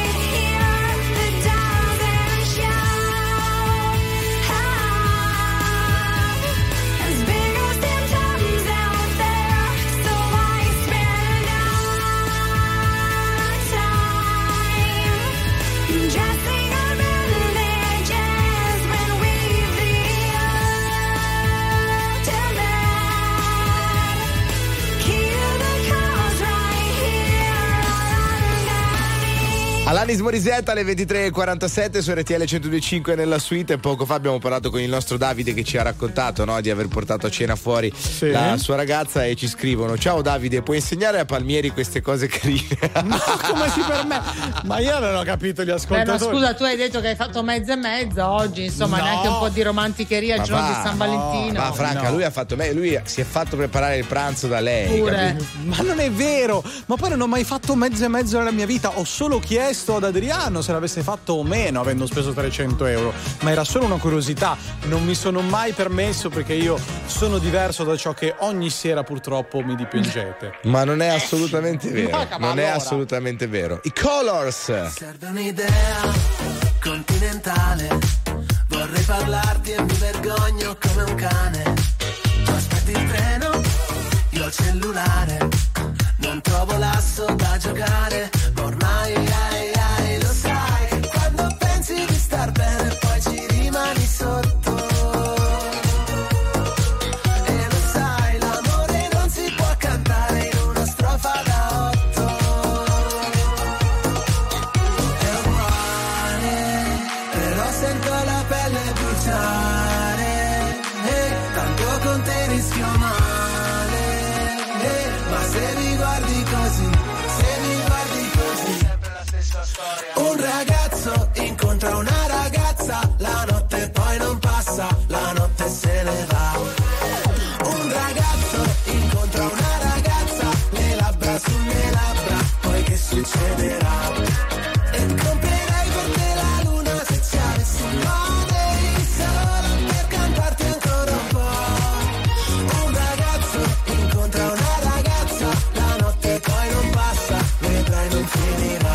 Alanis Morissette alle 23.47 su RTL 102.5 nella suite. Poco fa abbiamo parlato con il nostro Davide che ci ha raccontato, no, di aver portato a cena fuori la sua ragazza, e ci scrivono: ciao Davide, puoi insegnare a Palmieri queste cose carine? Ma come si permette? Ma io non ho capito gli ascoltatori. Ma scusa, tu hai detto che hai fatto mezza e mezza oggi, insomma, neanche un po' di romanticheria al giorno di San Valentino. Ma Franca, lui si è fatto preparare il pranzo da lei. Pure. Ma non è vero, ma poi non ho mai fatto mezzo e mezzo nella mia vita. Ho solo chiesto ad Adriano se l'avesse fatto o meno, avendo speso 300 euro, ma era solo una curiosità. Non mi sono mai permesso, perché io sono diverso da ciò che ogni sera purtroppo mi dipingete. Ma non è assolutamente vero. Non è assolutamente vero. I Colors. Serve un'idea continentale, vorrei parlarti e mi vergogno come un cane. Tu aspetti il treno, io ho il cellulare, non trovo l'asso da giocare, ma ormai lo sai che quando pensi di star bene poi ci rimani sotto. E lo sai, l'amore non si può cantare in una strofa da 8. È uguale, però sento la pelle bruciare, tanto con te rischio male, ma se mi guardi così, sempre la stessa storia. Un ragazzo incontra una ragazza, la notte poi non passa, la notte se ne va. Un ragazzo incontra una ragazza, le labbra sulle labbra, poi che succederà? E comprerei per te la luna se ci avessi modo solo per cantarti ancora un po'. Un ragazzo incontra una ragazza, la notte poi non passa, vedrai non finirà.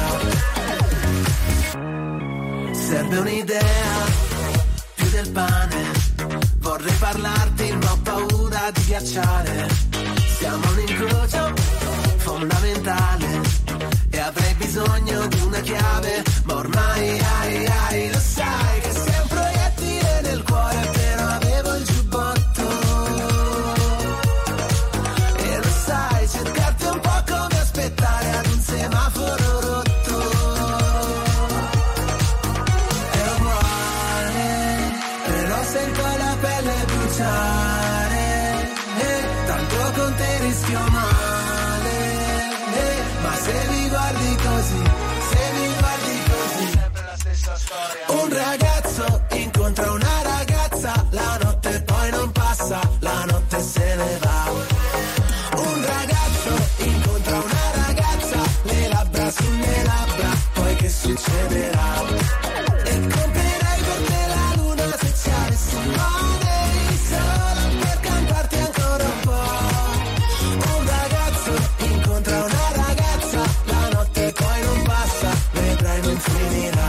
Serve un'idea più del pane, vorrei parlarti ma ho paura di ghiacciare. Siamo un incrocio fondamentale e avrei bisogno di una chiave, ma ormai lo sai che sei un proiettile nel cuore, però avevo il giubbotto. E lo sai, cercarti un po' come aspettare ad un semaforo rotto. È uguale, però sento la pelle bruciare, tanto con te rischio male, ma se mi guardi così, sempre la stessa storia. Un ragazzo incontra una ragazza, la notte poi non passa, la notte se ne va. Un ragazzo incontra una ragazza, le labbra sulle labbra, poi che succederà? E comprerei per te la luna se ci avessi modo solo per cantarti ancora un po'. Un ragazzo incontra una ragazza, la notte poi non passa, vedrai non finirà.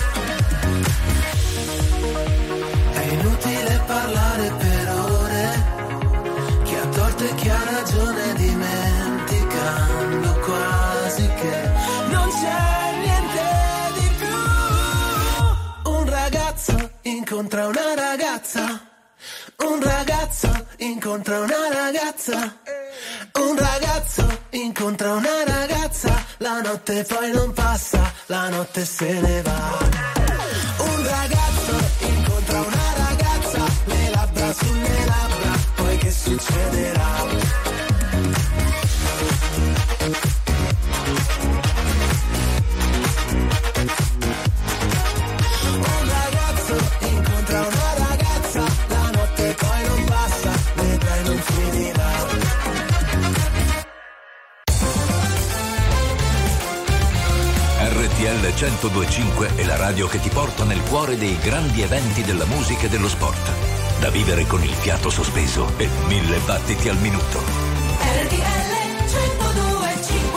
È inutile parlare per ore, chi ha torto e chi ha ragione, dimenticando quasi che non c'è niente di più. Un ragazzo incontra una ragazza, un ragazzo incontra una ragazza, un ragazzo incontra una ragazza, la notte poi non passa, la notte se ne va. Un ragazzo incontra una ragazza, le labbra sulle labbra, poi che succederà? Un ragazzo incontra una ragazza, la notte poi non passa, vedrai non finirà. RTL 102.5 è la radio che ti porta nel cuore dei grandi eventi della musica e dello sport. Da vivere con il fiato sospeso e 1000 battiti al minuto. RTL 102.5.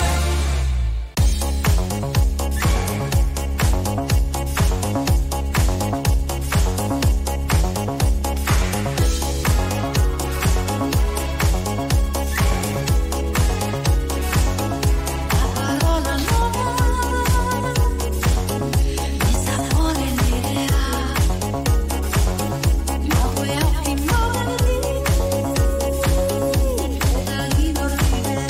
Io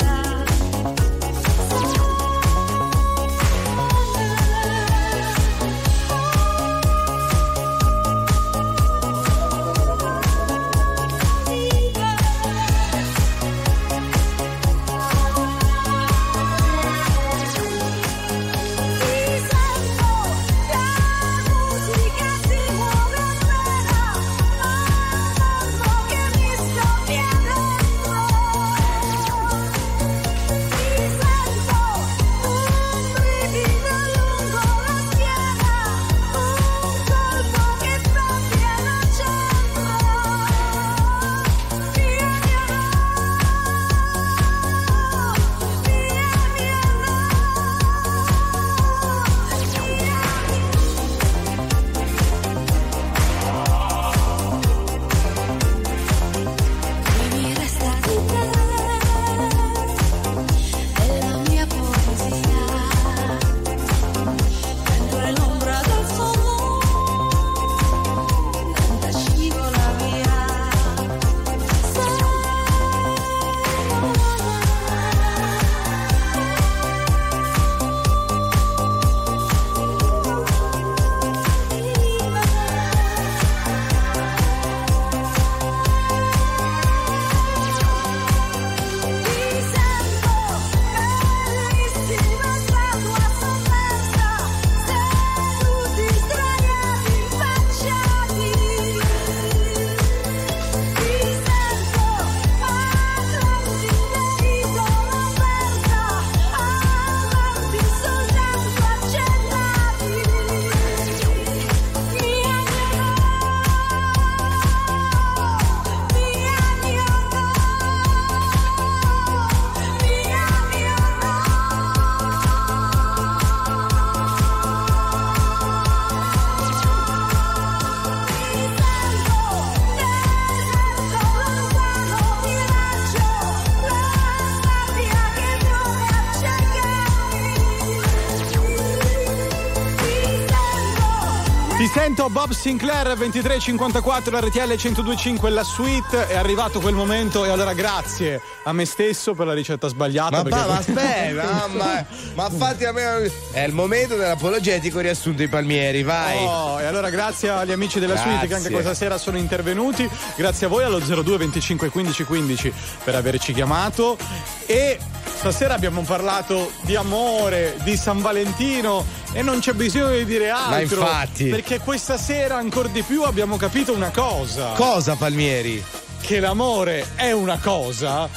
Ti sento Bob Sinclair 2354 RTL 102.5 la suite. È arrivato quel momento e allora grazie a me stesso per la ricetta sbagliata. Ma aspetta, ma fatti a me. È il momento dell'apologetico riassunto ai Palmieri, vai. Oh, e allora grazie agli amici della suite che anche questa sera sono intervenuti. Grazie a voi allo 02 25 15 15 per averci chiamato. E stasera abbiamo parlato di amore, di San Valentino e non c'è bisogno di dire altro. Ma infatti. Perché questa sera ancora di più abbiamo capito una cosa. Cosa, Palmieri? Che l'amore è una cosa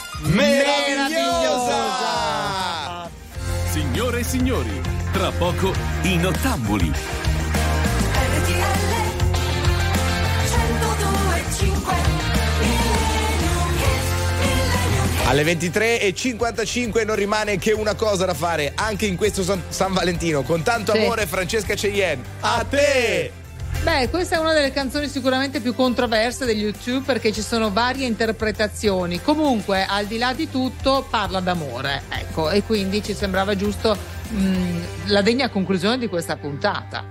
meravigliosa. Signore e signori, tra poco i Nottambuli. Alle 23:55 non rimane che una cosa da fare anche in questo San Valentino. Con tanto amore, Francesca Cheyenne, a te! Beh, questa è una delle canzoni sicuramente più controverse degli YouTube perché ci sono varie interpretazioni. Comunque, al di là di tutto, parla d'amore, ecco, e quindi ci sembrava giusto la degna conclusione di questa puntata.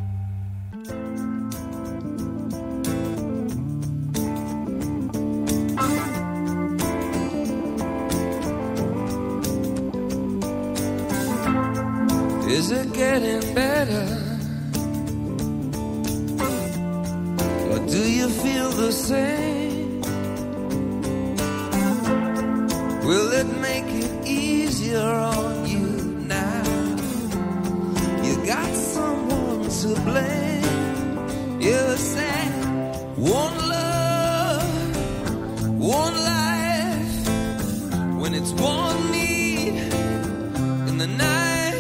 Is it getting better? Or do you feel the same? Will it make it easier on you now? You got someone to blame. You said one love, one life. When it's one need in the night.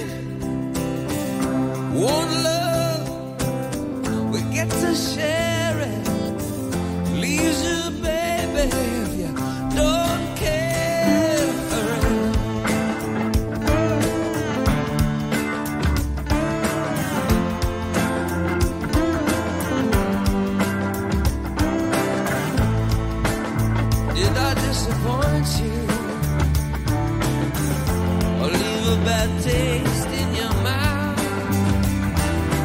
One love, we get to share it. Leaves you, baby, if you don't care. Did I disappoint you? Or leave a bad taste in your mouth?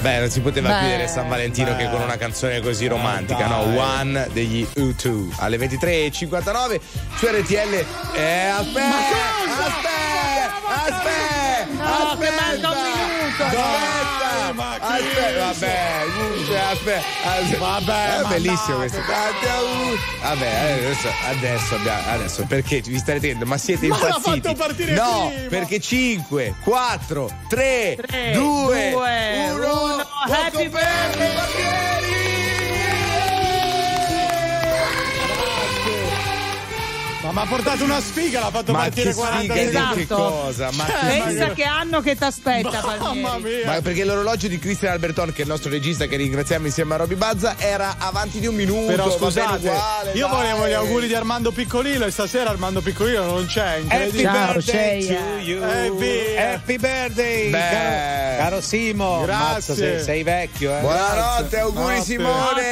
Beh, non si poteva chiudere San Valentino che con una canzone così romantica, no? One degli U2 alle 23:59 su RTL. Aspetta! Vabbè, è bellissimo questo. Adesso perché vi starete dicendo, ma siete impazziti? L'ha fatto partire no, prima. perché 5, 4, 3, 2, 1. Happy birthday! Ma mi ha portato una sfiga, l'ha fatto partire 40 esatto. Che cosa? Ma pensa che anno che t'aspetta, mamma mia. Ma perché l'orologio di Christian Alberton, che è il nostro regista che ringraziamo insieme a Roby Bazza, era avanti di un minuto. Però scusate, uguale, io volevo gli auguri di Armando Piccolino e stasera Armando Piccolino non c'è. Happy birthday to you. Happy birthday, caro Simo. Grazie. Mazza, sei vecchio. Buonanotte, auguri Simone.